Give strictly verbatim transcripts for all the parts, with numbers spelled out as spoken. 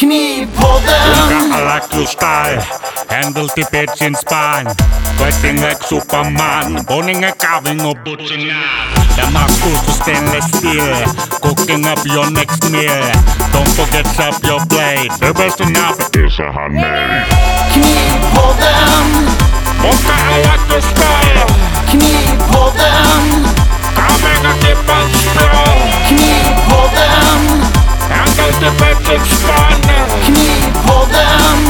Knivpodden! I like your style. Handle the bitch in spine. Sweating like Superman. Boning a carving or butching up. The muscles to stainless steel. Cooking up your next meal. Don't forget up your blade. The best enough is a honey. Knivpodden! Mocha, I like your style. Knivpodden! Carving a dip and straw. Knivpodden! Handle the bitch in spine. Knivpodden!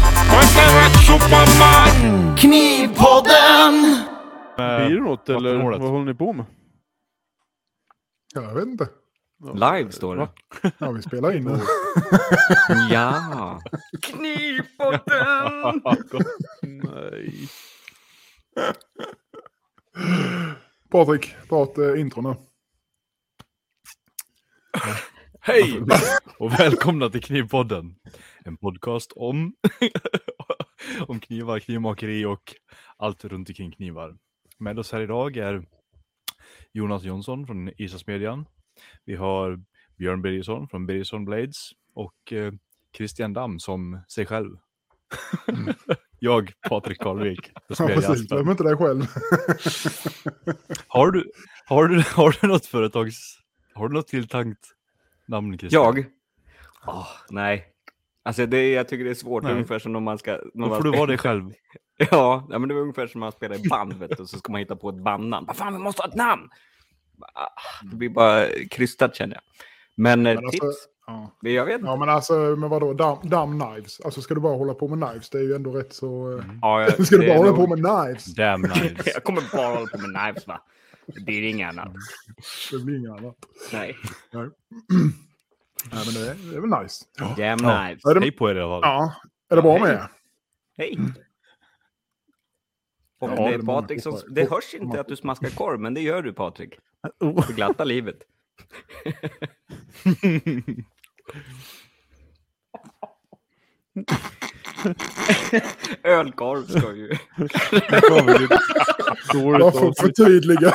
Superman! Knivpodden! Blir det något eller vad håller ni på med? Ja, jag vet inte. Live står det. Ja, vi spelar in nu. Ja. Knivpodden! Nej. Patrik, ta ett äh, intro nu. Hej och välkomna till Knivpodden. En podcast om om knivar, knivmakeri och allt runt omkring knivar. Med oss här idag är Jonas Jonsson från Isasmedjan. Vi har Björn Birgersson från Birgersson Blades och eh, Christian Damm som sig själv. Jag, Patrik Karlvik. Ja, precis. Glöm inte dig själv. har, du, har, du, har du något företags... Har du något tilltänkt namn, Christian? Jag? Oh, nej. Alltså det, jag tycker det är svårt. Nej. Ungefär som om man ska... Då får du vara dig själv. Ja, ja, men det är ungefär som man spelar i band, vet du, och så ska man hitta på ett bandnamn. Vad fan, vi måste ha ett namn! Det blir bara krystat, känner jag. Men, men tips? Alltså, ja. Jag vet. Ja, men alltså, men vadå? Damn, damn knives. Alltså, ska du bara hålla på med knives? Det är ju ändå rätt så... Mm. Ja, jag, ska du bara hålla nog... på med knives? Damn knives. Jag kommer bara hålla på med knives, va? Det blir inget annat. Det blir inget annat. Nej. Nej. Nej, men det är, det är väl nice. Damn Ja. knives. Är det... Hej på er i alla fall. Ja, är det bra med er? Hej. Ja, det det är är Patrik som... Det hörs inte att du smaskar korv, men det gör du, Patrik. För glatta livet. Ölkorv ska ju... Jag får förtydliga.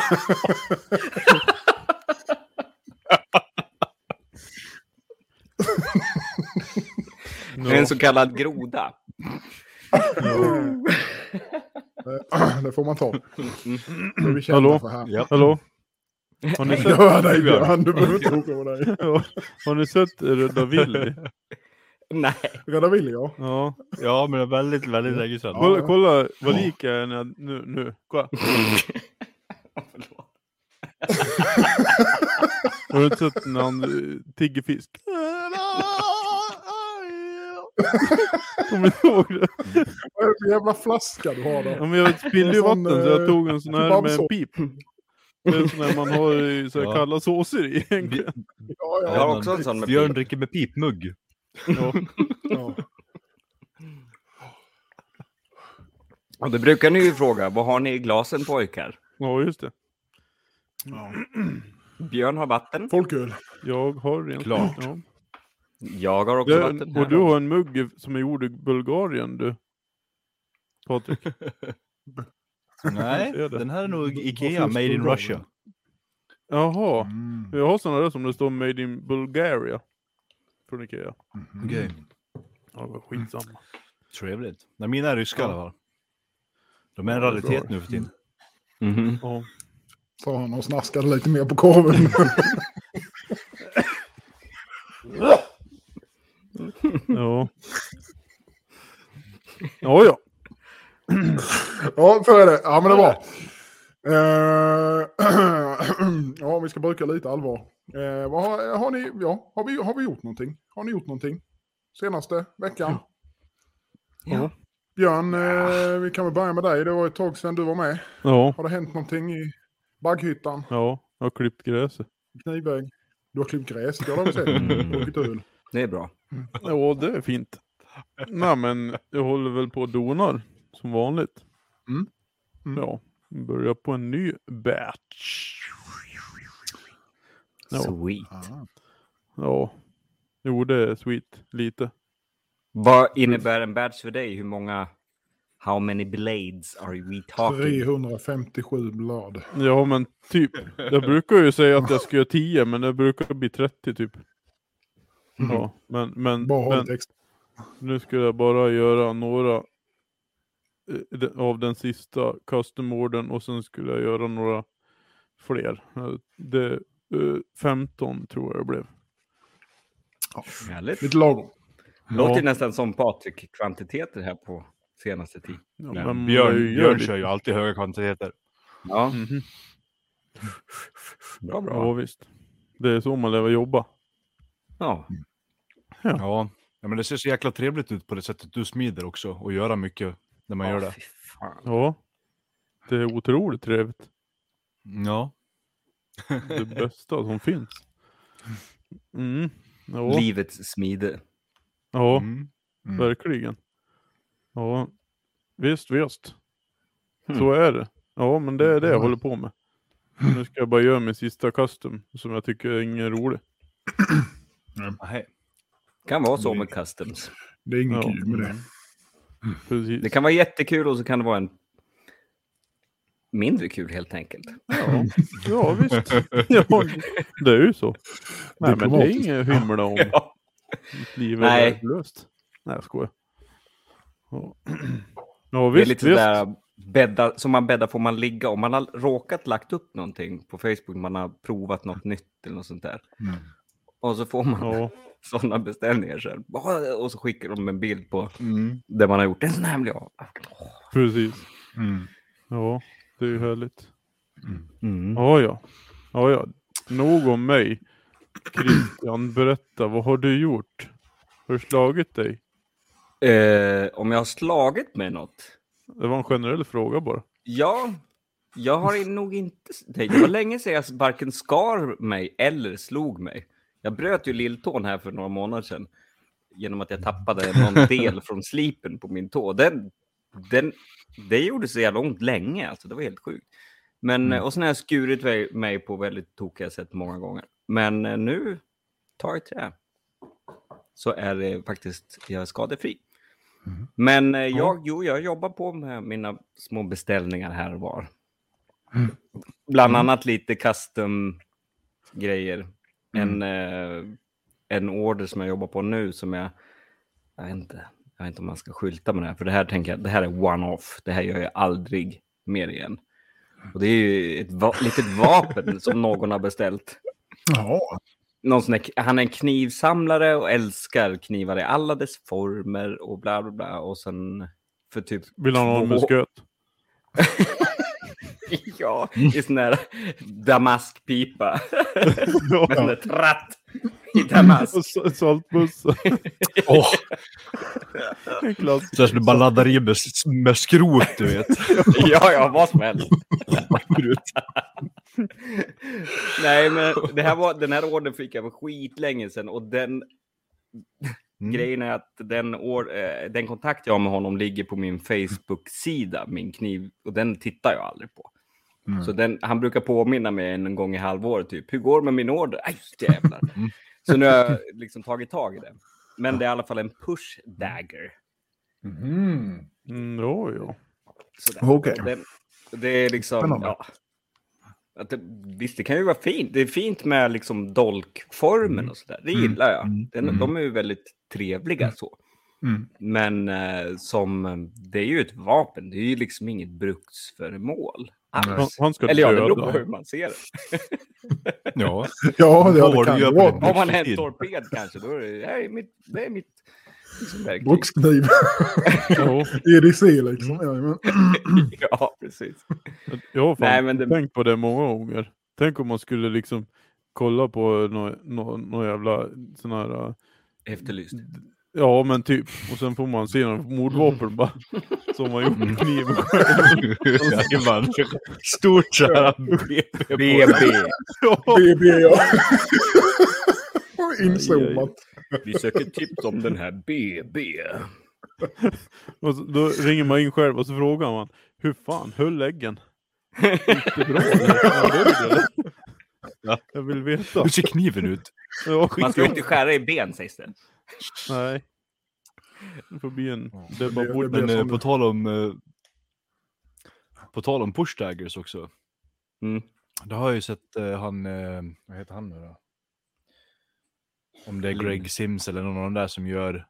En så kallad groda. Det får man ta. Det är vi kända Hallå? för här. Ja. Hallå? Har ni sett, Ja, nej, Björn, du behöver inte åka med dig. ja. Har ni sett Röda Willy? Nej. Röda Willy, ja. Ja. Ja, men det är väldigt, väldigt länge sedan. Kolla, kolla vad lik jag är när jag, nu, nu. Kolla. Har du inte sett när han eh, tigger fisk? Kommer du ihåg det? Vad är det för jävla flaska du har där? Ja, men jag spillde ju En sån, vatten så jag tog en sån här med en kebabsås. pip. Det är sån här man har i så här Ja. kalla såser i egentligen. Ja, Jag ja. har också en sån med Björn pip. dricker med pipmugg. Ja. ja. Och det brukar ni ju fråga. Vad har ni i glasen, pojkar? Ja, just det. ja. Björn har vatten. Folköl. Jag har rent. Klart. Ja. Jag har också vatten Det, här. och du har en mugg som är gjord i Bulgarien, du. Patrik. Nej, Är det? den här är nog Ikea, finns made in Bulgarien? Russia. Jaha. Mm. Jag har sådana där som det står made in Bulgaria. Från Ikea. Mm. Okej. Ja, det var skitsamma. Trevligt. Nej, mina är ryska i alla fall. De är en Ja, det är raritet bra. nu för tiden. Mhm. Ja. Sa han och snaskade lite mer på korven. Ja. Ja, ja. Ja, så är det. Ja, men det var. Uh, ja, vi ska bruka lite allvar. Uh, vad har, har ni, ja, har vi, har vi gjort någonting? Har ni gjort någonting? Senaste veckan? Ja. Björn, uh, vi kan väl börja med dig. Det var ett tag sedan du var med. Ja. Har det hänt någonting i bagghyttan? Ja. Jag har klippt gräset. Knivväg? Du har klippt gräs, det har vi sett. Druckit öl. Det är bra. Ja, det är fint. Nej, men jag håller väl på och donar. Som vanligt. Mm. Mm. Ja. Börjar på en ny batch. Ja. Sweet. Ah. Ja. Jo, det är sweet. Lite. Vad innebär en badge för dig? Hur många... How many blades are we talking? trehundrafemtiosju blad. Ja, men typ. Jag brukar ju säga att jag ska göra tio, men det brukar bli trettio typ. Mm. Ja, men... men, Bara ha men lite extra. Nu ska jag bara göra några av den sista custom-orden och sen skulle jag göra några fler. Det femton tror jag det blev. Härligt. Lite lagom. Låter Ja. nästan som Patrik kvantiteter här på senaste tid. Ja, Nej, men Björn, jag gör Björn lite- kör ju alltid höga kvantiteter. Ja, Mhm. bra bra. Ja visst. Det är så man lever jobba. Ja. Ja. ja, men det ser så jäkla trevligt ut på det sättet du smider också. Och göra mycket när man Ja, gör det. fy fan. Ja. Det är otroligt trevligt. Ja. Det bästa som finns. Mm. Ja. Livets smide. Ja. Mm. Mm. Verkligen. Ja. Visst, visst. Hmm. Så är det. Ja, men det är det jag Mm. håller på med. Nu ska jag bara göra min sista custom som jag tycker är ingen rolig. Nej. Kan vara så med customs. Det är inget Ja. kul med det. Precis. Det kan vara jättekul och så kan det vara en mindre kul helt enkelt. Ja, ja visst. Ja, det är ju så. Nej, men det är Diplomatiskt. ingen hymla om Ja. mitt liv är Nej. värdelöst. Nej, jag skojar. Ja, ja Det är visst, lite visst. sådär bädda, som man bäddar får man ligga. Om man har råkat lagt upp någonting på Facebook, man har provat något nytt eller något sånt där. Mm. Och så får man Ja, sådana beställningar sen. Och så skickar de en bild på Mm. där man har gjort en sån här. Vill jag. precis. Mm. Ja, det är ju härligt. Mm. Ja, ja. Ja, ja. Nog om mig. Christian, berätta. Vad har du gjort? Har du slagit dig? Eh, om jag har slagit med något? Det var en generell fråga bara. Ja, jag har nog inte... Det var länge sedan jag varken skar mig eller slog mig. Jag bröt ju lilltån här för några månader sedan. Genom att jag tappade någon del från slipen på min tå. Den, den, det gjorde så jävla ont länge. Alltså, det var helt sjukt. Men, Mm. Och sen har jag skurit mig på väldigt tokiga sätt många gånger. Men eh, nu tar jag trä. Så är det faktiskt jag är skadefri. Mm. Men eh, jag, jo, jag jobbar på med mina små beställningar här och var. Mm. Bland Mm. annat lite custom grejer. En, eh, en order som jag jobbar på nu som jag... Jag vet inte, jag vet inte om man ska skylta med det här. För det här tänker jag, det här är one-off. Det här gör jag aldrig mer igen. Och det är ju ett va- litet vapen som någon har beställt. Ja. Någon sån här, han är en knivsamlare och älskar knivar i alla dess former och bla bla bla. Och sen för typ... Vill han ha en två- musköt? Ja, i sån här damaskpipa. Med sån där tratt i damask. Och sa- saltbussa. Åh, En klass. så här så du bara laddar i med, med skrot, du vet. Ja, ja, vad som helst. Nej, men det här var, den här ordern fick jag för skitlänge sedan. Och den Mm. grejen är att den, or, eh, den kontakt jag har med honom ligger på min Facebook-sida, min kniv. Och den tittar jag aldrig på. Mm. Så den, han brukar påminna mig en gång i halvåret typ. Hur går det med min order? Aj, jävlar. Mm. Så nu har jag liksom tagit tag i det. Men det är i alla fall en push dagger. Mm. Mm, ja, ja. Sådär. Okej. Och den, det är liksom... Spännande. Ja, att det, visst, det kan ju vara fint. Det är fint med liksom dolkformen och sådär. Det gillar jag. Mm. Den, Mm. De är ju väldigt trevliga så. Mm. Men eh, som... Det är ju ett vapen. Det är ju liksom inget bruksföremål. Han, alls. han ska Eller ja, det beror på döda. hur man ser det. Ja. Ja, det, Vad det har kan du ju gör på vara. din- Om man är en Tid. torped kanske, då är det, det här är mitt, det är mitt liksom, verktyg. Brukskniv. Ja, E D C liksom. Ja, men. Ja, precis. jag har fan Nej, men det- tänkt på det många gånger. Tänk om man skulle liksom kolla på någon nå, nå jävla sån här... äh, Efterlyst. Ja, men typ. Och sen får man se någon mordvapen bara. Som har gjort Mm. kniven. Jajamän. Stort så här B B B B. B B, ja. Inzoomat. Vi söker tips om den här B B. Och så, då ringer man in själv och så frågar man. Hur fan höll läggen? Gick det bra? eller? Ja, det är det. Ja. Jag vill veta. Hur ser kniven ut? Ja, Man ska ju skicka. inte skära i ben, sägs det. Nej. Det får bli en... Det är det- bara det bort. blir- Men eh, som- på tal om eh, på tal om push daggers också. Mm. Då har jag ju sett eh, han, eh, vad heter han nu då? Om det är Greg Sims eller någon av de där som gör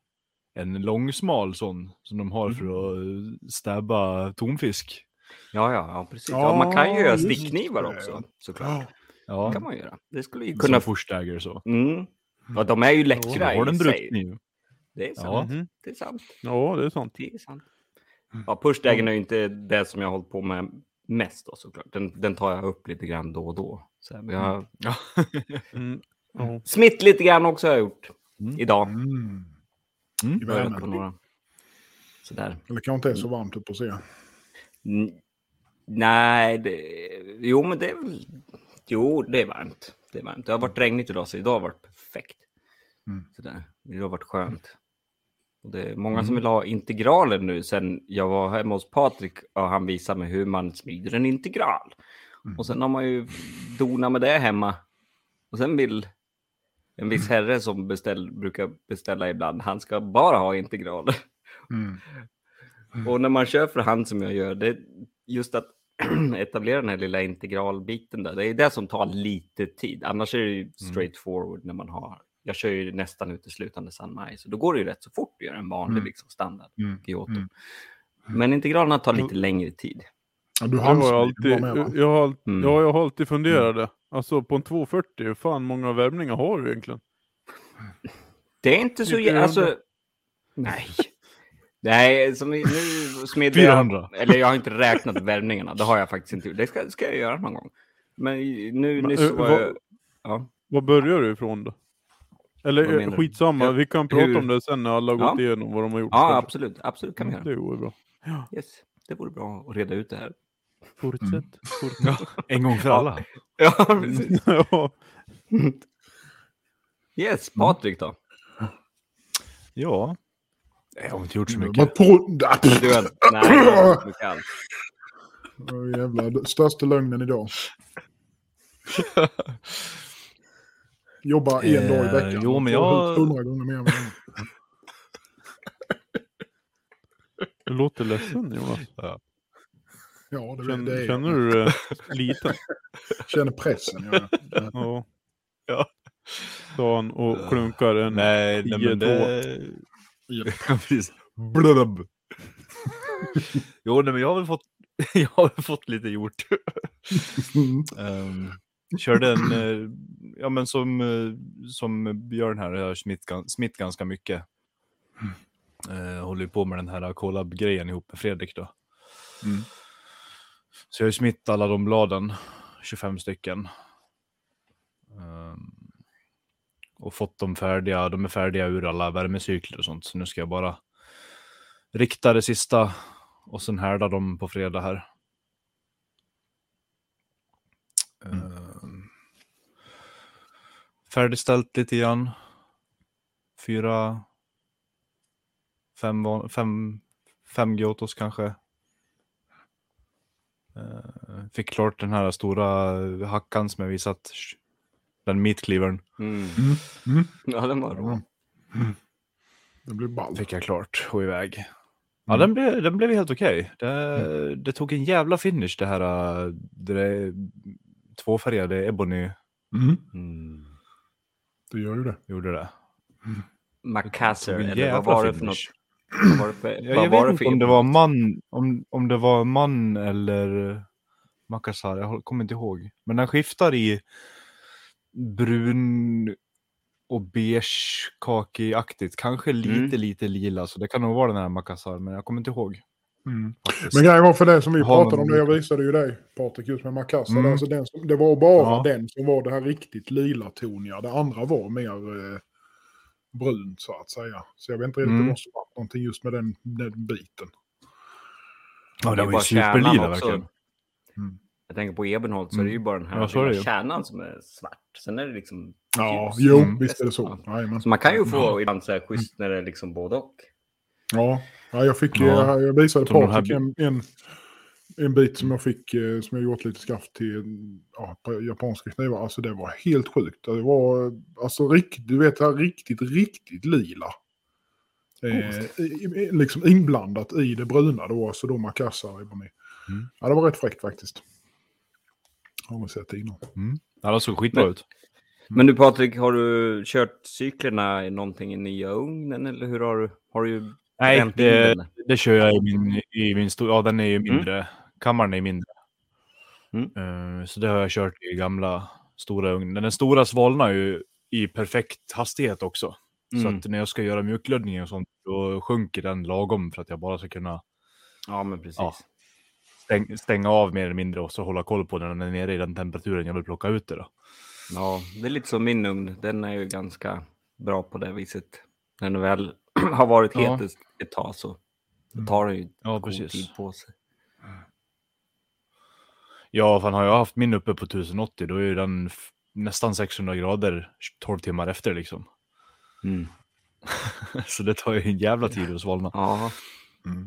en långsmal sån som de har för att stäba tonfisk. Ja, ja, ja precis. Ja, Ja, man kan ju göra just stickknivar det. också, såklart. Ja, Det kan man göra. Det skulle ju som kunna... förstäger så. Mm. Ja, de är ju läckra Har den i sig. bruktkniv? Det är sant. Ja. Mhm. Det är sant. Ja, det är sant. Det är sant. Ja, pushdagen är ju inte det som jag har hållit på med mest då, såklart. Den, den tar jag upp lite grann då och då. Så här, vi har... Ja. Mm. Ja. Smitt lite grann också har jag gjort. Mm. Idag. Mm. Mm. I Börjat på värmen. några. Sådär. Eller kanske inte är så varmt upp att se. Mm. Nej, det... Jo, men det är väl... Jo, det är varmt. Det är varmt. Det har varit regnigt idag, så idag har varit perfekt. Mm. Sådär. Det har varit skönt. Och det är många mm. som vill ha integraler nu. Sen jag var hemma hos Patrik och han visade mig hur man smider en integral. Mm. Och sen har man ju donat med det hemma. Och sen vill en viss herre som beställ, brukar beställa ibland, han ska bara ha integraler. Mm. Mm. Och när man kör för hand som jag gör, det är just att etablera den här lilla integralbiten där. Det är det som tar lite tid. Annars är det ju straight forward när man har... Jag kör ju nästan uteslutande San Mai, så då går det ju rätt så fort att göra en vanlig Mm. liksom, standard Mm. Kyoto. Mm. Men integralerna tar lite längre tid. Ja, du Jag har handsmider alltid, bara med, va? jag har, all- Mm. ja, jag har alltid funderat det. Alltså på en tvåhundrafyrtio, hur fan många värmningar har du egentligen? Det är inte så... fyrahundra. Alltså, nej. Nej, som i- nu smidde jag... fyrahundra. Eller jag har inte räknat värvningarna. Det har jag faktiskt inte gjort. Det ska, ska jag göra någon gång. Men i- nu Men, nyss eh, var vad- jag... Ja. Var börjar du ifrån då? Eller Vad eh, menar du? skitsamma, Ja, vi kan prata hur- om det sen när alla har Ja. gått igenom vad de har gjort. Ja, kanske. absolut. Absolut kan vi Mm, göra. Det går bra. Yes. Det vore bra att reda ut det här. Fortsätt. Mm. Fortsätt. En gång för alla. Ja, precis. ja. Yes, Patrik då? Ja. Jag har inte gjort så Vad mycket. på... Ah, pff. Du har... Nej, det var inte mycket alls. Åh, jävlar, största lögnen idag. Jobba en Eh, dag i veckan. jo, och men får jag- ut hundra gånger mer. än vad Du låter ledsen Jonas. jag- Ja, det, Känner, det är känner du dig liten? Känner pressen. Ja. Ja. Ja. Sa han och klunkar en Nej, nej tio men två. det... Ja, precis. Blub. Jo, nej, men jag har väl fått, jag har väl fått lite gjort. um, körde en, eh, ja men som, eh, som Björn här, jag har smitt, gan- smitt ganska mycket. Uh, håller ju på med den här collab-grejen ihop med Fredrik då. Mm. Så jag har ju smitt alla de bladen, tjugofem stycken. Um, och fått dem färdiga, de är färdiga ur alla värmecykler och sånt. Så nu ska jag bara rikta det sista och sen härda dem på fredag här. Mm. Um, färdigställt lite grann. Fyra, fem, van- fem, fem Gyotos kanske. Uh, fick klart den här stora hackan som jag visat. Den meatcleavern. Mm. Mm. Mm. Ja, den var bra. Mm. Det blir ball. Fick jag klart och iväg. Ja, Mm. den blev, den blev helt okej. Det, det tog en jävla finish det här äh, det där tvåfärgade Ebony Mm. Mm. Det gör ju det. gjorde det. Macassar, Tog en eller vad jävla var det för finish. något? Vad var det för, Jag, vad jag var vet det inte för om det var Ebony? man om, om det var man eller Makassar, jag har- kommer inte ihåg. Men den skiftar i brun och beige kakiaktigt, kanske lite Mm. lite lila, så det kan nog vara den här Makassar, men jag kommer inte ihåg. Mm. faktiskt. Men grejen var för det som vi Har pratade man- om, det jag visade ju dig, Patrik, just med Makassar. Mm. Alltså den som, det var bara Ja. den som var det här riktigt lila toniga. Det andra var mer eh, brunt så att säga. Så jag vet inte riktigt Mm. vad som var någonting just med den, den biten. Ja, Det det är var bara ju kärnan superlila också. verkligen. Mm. Jag tänker på Ebenholt så är det ju bara den här Ja, så är det lilla ju. kärnan som är svart. Sen är det liksom Ja, ljus. jo, Mm. visst är det så. Jajamän. Så man kan ju få ibland så här schysst när det är liksom både och. Ja, ja jag fick, Ja. eh, jag visade Som de här Patrik en, en, en bit som jag fick, eh, som jag gjort lite skaft till ja, på japanska knivar. Alltså det var helt sjukt. Det var alltså riktigt, du vet, det här riktigt, riktigt lila. Eh, i- i- liksom inblandat i det bruna då, alltså då Makassar. Mm. Ja, det var rätt fräckt faktiskt. Har man sett innan. Ja, det såg skitbra Men- ut. Men du Patrik, har du kört cyklerna i någonting i nya ugnen eller hur har du? Har du Nej, bränt in det, den? det kör jag i min, i min stora, ja den är ju mindre, kammaren är mindre. Mm. Uh, så det har jag kört i gamla stora ugnen. Den stora svalnar ju i perfekt hastighet också. Så Mm. att när jag ska göra mjukglödning och sånt, då sjunker den lagom för att jag bara ska kunna Ja, men precis. Ja. stäng, stänga av mer eller mindre och så hålla koll på när den är nere i den temperaturen jag vill plocka ut det då. Ja, det är lite som min ugn. Den är ju ganska bra på det viset. När den väl har varit Ja. het ett tag så tar den ju Ja, god precis. tid på sig. Ja, fan har jag haft min uppe på tusen åttio, då är ju den f- nästan sexhundra grader tolv timmar efter liksom. Mm. Så det tar ju en jävla tid att svalna. Ja. Mm.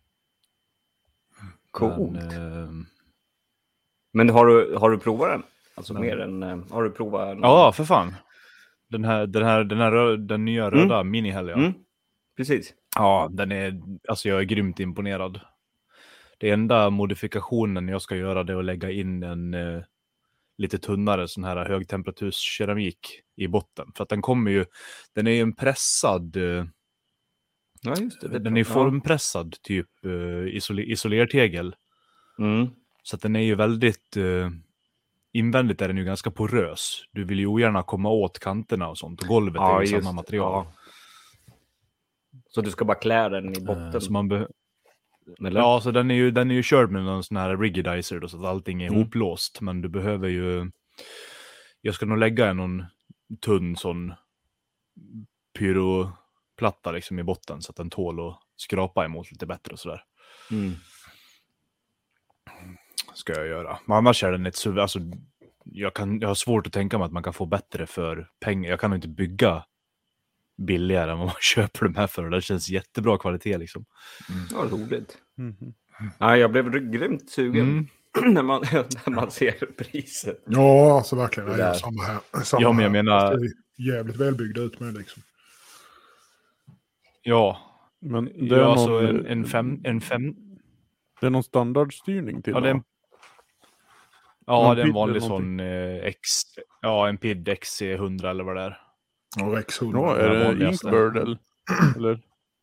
Coolt. Men, eh, Men har du, har du provat den? Alltså Men- mer än... eh, Har du provat? någon- ja, för fan. Den här, den här, den här rö- den nya röda mm. mini-hell, ja. Mm. Precis. Ja, den är, alltså jag är grymt imponerad. Det enda modifikationen jag ska göra det är att lägga in en eh, lite tunnare sån här högtemperaturskeramik i botten. För att den kommer ju, den är ju en pressad, eh, Ja, just det. det den är ju ja. formpressad typ eh, isole- isolertegel. Mm. Så att den är ju väldigt, eh, invändigt är den ju ganska porös. Du vill ju ogärna komma åt kanterna och sånt. Och golvet Ja, är ju just samma material. ja. Så du ska bara klä den i botten? Eh, så man be- eller? Ja, så den är ju, den är ju körd med någon sån här rigidizer då, så att allting är Mm. ihoplåst. Men du behöver ju... Jag ska nog lägga en någon tunn sån pyroplatta liksom i botten så att den tål att skrapa emot lite bättre och sådär. Mm. Ska jag göra. Men annars är den ett suv... Alltså, jag, kan, jag har svårt att tänka mig att man kan få bättre för pengar. Jag kan nog inte bygga billigare än vad man köper de här för. Och det känns jättebra kvalitet liksom. Ja, roligt. Mhm. Ja, jag blev grymt sugen Mm. när, man, när man ser priset. Ja, alltså verkligen. Det Det är där. samma här. Samma Ja, men jag här. menar- Det ser jävligt välbyggda ut med liksom. Ja, Men det det är, är någon, alltså en, en, fem, en fem... det är någon standardstyrning till Ja, det är va? en, ja, Någon det är en PID vanlig eller sån eh, X... Ja, en P I D X C hundra eller vad det är. Och Rex hundra. Ja, är den det vanligaste. Inkbird eller? eller?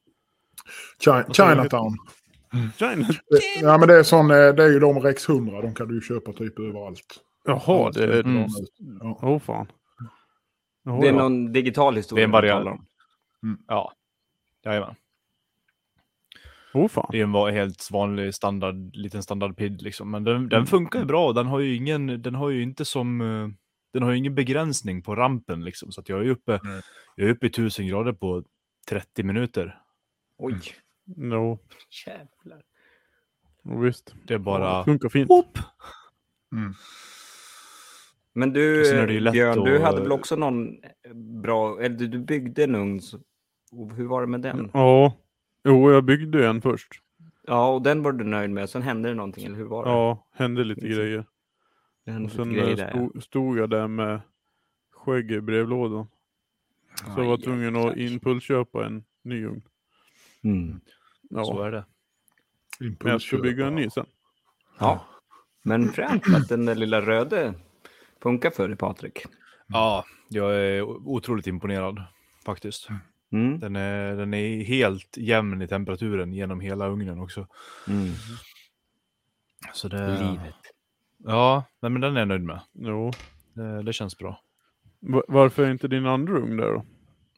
Chi- Chinatown. China? Det- Ja, men det är, sån, eh, det är ju de Rex hundra. De kan du ju köpa typ överallt. Jaha, det är... Mm. Ja. Åh fan. Jaha, Det är ja. någon digital historia. Det är en man variant. talar om. Ja, jajamän. Åh fan. Det är en va- helt vanlig standard, liten standard P I D liksom. Men den, den funkar ju bra. Den har ju ingen, den har ju inte som, eh, den har ju ingen begränsning på rampen liksom. Så att jag är uppe, Nej. jag är uppe i tusen grader på trettio minuter. Oj, No, jävlar. och visst. Det är bara... Det funkar fint. Hopp! Mm. Men du, Och sen är det ju lätt Björn, du att- hade väl också någon bra... Eller du- du byggde en ugn. så- och hur var det med den? Ja. Jo, jag byggde en först. Ja, och den var du nöjd med. Sen hände det någonting, eller hur var det? Ja, hände lite Liksom. grejer. det hände Och sen lite grejer eh, där. stod, stod jag där med skägg i brevlådan. Så jag var Aj, tvungen jäklar. att impulsköpa en ny ugn. Mm. Ja, Så är det. men jag ska bygga en ny sen. Ja, men främt att den där lilla röde funkar för dig, Patrik. Ja, jag är o- otroligt imponerad faktiskt. Mm. Den är, den är helt jämn i temperaturen genom hela ugnen också. Mm. Så det... Livet. Ja, nej, men den är jag nöjd med. Jo. Det, det känns bra. Va- Varför är inte din andra ugn där då?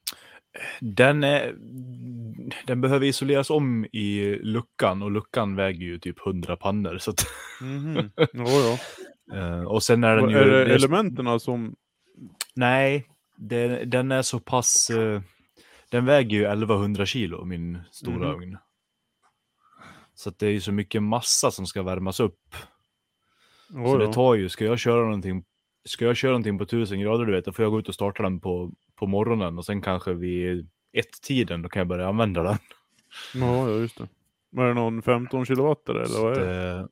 Den, är, den behöver isoleras om i luckan och luckan väger ju typ hundra pannor. Så att, Mhm. Ja, ja. eh, och sen är den ju... Är det det är- elementen som... Nej, det, den är så pass... eh, den väger ju elvahundra kilo, min stora Mhm. ugn. Så att det är ju så mycket massa som ska värmas upp. Ja, Så ja. det tar ju, ska jag köra någonting, ska jag köra någonting på tusen grader, du vet, då får jag gå ut och starta den på, på morgonen och sen kanske vid ett-tiden, då kan jag börja använda den. Ja, ja, just det. Var det någon femton kilowatt eller Så vad är att, det?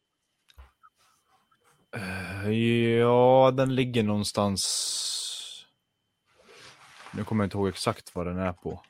eh, ja, den ligger någonstans... Nu kommer jag inte ihåg exakt vad den är på.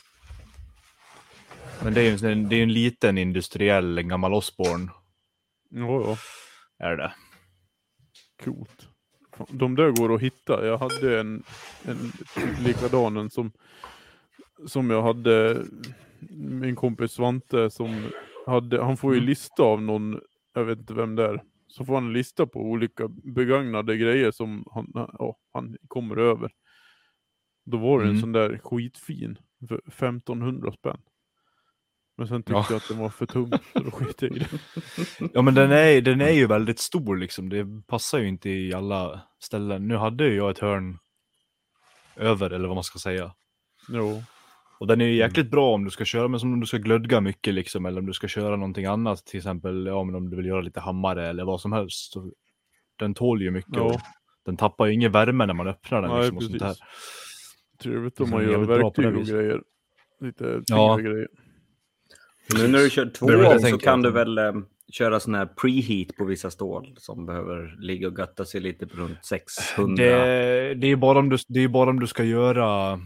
Men det är ju en, det är en liten industriell, en gammal Osborne Ja, ja. är det. Coolt. De där går att hitta. Jag hade en, en likadan en som, som jag hade, min kompis Svante som hade, han får ju lista av någon, jag vet inte vem det är, så får han en lista på olika begagnade grejer som han, ja, han kommer över. Då var det en Mm. sån där skitfin för femtonhundra spänn. Men sen tyckte Ja. jag att den var för tung, så då skit i det. Ja, men den är, den är ju väldigt stor liksom. Det passar ju inte i alla ställen. Nu hade ju jag ett hörn över, eller vad man ska säga. Jo. Och den är ju jäkligt bra om du ska köra, men som om du ska glödga mycket liksom, eller om du ska köra någonting annat, till exempel ja, men om du vill göra lite hammare eller vad som helst. Så den tål ju mycket. Ja. Och den tappar ju ingen värme när man öppnar den. Nej, Liksom, och sånt här. precis. Trevligt om Så man den är gör jävligt bra på verktyg det och viset. grejer. Lite tyngre Ja. grejer. Nu när du kör två Det är väl det jag så tänker. kan du väl eh, köra sån här preheat på vissa stål som behöver ligga och götta sig lite på runt sexhundra. Det, det är ju bara om du, det är bara om du ska göra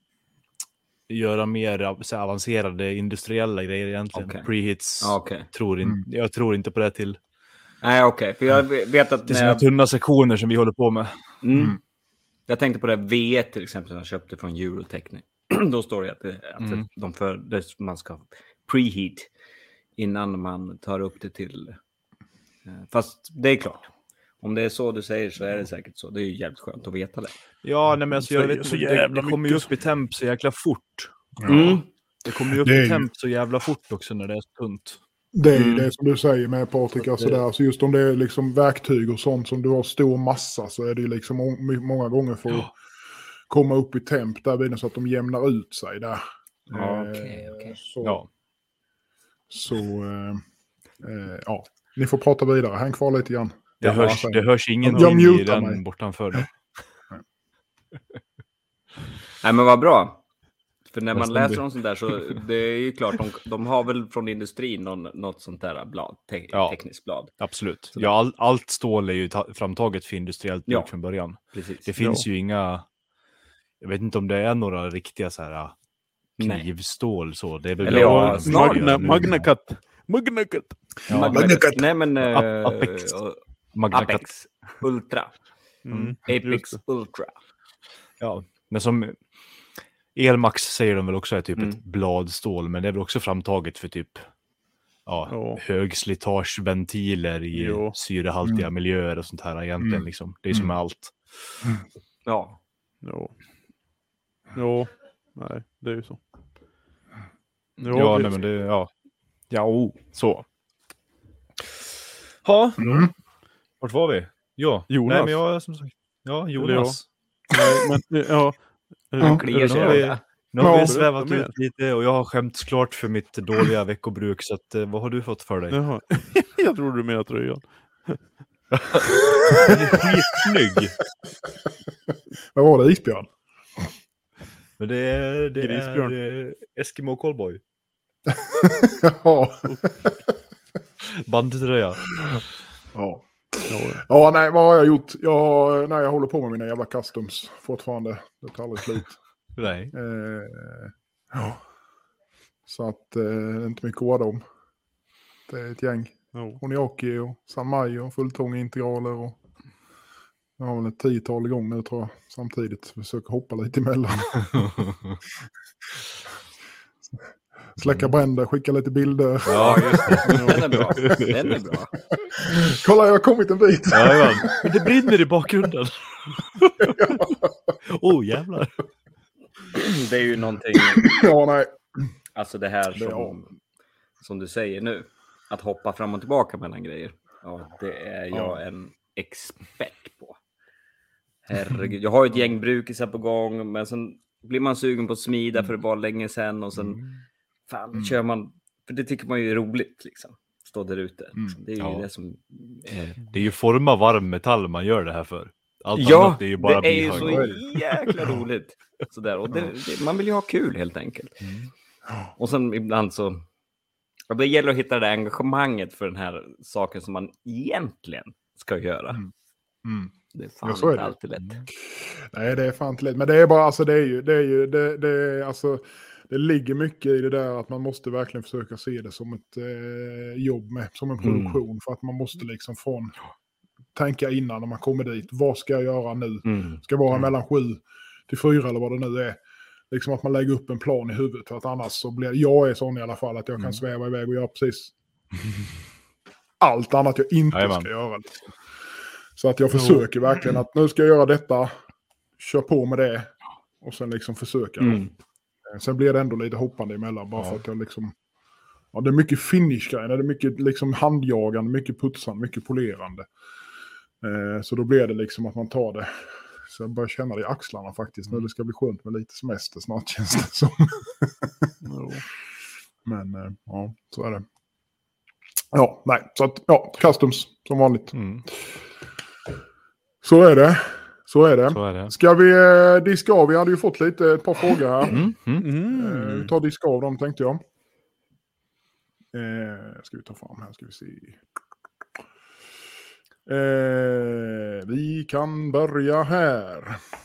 göra mer så här avancerade industriella grejer egentligen. Okej. Preheats. Ja, okej. Tror in, Jag tror inte på det till, Nej, okej. För jag vet att... till när sina jag, tunna sektioner som vi håller på med. mm, Mm. jag tänkte på det V ett till exempel som jag köpte från Eurotechnic. Då står det att, det, att Mm. de för, det, man ska preheat innan man tar upp det till... eh, Fast det är klart. Om det är så du säger så är det säkert så. Det är ju jävligt skönt att veta det. Ja, nej, men alltså, jag säger vet så inte, det, jävla det kommer ju mycket. upp i temp så jäkla fort. Mm. Det kommer ju upp Det är i ju- temp så jävla fort också när det är så tunt. Det är ju Mm. det som du säger med Patrik, alltså där, alltså just om det är liksom verktyg och sånt som du har stor massa så är det ju liksom må- många gånger för att komma upp i temp där blir det så att de jämnar ut sig där. Ja, Eh, okej, okej. Så, Ja. så eh, eh, ja, ni får prata vidare. Häng kvar lite grann. Det, Ja, hörs, alltså. det hörs Jag ingenting i mutar den mig. bortanför. Det. Nej, men vad bra. För när man Nästan läser det. om sånt där så det är ju klart, de, de har väl från industrin någon, något sånt där blad, te, Ja. tekniskt blad. Absolut. Ja, all, allt stål är ju ta- framtaget för industriellt bruk Ja. från början. Precis. Det finns ju inga... Jag vet inte om det är några riktiga så här Nej. knivstål så. Det är väl Eller bra- ja, snart Magna, nu. Magna Cut. Magna Cut. Ja, Magna- Nej, men... eh, Apex. Magna Cut. Apex Ultra. Mm. Apex just det. Ultra. Ja, men som Elmax säger de väl också är typ Mm. ett bladstål, men det är väl också framtaget för typ ja, Ja. högslitageventiler i Jo. syrehaltiga miljöer och sånt här egentligen. Mm. Liksom. Det är som med allt. Ja. Jo. Jo. Nej, det är ju så. Jo, Ja, det- nej, men det, ja. Ja, oh, så. Ja, Mm. vart var vi? Ja, Jonas. Nej, men jag, som sagt, ja, Jonas. Nej, men ja. Ja. Kliar sig Nu har vi, över. nu har Ja, vi berätta svävat mer. ut lite och jag har skämts klart för mitt dåliga veckobruk. Så att, eh, vad har du fått för dig? Jaha. Jag tror du menar tröjan. Den är skitsnygg. Vad var det, isbjörn? Men det är, det Grisbjörn. är eh, Eskimo Callboy. Ja. Bandtröja. Ja. Ja, Ja, nej, vad har jag gjort? Jag, nej, jag håller på med mina jävla customs fortfarande. Det tar aldrig slut. Nej. Eh, ja. Så att eh, det är inte mycket att orda om. Det är ett gäng. ja. Honiaki och San Maio och fulltångintegraler och jag har väl ett tiotal igång nu tror jag samtidigt. Försöker hoppa lite emellan. Släcka bränder, skicka lite bilder. Ja, just det. Den är bra. Den är bra. Kolla, jag har kommit en bit. Jajamän. Men det brinner i bakgrunden. Oh, jävlar. Det är ju någonting, Ja, nej. alltså det här Det- som, som du säger nu. Att hoppa fram och tillbaka mellan grejer. Ja, det är jag Ja. en expert på. Herregud, jag har ju ett gäng brukisar på gång, men sen blir man sugen på att smida för det var länge sedan och sen fan Mm. kör man, för det tycker man ju är roligt liksom. Stå där ute. Mm. Det är ju Ja. det som är... Det är ju forma varm metall man gör det här för. Allt Ja, annat är ju bara det är ju bihang. så jäkla roligt. Sådär. Och det, det, man vill ju ha kul helt enkelt. Och sen ibland så... Och det gäller att hitta det där engagemanget för den här saken som man egentligen ska göra. Mm. Det är fan Ja, så är inte det. alltid lätt. Nej, det är fan inte lätt. Men det är bara, alltså det är ju, det är ju, det, det är, alltså, det ligger mycket i det där att man måste verkligen försöka se det som ett eh, jobb med, som en produktion. För att man måste liksom från tänka innan när man kommer dit. Vad ska jag göra nu? Mm. Ska vara mellan sju till fyra eller vad det nu är. Liksom att man lägger upp en plan i huvudet. För att annars så blir jag är sån i alla fall att jag kan Mm. sväva iväg och göra precis allt annat jag inte Jajamän. ska göra. Liksom. Så att jag försöker verkligen att nu ska jag göra detta. Kör på med det. Och sen liksom försöka. Mm. Sen blir det ändå lite hoppande emellan. Bara Ja. för att jag liksom... Ja, det är mycket finish-grejer. Det är mycket liksom handjagande, mycket putsande, mycket polerande. Eh, så då blir det liksom att man tar det. Så jag börjar känna det i axlarna faktiskt. Nu det ska bli skönt med lite semester snart känns det som. Men eh, ja, så är det. Ja, nej. Så att, ja, customs som vanligt. Mm. Så är det. Så är det. Så är det. Ska vi eh, diska av? Vi hade ju fått lite, ett par frågor här. Mm. Mm. Eh, vi tar diska av dem tänkte jag. Eh, ska vi ta fram här, ska vi se. Eh, vi kan börja här.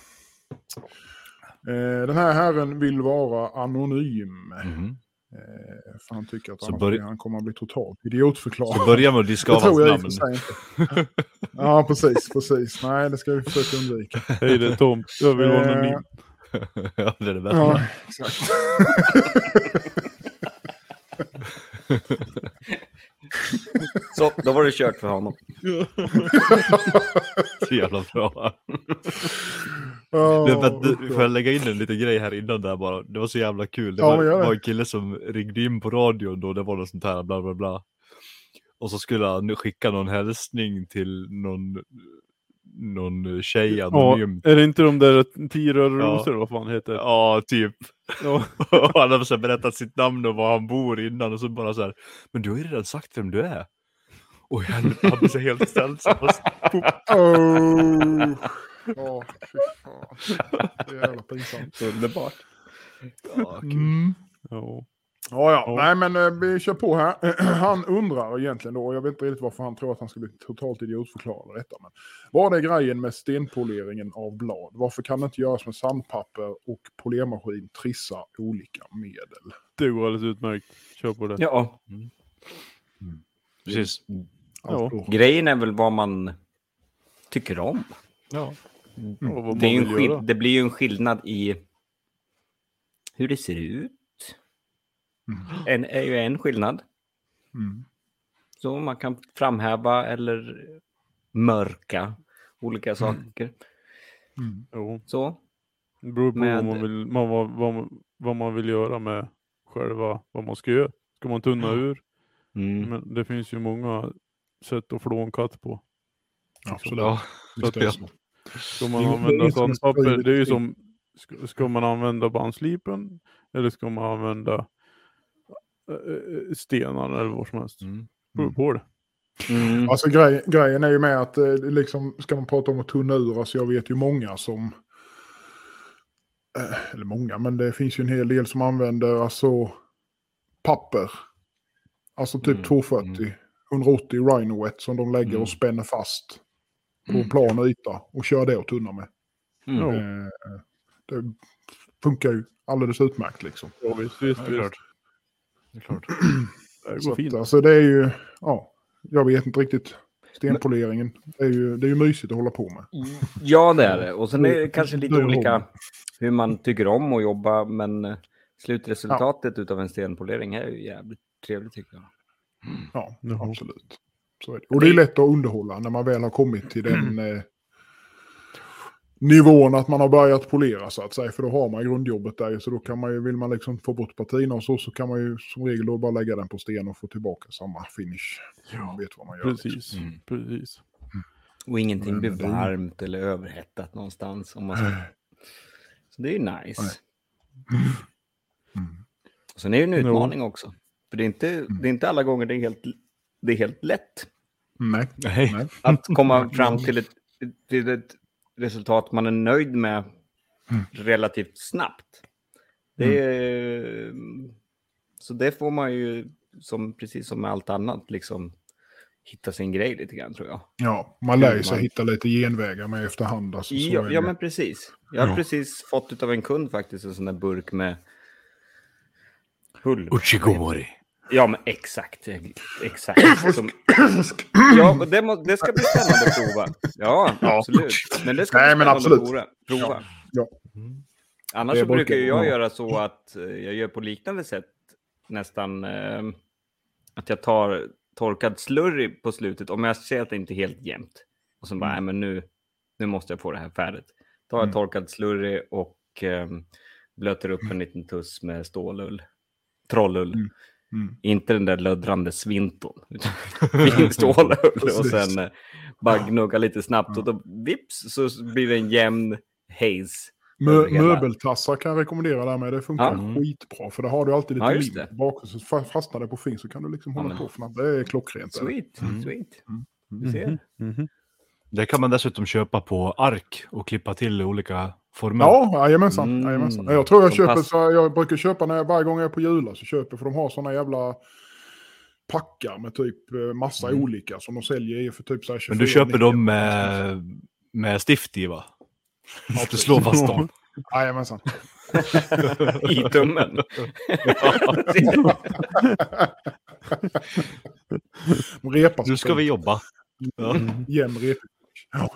Eh, den här herren vill vara anonym. Mm. Eh, för han tycker att Så annars börj- blir han kommer att bli totalt idiotförklarad. Så börja med att diska Det av tror jag i hans och för namn. sig inte. Ja, precis, precis. Nej, det ska vi försöka undvika. Hej, det är Tom. Jag vill vara Eh, anonym. Ja, det är det bästa. Ja, exakt. Så, då var det kört för honom. Så jävla bra. Ja, Men, men, du, får jag lägga in en liten grej här innan där bara? Det var så jävla kul. Det Ja, var, men gör det. var en kille som ringde in på radion då. Det var något sånt här bla bla bla. Och så skulle han skicka någon hälsning till någon, någon tjej Ja, anonymt. är det inte de där tio röda Ja. rosor vad fan heter? Ja, typ. Ja. Och han hade så här berättat sitt namn och var han bor innan. Och så bara så här, men du har ju redan sagt vem du är. Och han, han blev så helt ställd. Så bara, Oh. Ja, fy fan. Det är jävla pinsamt. Underbart. ja, kul. Mm. Ja. Ja, ja. Ja. Nej, men eh, vi kör på här. Han undrar egentligen då, jag vet inte riktigt varför han tror att han ska bli totalt idiotförklarad detta. Men vad är grejen med stenpoleringen av blad? Varför kan det inte göras med sandpapper och polermaskin trissa olika medel? Det går alldeles utmärkt. Kör på det. Ja, Precis. Ja. Alltså, grejen är väl vad man tycker om. Ja. Och vad Det, är ju man en vill göra. skill- det blir ju en skillnad i hur det ser ut. Mm. En är ju en skillnad. Mm. Så man kan framhäva eller mörka olika saker. Mm. Jo. Så. Det beror på Med- vad, man vill, vad, vad, vad, man- vad man vill göra med själva vad man ska göra. Ska man tunna ur? Mm. Men det finns ju många sätt att flå en katt på. Absolut. Ja. Visst är det så. Ska man Det är- det är använda inte som en sandpapper? spray. Det är ju som, ska, ska man använda bandslipen? Eller ska man använda äh, stenar eller vad som helst? Mm. Beror på det. Mm. Alltså grej, grejen är ju med att eh, liksom, ska man prata om att tunna ur, alltså jag vet ju många som, eh, eller många, men det finns ju en hel del som använder alltså papper. Alltså typ Mm, tvåhundrafyrtio, mm. hundraåttio Rhino Wet som de lägger Mm. och spänner fast på Mm. en plan yta och kör det och tunnar med. Mm. Ja. Eh, det funkar ju alldeles utmärkt liksom. Ja, visst, visst, Det är visst. klart. Det är klart. Det Så går att, fint. alltså det är ju, ja, jag vet inte riktigt. Stenpoleringen, det är ju, det är ju mysigt att hålla på med. Ja, det är det. Och sen är det kanske lite Det är olika hobby. hur man tycker om att jobba, men eh, slutresultatet utav en stenpolering är ju jävligt trevligt tycker jag. Ja, Jaha. absolut. Så är det. Och det är lätt att underhålla när man väl har kommit till den eh, nivån att man har börjat polera så att säga. För då har man grundjobbet där. Så då kan man ju, vill man liksom få bort patina och så, så kan man ju som regel då bara lägga den på sten och få tillbaka samma finish. Ja. Man vet vad man gör. Precis, Mm. precis. Och ingenting Men blir det är ju- varmt eller överhettat någonstans. Om man ska... Så det är ju nice. Mm. Och sen är det en utmaning också. För det är, inte, det är inte alla gånger det är helt, det är helt lätt Nej. Nej. Nej. att komma fram till ett, till ett resultat man är nöjd med relativt snabbt. Det är, Så det får man ju, som, precis som med allt annat, liksom hitta sin grej lite grann tror jag. Ja, man lär ju Hur sig man- hitta lite genvägar med efterhand. Alltså, så är Ja, det. ja, men precis. Jag har Ja. precis fått av en kund faktiskt en sån där burk med hull. Uchikomori. Ja, men exakt. Exakt. Som... Ja, det, må, det ska bli spännande att prova. Ja, absolut. Men det ska Nej, bli men spännande absolut. att prova. prova. Ja. Mm. Annars Det så brukar brukar- jag ja. göra så att eh, jag gör på liknande sätt nästan eh, att jag tar torkad slurry på slutet om jag ser att det inte är helt jämnt. Och så bara, Mm. nej, men nu, nu måste jag få det här färdigt. Tar jag Mm. torkad slurry och eh, blöter upp en liten tuss med stålull. Trollull. Mm. Mm. Inte den där löddrande svinton. Utan fin stålull. Och Precis. sen eh, bara gnugga lite snabbt. Och då vips så blir det en jämn haze. Mö- över hela. möbeltassar kan jag rekommendera där med. Det funkar Ja. skitbra. För det har du alltid lite Ja, just lim det. bak. Så fa- fastnar det på fin så kan du liksom Ja, hålla men- på. För det är klockrent. Sweet, Mm. sweet. Mm. Du ser. Mhm. Det kan man dessutom köpa på ark och klippa till i olika former. Ja, jajamensan. Mm. jajamensan. Jag tror jag Som köper, pass- så jag brukar köpa när jag, varje gång jag är på Jula så köper för de har såna jävla packar med typ eh, massa Mm. olika som de säljer i för typ så här tjugofyra Men du köper nio. dem med, med stift i, va? Ja, du slår fast dem. Jajamensan. I tummen. De repar sig Nu ska vi fint. jobba. Ja. Jämn rep. Ja.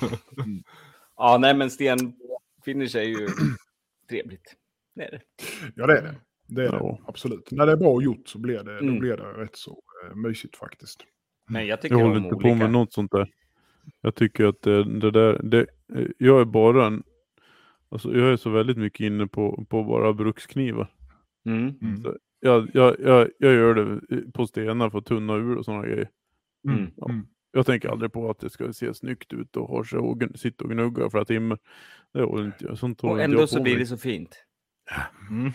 Ja, nej, men Sten finish är ju trevligt. Det är det. ja, det är det. Det är Ja. det. Absolut. När det är bra gjort så blir det, Mm. då blir det rätt så uh, mysigt faktiskt. Men jag tycker Jag om håller inte olika. på med något sånt där. Jag tycker att det, det där, det, jag är bara en, alltså jag är så väldigt mycket inne på, på bara bruksknivar. Mm. Mm. Så jag, jag, jag, jag gör det på stenar för att tunna ur och sådana grejer. Mm. Ja. Mm. Jag tänker aldrig på att det ska se snyggt ut och ha sig och gn- sitta och gnugga för att timmar. Det håller inte jag. Sånt håller Och inte ändå jag så på blir med. det så fint. Mm.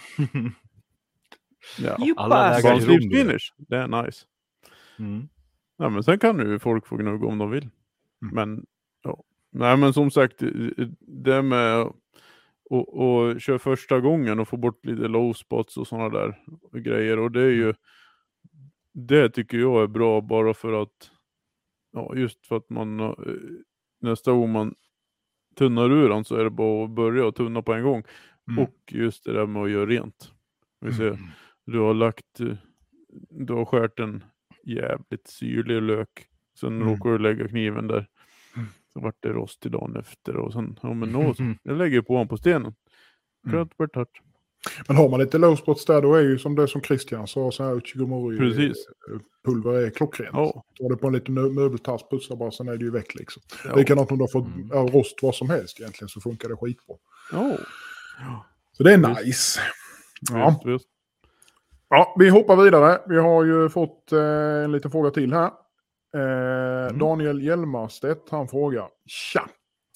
Ja. Alla vägar till Rom. Barnslivsfinish, det är nice. Mm. Ja, men sen kan ju folk få gnugga om de vill. Mm. Men ja, nej, men som sagt, det med och, och köra första gången och få bort lite low spots och sådana där grejer. Och det är ju, det tycker jag är bra bara för att, ja, just för att man eh, nästa gång man tunnar ur den så är det bara att börja och tunna på en gång. Mm. Och just det där med att göra rent. Vi ser, Mm. du har lagt, eh, du har skärt en jävligt syrlig lök. Sen Mm. råkar du lägga kniven där. Mm. Så vart det rost i dagen efter och sen, ja men nå, så, jag lägger på honom på stenen. Mm. Kröt per tart. Men har man lite low spots där då är ju som det som Christian sa så här uchigomori Precis. pulver är klockrent. Ja. Tar det på en liten mö- möbeltass, pussar bara, sen är det ju väck liksom. Ja. Likadant om du har fått Mm. ja, rost vad som helst egentligen så funkar det skitbra. Ja. Så det är Visst. nice. Ja. Just, just. Ja, vi hoppar vidare. Vi har ju fått eh, en liten fråga till här. Eh, Mm. Daniel Hjelmarstedt, han frågar. Tja!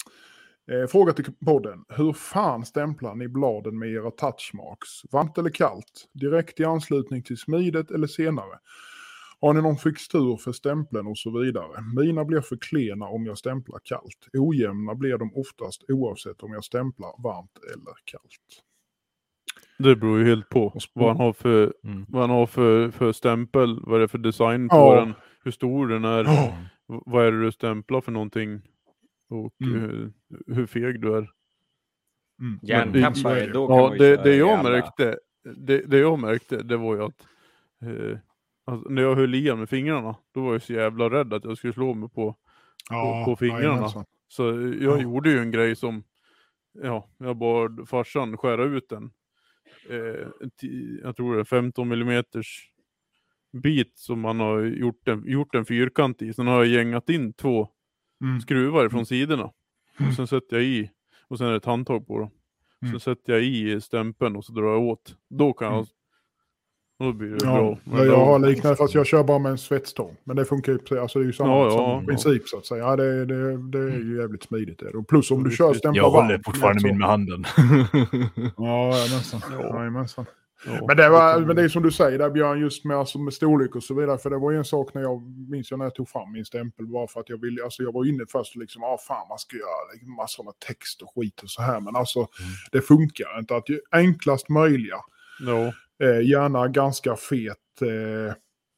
Eh, fråga till podden. Hur fan stämplar ni bladen med era touchmarks? Varmt eller kallt? Direkt i anslutning till smidet eller senare? Har ni någon fixtur för stämplen och så vidare? Mina blir för klena om jag stämplar kallt. Ojämna blir de oftast oavsett om jag stämplar varmt eller kallt. Det beror ju helt på vad han har för, Mm. vad han har för, för stämpel, vad det är för design på Ja. den, hur stor den är, Ja. v- vad är det du stämplar för någonting och Mm. hur, hur feg du är. Mm. Järntappare, då kan Ja, man ju det, köra det i jag alla. märkte, det, det jag märkte, det var ju att eh, alltså, när jag höll i med fingrarna, då var jag så jävla rädd att jag skulle slå mig på. Ja, på fingrarna. jajamensan. Så jag Ja. gjorde ju en grej som, ja, jag bad farsan skära ut den. Eh, ti- jag tror det är femton millimeters bit som man har gjort en, gjort en fyrkant i. Sen har jag gängat in två Mm. skruvar från sidorna. Och sen sätter jag i, och sen är det ett handtag på dem. Mm. Sen sätter jag i stämpeln och så drar jag åt. Då kan jag, Mm. då blir det Ja, bra. Men jag då- har liknande fast jag kör bara med en svetstång. Men det funkar ju precis, alltså det är ju samma, Ja, ja, samma ja. princip så att säga. Ja, det, det, det är ju jävligt smidigt. Det. Och plus om du Visst, kör visst. stämplar Jag håller varmt, fortfarande så- min med handen. Ja, jajamensan. Ja. Jajamensan. ja, Men det, var, kan- men det är som du säger där Björn, just med, alltså, med storlek och så vidare. För det var ju en sak när jag minns jag när jag tog fram min stämpel. Bara för att jag ville, alltså jag var inne först och liksom, ja ah, fan man ska göra liksom, massor med text och skit och så här. Men alltså det funkar inte. Att ju enklast möjliga. Ja, Eh, gärna ganska fet. Eh,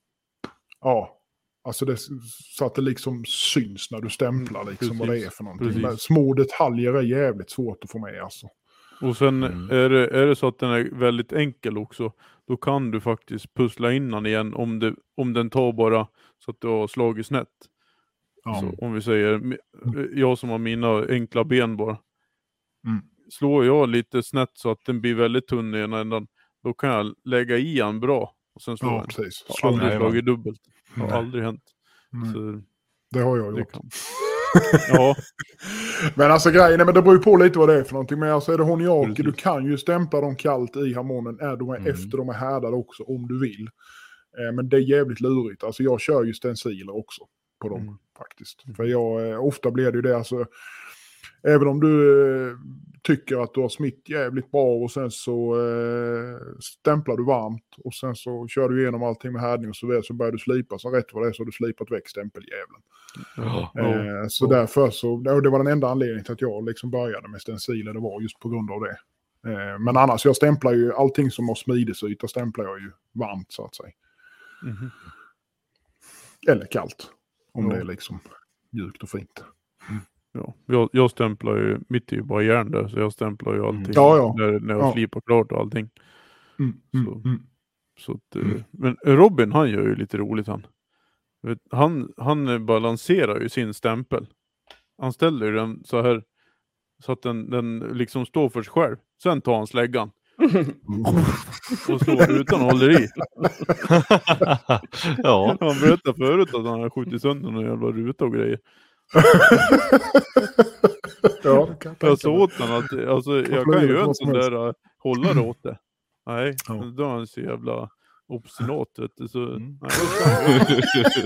ja, alltså det, så att det liksom syns när du stämplar liksom Precis, vad det är för någonting. precis. Men små detaljer är jävligt svårt att få med alltså. Och sen Mm. är, det, är det så att den är väldigt enkel också, då kan du faktiskt pussla in den igen om, det, om den tar bara så att du har slagit snett. Ja. Så om vi säger, jag som har mina enkla ben bara. Mm. Slår jag lite snett så att den blir väldigt tunn i ena ändan, då kan jag lägga i den bra. Och sen slå Ja, den. precis. Har Slå aldrig den. slagit dubbelt. Har Nej. aldrig hänt. Nej. Så Det har jag det gjort. kan. Ja, Men alltså grejen är, men det beror ju på lite vad det är för någonting. Men alltså är det honiaki, Precis. du kan ju stämpla dem kallt i harmonen är de är Mm. efter de är härdade också om du vill. Eh, men det är jävligt lurigt. Alltså jag kör ju stenciler också på dem Mm. faktiskt. För jag, eh, ofta blir det ju det alltså, även om du eh, tycker att du har smitt jävligt bra och sen så eh, stämplar du varmt och sen så kör du igenom allting med härdning och så vidare, så börjar du slipa, så rätt vad det är så har du slipat väck stämpeljävlen. Ja. Eh, så därför så, och det var den enda anledningen till att jag liksom började med stenciler, det var just på grund av det. Eh, men annars, jag stämplar ju allting som har smidesyta stämplar jag ju varmt så att säga. Mhm. Eller kallt, om Ja. det är liksom mjukt och fint. Ja. Jag, jag stämplar ju, mitt är ju bara järn där, så jag stämplar ju allting. Ja, ja. När, när jag Ja. slipar klart och allting. Mm, Så. mm, mm. Så att, eh, Mm. Men Robin, han gör ju lite roligt han. Vet, han, han balanserar ju sin stämpel. Han ställer ju den så här så att den, den liksom står för sig själv. Sen tar han släggan och slår utan att hålla i. Ja. Han berättade förut att han har skjutit sönder någon jävla ruta och grejer. Ja, det kan jag Jag tänka sa mig. åt honom att alltså, jag kan ju en sån där uh, hållare åt det. Nej, Ja. då är han så jävla obstinat. Vet du, så, Mm. nej, det kan jag.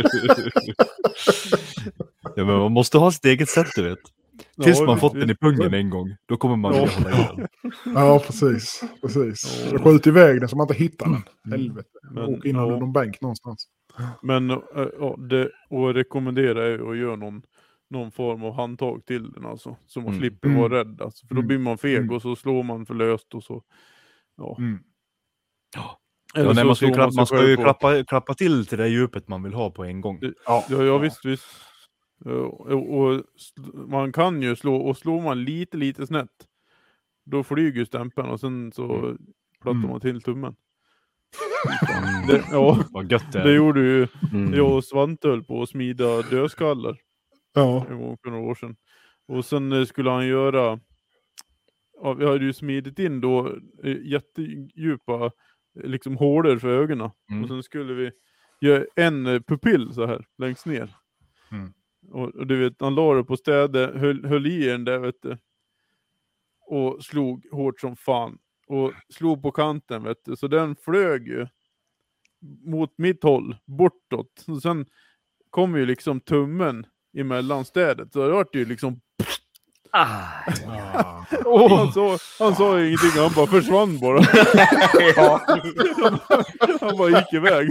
Ja, men man måste ha sitt eget sätt, du vet. Tills Ja, man visst, fått den i visst. pungen en gång, då kommer man Ja. vilja hålla i den. Ja, precis. precis. Ja. Jag skjuter iväg den så man inte hittar den. Mm. Helvete. Men, Och in under ja. någon bänk någonstans. Men äh, ja, det och rekommendera är att göra någon, någon form av handtag till den alltså. Så man Mm. slipper Mm. vara rädd. Alltså, för då Mm. blir man feg Mm. och så slår man för löst och så. Ja. Mm. Eller Ja, nej, så man ska ju, slår klappa, sig man ska själv ju på- klappa, klappa till till det djupet man vill ha på en gång. Ja, Ja, ja visst, visst. Ja, Och, och sl- man kan ju slå, och slår man lite, lite snett, då flyger ju stämpeln och sen så plattar Mm. man till tummen. Det, ja, Vad gött det det är. gjorde ju Mm. jag och Svante höll på att smida dödskallar ja. en gång för några år sedan. Och sen eh, skulle han göra, ja, vi hade ju smidit in då eh, jättedjupa eh, liksom hålor för ögonen. Mm. Och sen skulle vi göra en eh, pupill så här längst ner. Mm. Och, och du vet, han la det på städet, höll, höll i den där vet du. Och slog hårt som fan. Och slog på kanten vet du. Så den flög ju mot mitt håll, bortåt. Och sen kom ju liksom tummen emellan städet. Så det var ju liksom... Ah. Han, sa, han sa ingenting, han bara försvann bara. Ja. Han bara gick iväg.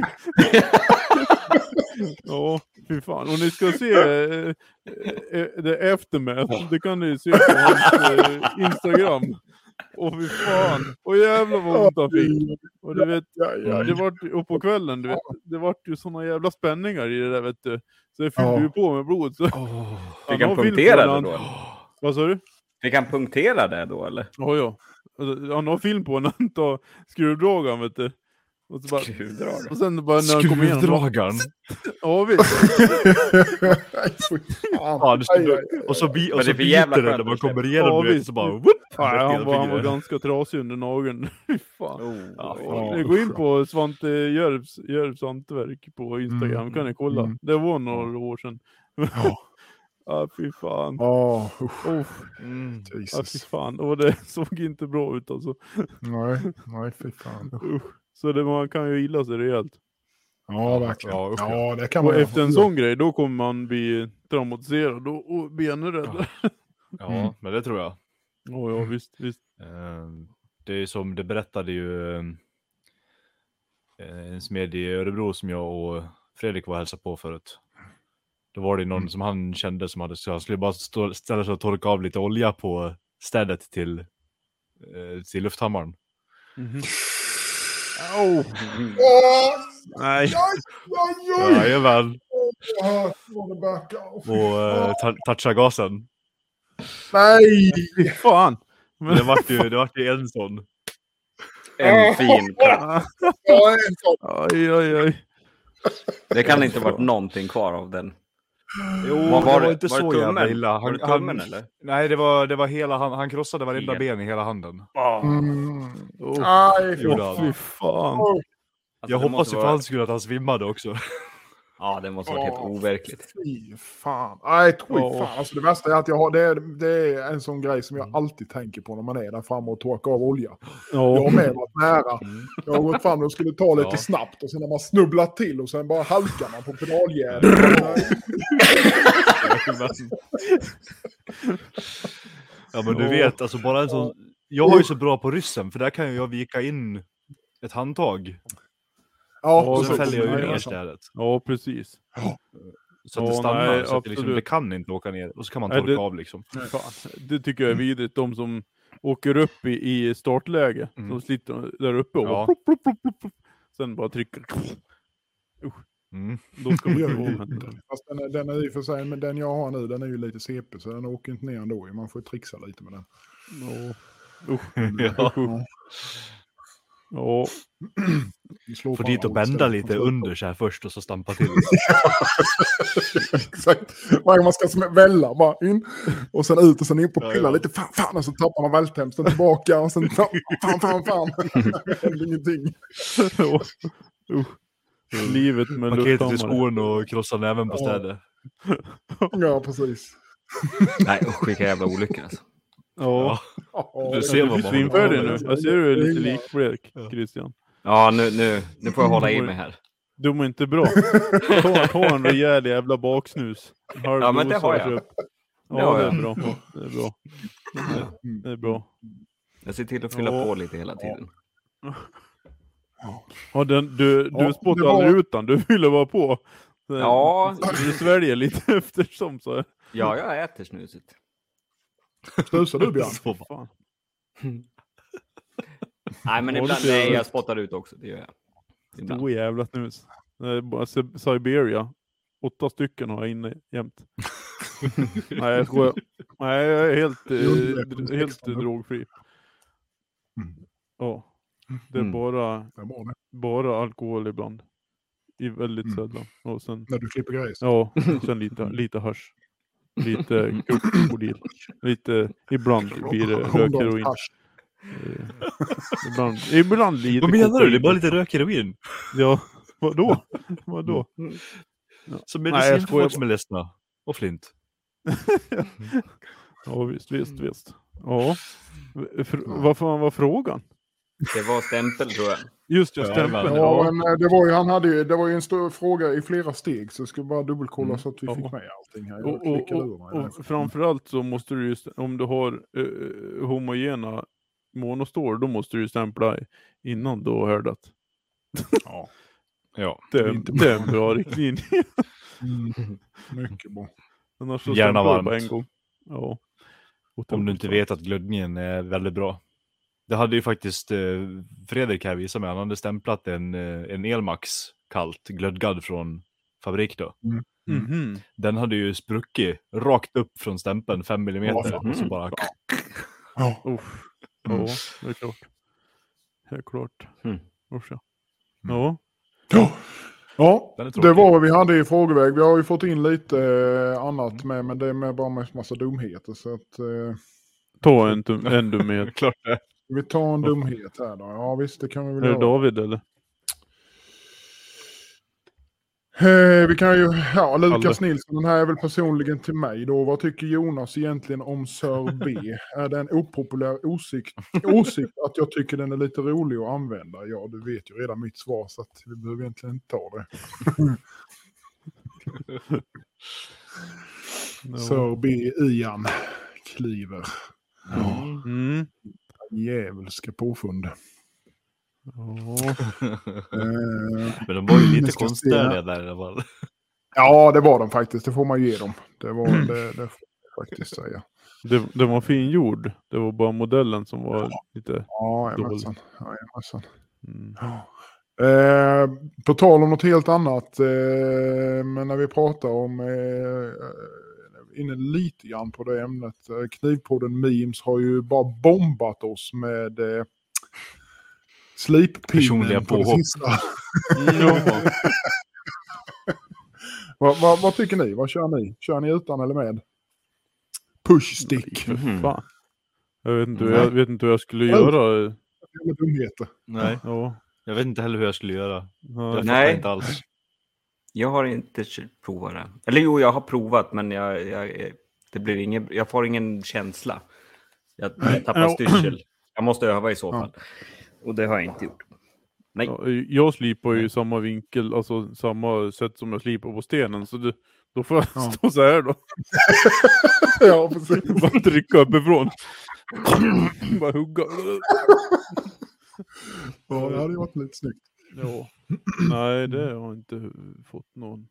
Ja, fy fan. Och ni ska se eh, eh, det eftermälet. Det kan ni se på hans eh, Instagram. Och fy fan. Och jävlar vad ont han fick. Och du vet, Ja, ja, det vart ju- och på kvällen, du vet, det vart ju såna jävla spänningar i det där vet du. Så det fyllde Ja. ju på med blod. Så Fick han han har film på punktera när det han- då? Eller? Vad sa du? Fick han punktera det då eller? Ja, ja. Alltså, han har film på när han tar skruvdragaren vet du. Och, så bara, Skruvdragare. och sen bara när han kommer igenom. Skruvdragaren. Ja visst. Nej, fy fan. Ja, det skulle, Aj, aj, aj. och så, bi, Men och så det är för jävla biter det skönt när man att kommer släppa. igenom Ja, det, visst. så bara whoop, Nej, han, rätt var, hela han var fingret. ganska trasig under nageln. Fy fan. Oh. Ja, Ja, Ja, ni går in usch. på Svante Jörvs, Jörvs hantverk på Instagram, Mm, kan ni kolla. mm. Det var några år sedan. Ja. Ja, fy fan. Ja, usch. Oh, Mm. ja, fy Jesus. fan. Och det såg inte bra ut alltså. Nej, nej, fy fan. Usch. Usch. Så det, man kan ju illa sig rejält. Ja, verkligen. Ja, usch, ja. Ja, det kan Och man efter en sån grej, då kommer man bli traumatiserad och, och benrädd. Ja, Mm. men det tror jag. Ja, ja, visst, visst. Ehm, Det är som det berättade ju ehm, en smed i Örebro som jag och Fredrik var och hälsade på förut. Då var det någon Mm. som han kände som hade, så han skulle bara stå, ställa sig och torka av lite olja på städet till, eh, till lufthammaren. Mhm. Au! Åh, Nej. oj, oj, oj. Jajamän, Ja, får det backa. och eh, ta- toucha gasen. Nej! Fy fan! Det vart ju, det vart ju en sån. En fin klapp. Ja, en sån. Oj, oj, oj. Det kan inte varit någonting kvar av den. Jo, Vad det var var, det? inte Var det så tummen? jävla illa. Var det tummen, eller? Nej, det var, det var hela han, han krossade varenda Helt. ben i hela handen. Mm. Oh, Aj, gjorde fan. han. fy fan. Oj. Alltså, Jag det hoppas måste ju för vara- hans skull att han svimmade också. Ja, det måste ha varit helt Åh, overkligt. Fy fan. Nej, fy Ja. fan. Alltså det värsta är att jag har, det, är, det är en sån grej som jag alltid tänker på när man är där framme och torkar av olja. Jag har Ja. med varit nära. Jag har gått fram och skulle ta lite Ja. snabbt och sen har man snubblat till och sen bara halkar man på pedalgärdet. Ja, men du Åh. vet, alltså bara en sån... Jag har ju så bra på ryssen, för där kan ju jag vika in ett handtag. Ja, Och Och precis. sen fäller jag Nej, ju ner alltså. städet. Ja, precis. Så att det Ja, stannar, nej, så att det, liksom, absolut. det kan inte åka ner. Och så kan man Nej, torka det- av liksom. Fan. Det tycker jag är vidrigt. De som åker upp i, i startläge. Mm. Som sliter där uppe och Ja. plopp, plopp, plopp, plopp, plopp. Sen bara trycker. Mm. Då ska man Det gör ju ju omhända. inte. Fast den, är, den är i och för sig, men den jag har nu, den är ju lite C P så den åker inte ner ändå. Man får trixa lite med den. Ja. Usch. Ja. Ja. Ja. Vi slår Få fan dit och allt bända istället lite för att- under så här först och så stampa till. Exakt. Varje gång man ska smä- välla bara in och sen ut och sen in på Ja, pilla ja. lite. Fan, fan, och så tappar man välthämsten tillbaka och sen fan, fan, fan, fan. Det händer ingenting. Ja. Usch. Livet med Paketet i lufthammare. skon och krossa näven på Ja. städet. Ja, precis. Nej, usch, vilka jävla olyckor alltså. Ja. Ja, Du det- ser Du vad är man svinfärdig håller nu. på Jag ser du är lite Ja. likblek, Ja. Christian. Ja, nu, nu, nu får jag hålla i mig här. Du mår inte bra. Ta, ta en rejäl jävla baksnus. Halv Ja, men det dosa har jag. och köp. Det Ja, har det jag. är bra. Det är bra. Det är bra. Jag ser till att fylla Ja. på lite hela tiden. Ja, den, du du Ja, spottar det var- aldrig ut den. Du ville vara på. Så- Ja. Du sväljer lite eftersom så. Ja, jag äter snuset. Snusar du, Björn? Så bara. Fan. Nej, men Ja, ibland, det ser nej, jag. jag spottar ut också. Det gör jag. Ibland. Stor jävla snus. Det är bara Si- Siberia. Åtta stycken har jag inne jämt. Nej, jag skojar. Nej, jag är helt, Jo, det är eh, från helt sexton. drogfri. Mm. Ja. Det är Mm. bara, Det är bra det. bara alkohol ibland. I väldigt Mm. sällan. Och sen, När du klipper gräs. ja, sen lite, lite hasch. Lite krokodil. Lite, ibland blir det rökheroin. Hasch. Eh, Ibland, ibland lite Vad menar du? Det är kokain. bara lite rökheroin. Ja, vadå? Vadå? Som Nej, jag medicin för skojar folk som är ledsna. Och flint. Ja, visst, visst, visst. Ja. För, vad fan var frågan? Det var stämpel, tror jag. Just det, Ja, stämpeln. men- Ja, Ja, men eh, det var ju, han hade ju, det var ju en stor fråga i flera steg så jag skulle bara dubbelkolla Mm. så att vi Ja. fick med allting här. Jag och, och, klickade ur och, mig. och framförallt så måste du just, om du har uh, homogena monostår, då måste du ju stämpla innan du har härdat. Ja. Ja. Det är, inte det är en bra riktlinje. Mm. Mycket bra. Annars så Gärna stämplar du på varmt. en gång. Ja. Om du inte vet att glödningen är väldigt bra. Det hade ju faktiskt eh, Fredrik här visat mig. Han hade stämplat en, eh, en Elmax kallt glödgad från fabrik då. Mhm. Den hade ju spruckit rakt upp från stämpeln fem millimeter. Ja, och så bara... Ja. Uff. Mm. Ja, det är klart. Det är klart. Mm. Usch, ja. Mm. Ja. Ja, ja Den är det tråkig. var vad vi hade i frågeväg. Vi har ju fått in lite eh, annat med, men det är med bara med massa dumheter. Så att, eh, Ta en, tum- en dumhet. Klart det. vi tar en dumhet här då. Ja visst, det kan vi väl Är det göra. David eller? Eh, vi kan ju, ja, Lukas Alla. Nilsson, den här är väl personligen till mig då. Vad tycker Jonas egentligen om Sir B? Är det en opopulär åsikt, åsikt att jag tycker den är lite rolig att använda? Ja, du vet ju redan mitt svar så att vi behöver egentligen inte ta det. Ja. Sir B Ian kliver. Mm. Djävulska påfund. Ja. Eh, Men de var ju Jag lite ska se konstiga här. där i alla fall. ja, det var de faktiskt. Det får man ge dem. Det var det, det får jag faktiskt säga. Det, det var fin jord. Det var bara modellen som var lite... Ja, Dåligt. jajamensan. Jajamensan. Mm. Eh, på tal om något helt annat, eh, men när vi pratar om, eh, när inne lite grann på det ämnet. Eh, Knivpodden Memes har ju bara bombat oss med eh, Personliga slippinnen på det påhopp. sista. Ja. vad, vad, vad tycker ni? Vad kör ni? Kör ni utan eller med? Pushstick. För Mhm. fan. Jag vet inte, hur jag vet inte hur jag skulle Nej. göra. Jävla dumheter. Nej, Ja. jag vet inte heller hur jag skulle göra. Ja. Jag Nej. fattar inte alls. Jag har inte provat det. Eller jo, jag har provat, men jag, jag, det blir ingen, jag får ingen känsla. Jag, jag tappar Ja. styrsel. Jag måste öva i så Ja. fall. Och det har jag inte gjort. Nej. Ja, jag slipar ju i samma vinkel, alltså samma sätt som jag slipar på stenen. Så det, då får jag Ja. stå så här då. Ja, precis. Bara trycka uppifrån. Bara hugga. Ja, det hade ju varit lite snyggt. Ja. Nej, det har jag inte fått någon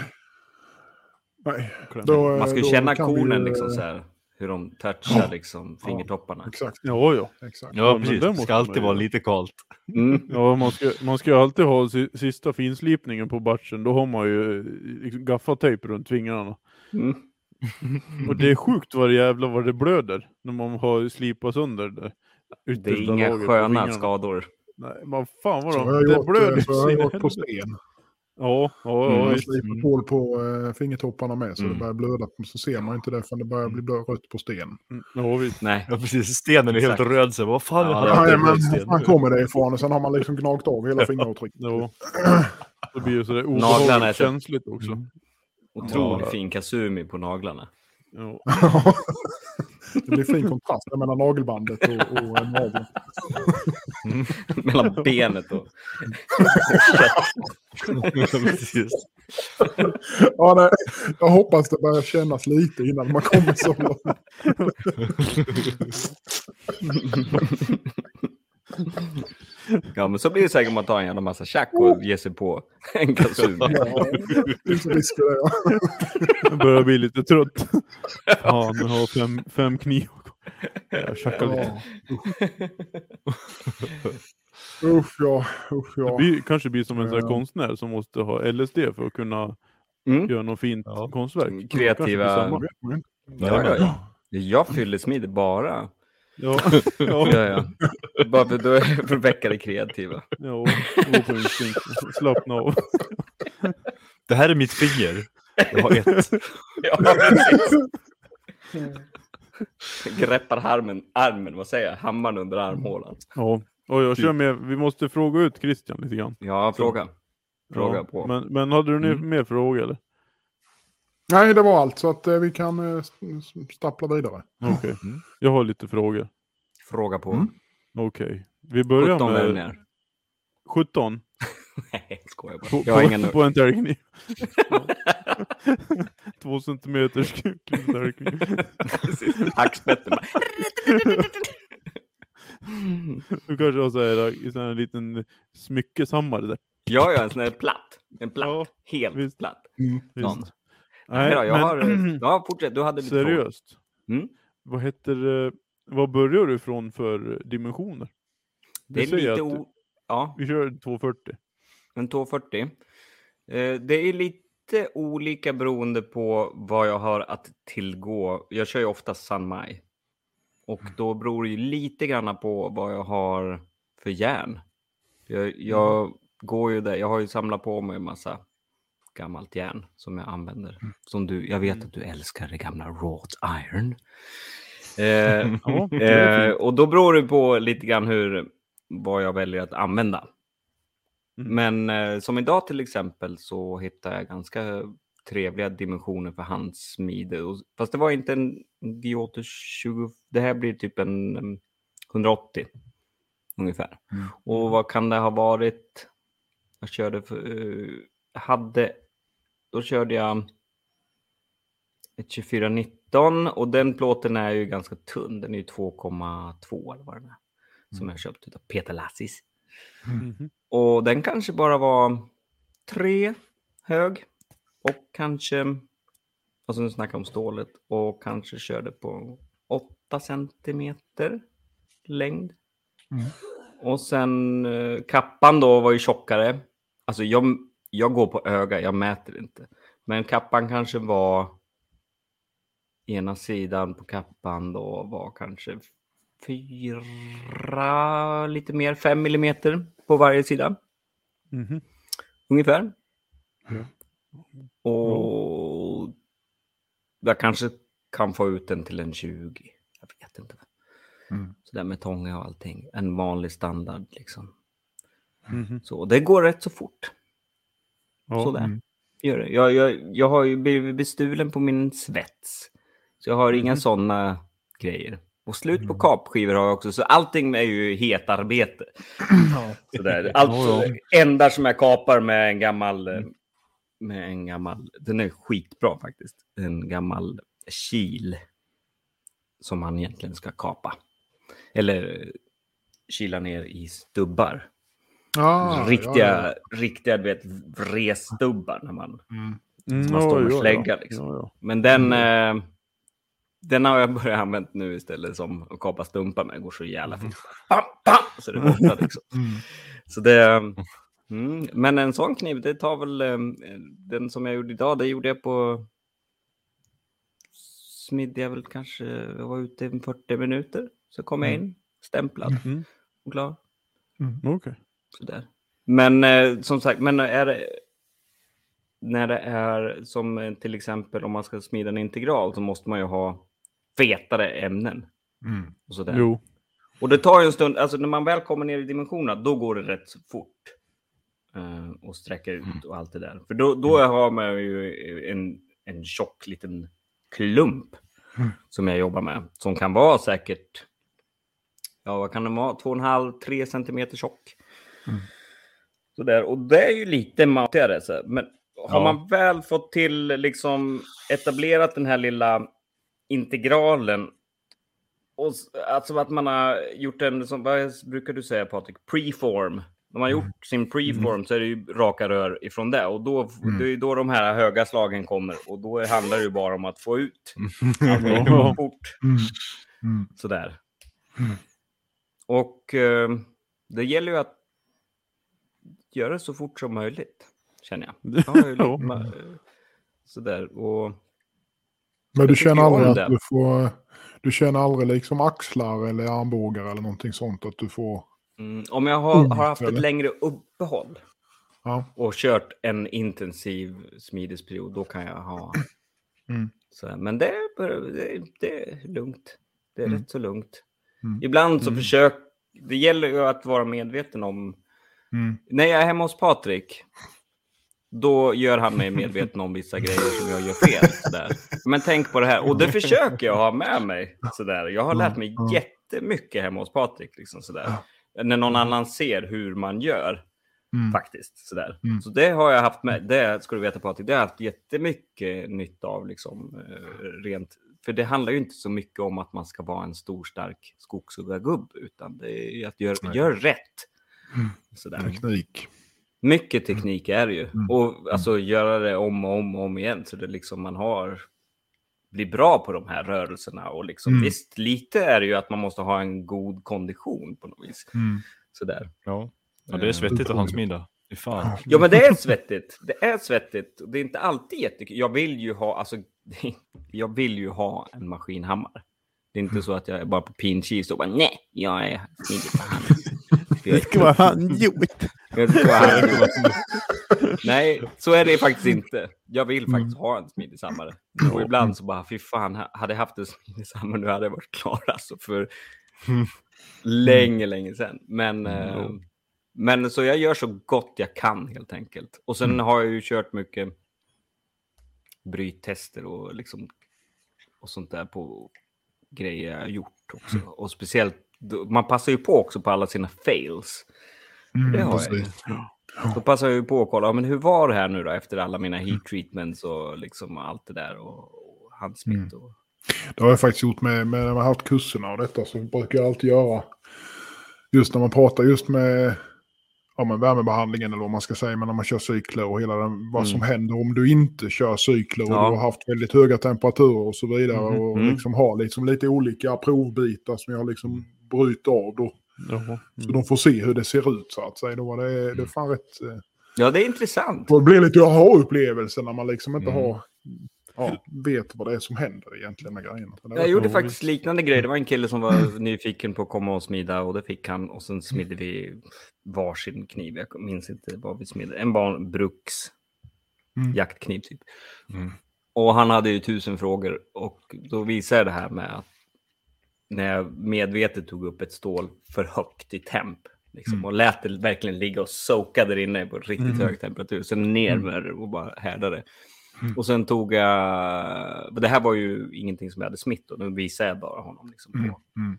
Nej. kläm. Då, eh, Man ska ju då känna kan vi konen ju, liksom eh, så här. Hur de touchar liksom fingertopparna. Exakt. Ja, ja. exakt. Ja, Ja, men precis. det Det måste ska man alltid ju vara göra. lite kallt. Mm. Ja, man ska, man ska ju alltid ha si, sista finslipningen på batchen. Då har man ju eh, liksom gaffatejp runt fingrarna. Mm. Och det är sjukt vad det jävla vad det blöder när man har slipat sönder det. Det är yttersta inga laget på sköna fingrarna. skador. Nej, men fan vad Så de, har jag det gjort, blöder eh, så har jag så gjort på in i helvete. sten. Ja, ja, ja, Mm. Jag visst. slipar hål på uh, fingertopparna med så Mm. det börjar blöda. Så ser man inte det förrän det börjar bli blö- rött på sten. Mm, ja, visst. Nej. Ja, precis. Stenen är helt Exakt. röd. Så vad fan Ja, har det jag är- Ja, för men röd sten? var kommer det ifrån? Och sen har man liksom gnagt av hela fingeravtrycket. Ja. Det blir ju sådär Naglarna är obehagligt så- känsligt också. Mm. Otroligt Ja. fin kasumi på naglarna. Ja. Det blir fin kontrast mellan nagelbandet och, och en nagel. Mellan benet och... Precis. Ja, nej, jag hoppas det börjar kännas lite innan man kommer så långt. Ja, men så blir det säkert om man tar en jävla massa tjack och ger sig på en kasumi. Ja, det finns risk för det. Ja. Jag börjar bli lite trött. Ja, nu har jag fem, fem knivar. Jag tjackar lite. Ja. Usch ja, usch Det ja. blir, kanske blir som en sån här Ja. konstnär som måste ha L S D för att kunna Mm. göra något fint Ja. konstverk. Kreativa- Kanske blir samma. Vet man inte. Ja, ja, ja. Jag fyller smidigt bara. Ja, ja, Ja, ja. Bara för, då är det för att väcka det kreativa. ja. Gå på instinkt. Slappna av. Det här är mitt finger. Jag har ett. Ja, precis. Greppar armen, armen, vad säger jag? Hammaren under armhålan. Ja, och jag kör med. Vi måste fråga ut Christian lite grann. Ja, fråga. Fråga Ja, på. Men, men hade du Mm. mer frågor eller? Nej, det var allt. Så att eh, vi kan eh, s- s- stappla vidare. Okej. Mm. Jag har lite frågor. Fråga på. Mm. Okej. Vi börjar sjutton med vänner. sjutton. Nej, skojar bara. På, Jag har på, ingen nu. på en täljkniv. Två centimeters täljkniv. Hackspetten bara. Du kanske har så här, så här en liten smyckeshammare där. Ja, ja, en sån här platt. En platt. Ja, Helt visst. platt. Mm. Någon. Visst. Nej, då, jag men- har... Ja, fortsätt. Du hade lite frågor. seriöst. Mm. Vad heter, eh, vad börjar du ifrån för dimensioner? Det är Vi säger lite... att- O... Ja, Vi kör tvåhundrafyrtio. en tvåhundrafyrtio. Eh, det är lite olika beroende på vad jag har att tillgå. Jag kör ju ofta Sanmai. Och då beror det ju lite grann på vad jag har för järn. Jag, jag går ju där. Jag har ju samlat på mig en massa gammalt järn som jag använder. Som du, jag vet att du älskar det gamla wrought iron. Eh, Ja, det är eh, fint. och då beror det på lite grann hur, vad jag väljer att använda. Mm. Men eh, som idag till exempel så hittar jag ganska trevliga dimensioner för handsmide. Och, fast det var inte en Gyoto tjugo, det här blir typ en um, hundraåttio ungefär. Mm. Och vad kan det ha varit? Jag körde för, uh, hade, då körde jag ett tjugofyra nitton och den plåten är ju ganska tunn. Den är ju två komma två eller vad den är. Som jag köpt av Peter Lassis. Mhm. Och den kanske bara var tre hög. Och kanske, alltså nu snackar jag om stålet. Och kanske körde på åtta centimeter längd. Mm. Och sen eh, kappan då var ju tjockare. Alltså jag, jag går på öga, jag mäter inte. Men kappan kanske var ena sidan på kappan då var kanske fyra, lite mer, fem millimeter på varje sida. Mhm. Ungefär. Ja. Och jag kanske kan få ut den till en tjugo. Jag vet inte. Mm. Så där med tånga och allting. En vanlig standard liksom. Mhm. Så det går rätt så fort. Ja. Sådär. Mm. Gör det. Jag, jag, jag har ju blivit bestulen på min svets. Så jag har Mhm. inga sådana grejer. Och slut på Mm. kapskivor har jag också. Så allting är ju hetarbete. Ja. Sådär. Allt Ja, enda som jag kapar med en gammal... eh, Med en gammal... Den är skitbra faktiskt. En gammal kil. Som man egentligen ska kapa. Eller kila ner i stubbar. Ah, riktiga, ja, riktiga, du vet, vresstubbar när man, Mm. Mm, man står med ja, slägga. ja. Liksom. Ja, ja. Men den, eh, den har jag börjat använda nu istället som att kapa stumpar med. Det går så jävla fort. Pam, pam, så det är borta liksom. Mm. Så det, mm, men en sån kniv, det tar väl, eh, den som jag gjorde idag, det gjorde jag på, smidde jag väl kanske, jag var ute i fyrtio minuter. Så kom jag in, stämplad Mm. och klar. Okej. Sådär. Men eh, som sagt, men är det, när det är som eh, till exempel om man ska smida en integral så måste man ju ha fetare ämnen. Mm. Och, sådär. Jo. Och det tar ju en stund, alltså när man väl kommer ner i dimensionerna, då går det rätt så fort. Eh, och sträcker ut och allt det där. För då, då har man ju en, en tjock liten klump Mm. som jag jobbar med. Som kan vara säkert, ja vad kan det vara, två och en halv, tre centimeter tjock. Mm. Så där. Och det är ju lite matigare. Så. Men har Ja. man väl fått till, liksom etablerat den här lilla integralen. Och s- alltså att man har gjort en, som, vad brukar du säga Patrik? Preform. När man har gjort sin preform så är det ju raka rör ifrån det. Och då, Mm. det är ju då de här höga slagen kommer. Och då handlar det ju bara om att få ut allting Ja. fort. Mm. Mm. Sådär. Mm. Och eh, det gäller ju att göra det så fort som möjligt, känner jag. Ja, jag är Ja. lite ma- sådär. Och Men du Jag tycker känner ju aldrig om att det. du får... Du känner aldrig liksom axlar eller armbågar eller någonting sånt att du får... mm, om jag har, Mm, har haft ett eller? längre uppehåll Ja. och kört en intensiv smidesperiod, då kan jag ha... Mm. Så, men det är, bara- det, är, det är lugnt. Det är Mm. rätt så lugnt. Mm. Ibland så Mm. försök... Det gäller ju att vara medveten om... Mm. När jag är hemma hos Patrik, då gör han mig medveten om vissa grejer som jag gör fel. Sådär. Men tänk på det här. Och det försöker jag ha med mig. Sådär. Jag har lärt mig Ja. jättemycket hemma hos Patrik. Liksom, sådär. När någon annan ser hur man gör. Mm. Faktiskt. Sådär. Mm. Så det har jag haft med. Det ska du veta Patrik. Det har jag haft jättemycket nytta av. Liksom, eh, rent. För det handlar ju inte så mycket om att man ska vara en stor stark skogshuggargubb. Utan det är ju att göra Nej. gör rätt. Mm. Sådär. Teknik. Mycket teknik är det ju. Mm. Och alltså göra det om och om och om igen. Så det liksom man har... Blir bra på de här rörelserna. Och liksom, Mm. visst, lite är det ju att man måste ha en god kondition på något vis. Mm. Sådär. Ja. Ja, det är svettigt att handsmida. Fy fan. Ja, men det är svettigt. Det är svettigt. Det är inte alltid jättekul. Jag vill ju ha... Alltså, jag vill ju ha en maskinhammare. Det är inte så att jag är bara på pinchis och bara nej, jag är smidig på hand. Det ska vara handgjort. Jag ska vara handgjord. Nej, så är det faktiskt inte. Jag vill faktiskt ha en smidigsammare. Och ibland så bara, fy fan, hade jag haft en smidigsammare nu hade jag varit klar alltså för länge, länge sedan. Men, eh, men så jag gör så gott jag kan helt enkelt. Och sen har jag ju kört mycket bryttester och liksom och sånt där på grejer jag har gjort också. Och speciellt, man passar ju på också på alla sina fails. Mm. Det har jag ju. Precis. Så passar jag ju på att kolla, men hur var det här nu då efter alla mina heat treatments och liksom allt det där och, och handsmitt och... Det har jag faktiskt gjort med, med när man har haft kurserna och detta, så brukar jag alltid göra just när man pratar just med, ja, med värmebehandlingen eller vad man ska säga, men när man kör cykler och hela den, vad som händer om du inte kör cykler och Ja. du har haft väldigt höga temperaturer och så vidare Mhm. och Mm. liksom har liksom lite olika provbitar som jag liksom bryter av då. Jaha. Så de får se hur det ser ut så att säga. Då var det, det är fan rätt... eh, Ja, det är intressant. Det blir lite aha-upplevelse när man liksom inte Mm. har... ja, vet vad det är som händer egentligen med grejerna. Det Jag gjorde faktiskt liknande grejer. Det var en kille som var nyfiken på att komma och smida och det fick han. Och sen smidde vi varsin kniv. Jag minns inte vad vi smidde. En barn bruks Mm. jaktkniv typ. Mm. Och han hade ju tusen frågor. Och då visade jag det här med att när jag medvetet tog upp ett stål för högt i temp. Liksom, Mm. och lät det verkligen ligga och soka där inne på riktigt Mm. hög temperatur. Sen ner med det och bara härdade. Och sen tog jag... Det här var ju ingenting som jag hade smitt. Och nu visade jag bara honom liksom på, Mm.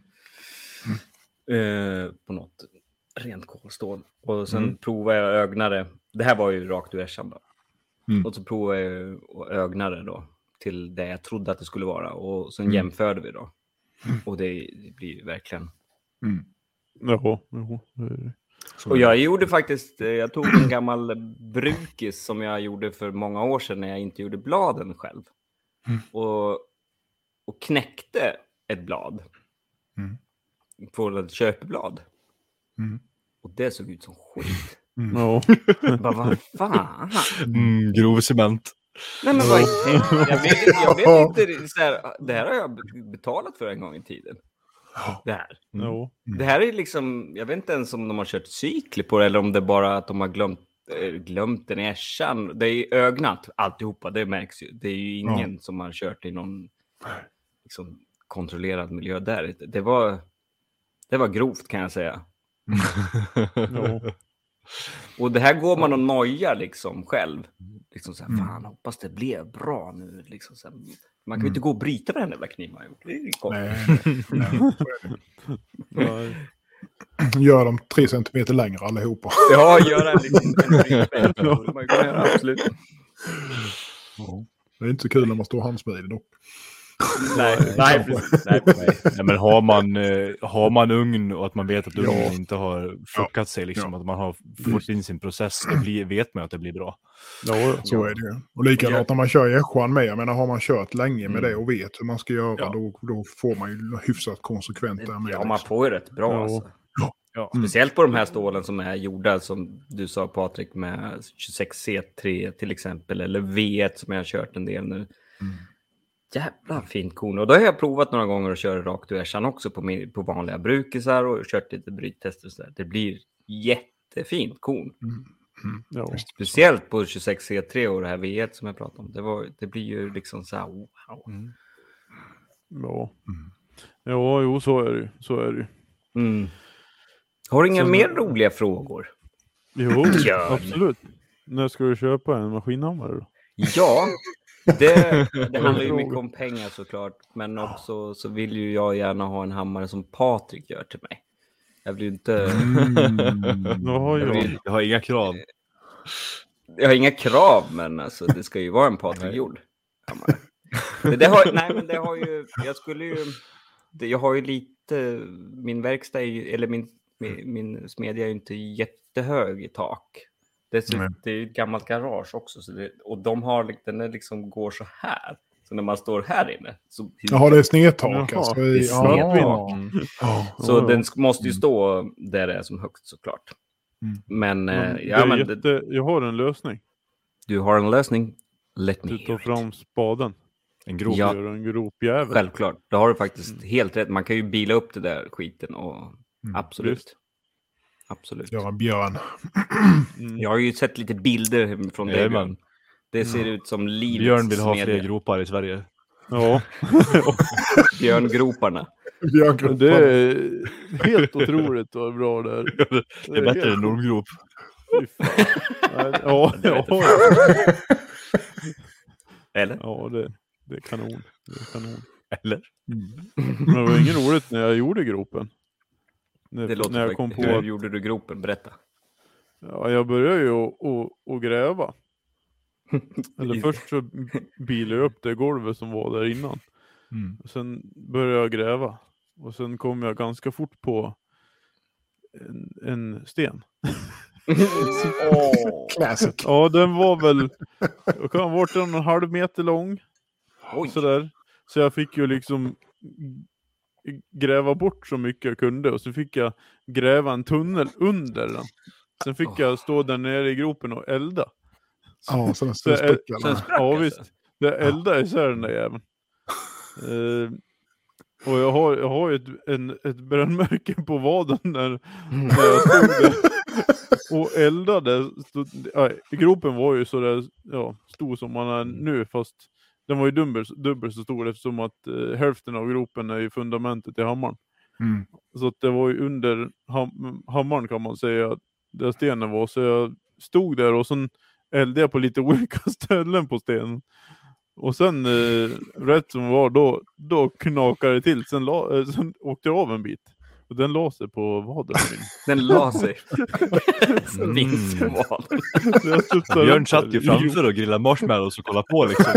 eh, på något rent kolstål. Och sen Mm. provade jag ögnare. Det här var ju rakt ur äschan då. Mm. Och så provade jag och ögnare då. Till det jag trodde att det skulle vara. Och sen Mm. jämförde vi då. Och det, det blir ju verkligen... Mm. Jaha, jaha. det är- Och jag gjorde faktiskt, eh, jag tog en gammal brukis som jag gjorde för många år sedan när jag inte gjorde bladen själv. Mm. Och, och knäckte ett blad. Mm. På ett köpeblad. Mm. Och det såg ut som skit. Ja. Jag bara, vad fan? Mm, grov cement. Nej men vad jag vet, jag vet inte, så här, det här har jag betalat för en gång i tiden. Det här. Ja. Det här är liksom, jag vet inte ens om de har kört cykler på det eller om det är bara att de har glömt, äh, glömt den i äschan. Det är ögnat, alltihopa, det märks ju. Det är ju ingen ja. som har kört i någon liksom, kontrollerad miljö där. Det var, det var grovt kan jag säga. Ja. Och det här går man och nojar liksom själv. Liksom så här, fan hoppas det blev bra nu. Liksom så här, man kan ju inte gå och bryta med den jävla kniven man gjort. Det är ju konstigt. Nej. Gör dem tre centimeter längre allihopa. Ja, gör en liksom en brytbälte. Det man kan göra, absolut. Ja. Det är inte så kul när man står handsmidig dock. Nej, nej, precis. Nej, nej. Nej, men har man, eh, har man ugn och att man vet att ugnen Ja. inte har fuckat sig, liksom, Ja. att man har fått in sin process, då blir, vet man att det blir bra. Ja, Så är det ju. Och likadant när man kör i äschan med. Jag menar, har man kört länge med Mm. det och vet hur man ska göra, Ja. då, då får man ju hyfsat konsekvent där med. Ja, man liksom. får ju rätt bra Ja. alltså. Ja. Speciellt på de här stålen som är gjorda, som du sa Patrik, med tjugosex C tre till exempel, eller V ett som jag har kört en del nu. Mm. Jävla fint korn. Och då har jag provat några gånger att köra rakt ur äschan också på, min, på vanliga brukisar och kört lite bryttester och så där. Det blir jättefint korn. Mm. Mm. ja. Speciellt på tjugosex C tre och det här V ett som jag pratade om. Det, var, det blir ju liksom så här, wow. Mm. Ja. Mm. Ja, jo, så är det ju. Så är det ju. Mm. Har du inga Så- mer roliga frågor? Jo, Björn. absolut. När ska du köpa en maskinhammare då? Ja, det, det handlar ju mycket om pengar såklart. Men också så vill ju jag gärna ha en hammare som Patrik gör till mig. Jag vill ju inte... Jaha, Jag, ja. vill, jag har inga krav. Jag har inga krav, men alltså, det ska ju vara en Patrik-gjord hammare. Det, det har, nej, men det har ju... Jag skulle ju... Det, jag har ju lite... Min verkstad, är ju, eller min, min, min smedja är ju inte jättehög i tak. Dessutom, Nej. det är ju ett gammalt garage också. Så det, och de har, den är liksom går så här. Så när man står här inne. Så, Jaha, det är snedtak. Jaha, Alltså. det är snedtak. Ja. Ja. så Ja, ja. den sk- måste ju stå där det är som högst såklart. Mm. Men, eh, Men det ja, är men jätte... det, Jag har en lösning. du har en lösning. Let me Du tar hear it. fram spaden. En grov. Ja. Gör en gropjävel. Självklart, det har du faktiskt helt rätt. Man kan ju bila upp det där skiten och Mm, absolut. visst. Absolut. Gör en björn. Mm. Jag har ju sett lite bilder från dig, Jajamän. Björn. Det ser ut som livets Björn vill ha smedja. fler gropar i Sverige. Ja, Björngroparna. Björngruppen. det är helt otroligt vad bra det är. Det är bättre än normgrop. Fy fan. Nej, Ja, Det ja, vet ja. Eller? ja det, det är kanon. Det är kanon. Eller? Men det var inget roligt när jag gjorde gropen. När, Det låter när jag faktiskt. kom på Hur att gjorde du gropen? Berätta. ja, jag började ju att- att att gräva. Eller först så bilade jag upp det golvet som var där innan. Mm. Och sen började jag gräva. Och sen kom jag ganska fort på en, en sten. Classic. Ja, den var väl, jag kan ha varit en och en halv meter lång. Oj. Sådär. Så jag fick ju liksom gräva bort så mycket jag kunde. Och så fick jag gräva en tunnel under den. Sen fick jag stå där nere i gropen och elda. Ja, så den Så, spricka. Sen sprack ja, alltså. visst. Det eldade isär den där jäveln. Uh, och jag har, jag har ju ett, en, ett brännmärke på vaden när, när jag stod där och eldade. Stod, ja, gropen var ju så där, ja, stor som man är nu, fast den var ju dubbelt, dubbelt så stor eftersom att uh, hälften av gropen är ju fundamentet i hammaren. Mm. Så att det var ju under ham- hammaren kan man säga där stenen var. Så jag stod där och sen eldade jag på lite olika ställen på stenen. Och sen eh, rätt som var då, då knakade det till. Sen, la, eh, sen åkte jag av en bit. Och den la sig på vaden. Den la sig. Mm. Vinstvaden. Björn satt ju framför och grillade marshmallows och kollade på liksom.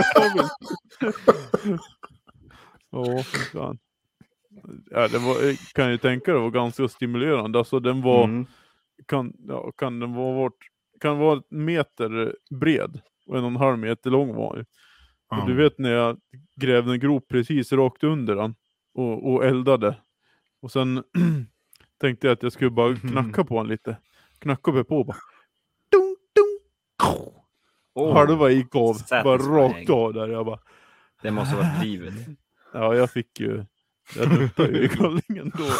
Ja, fan. Ja, det var, kan ju tänka det var ganska stimulerande. Alltså den var, Mm. kan, ja, kan den vara vart, kan vara en meter bred och en och en halv meter lång var ju. Ja. Och du vet när jag grävde en grop precis rakt under den och, och eldade. Och sen tänkte jag att jag skulle bara knacka på den lite. Knacka upp på bara. Dum, dum. Oh. Halva gick av. Bara Satisfying. rakt av där. Jag bara, Det måste ha varit livet. ja, jag fick ju... Jag duttade ju i kallingen då.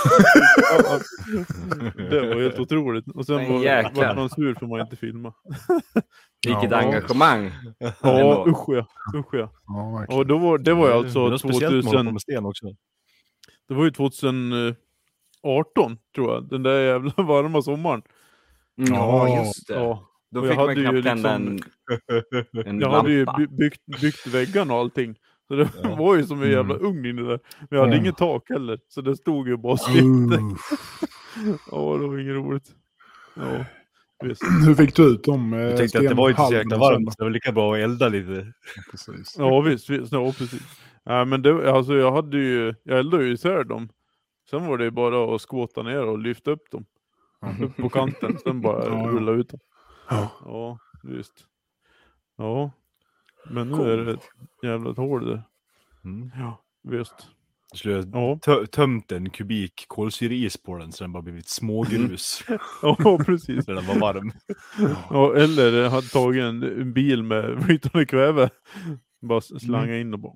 Det var helt otroligt. Och sen Men var, jäklar. var man sur för man inte filmade. Vilket Ja. engagemang. Ja, Ändå. usch ja. Usch ja. Ja, verkligen. Och då var, det var ju Det alltså är speciellt med att hålla på tvåtusen... med sten också. Det var ju tjugoarton tror jag. Den där jävla varma sommaren. Mm, Ja, ja, just det. Ja. Då och jag fick man hade knappt ju tända liksom- en, en Jag hade ju lampa. by- byggt, byggt väggarna och allting. Så det Ja. var ju som en jävla Mm. ugn inne där. Men jag hade Ja. inget tak heller. Så det stod ju bara still. Uff. Ja, det var inget roligt. Ja, visst. Hur fick du ut dem? eh, Jag tänkte att det var inte så jäkla stenhalvorna varmt, så det var lika bra att elda lite. Precis. Ja, visst. visst ja, precis. Ja, men det, alltså jag hade ju, jag eldade ju isär dem. Sen var det bara att skåta ner och lyfta upp dem. Upp på kanten. Sen bara Ja, ja. rulla ut dem. Ja. Ja, visst. Ja. Men nu är det ett jävla hål där. Mm. Ja, visst. Jag skulle ha Ja, tö- tömt en kubik kolsyreis på den så den bara blivit smågrus. ja precis. När den var varm. Ja, eller hade tagit en, en bil med flytande kväve. Bara slanga in och bara...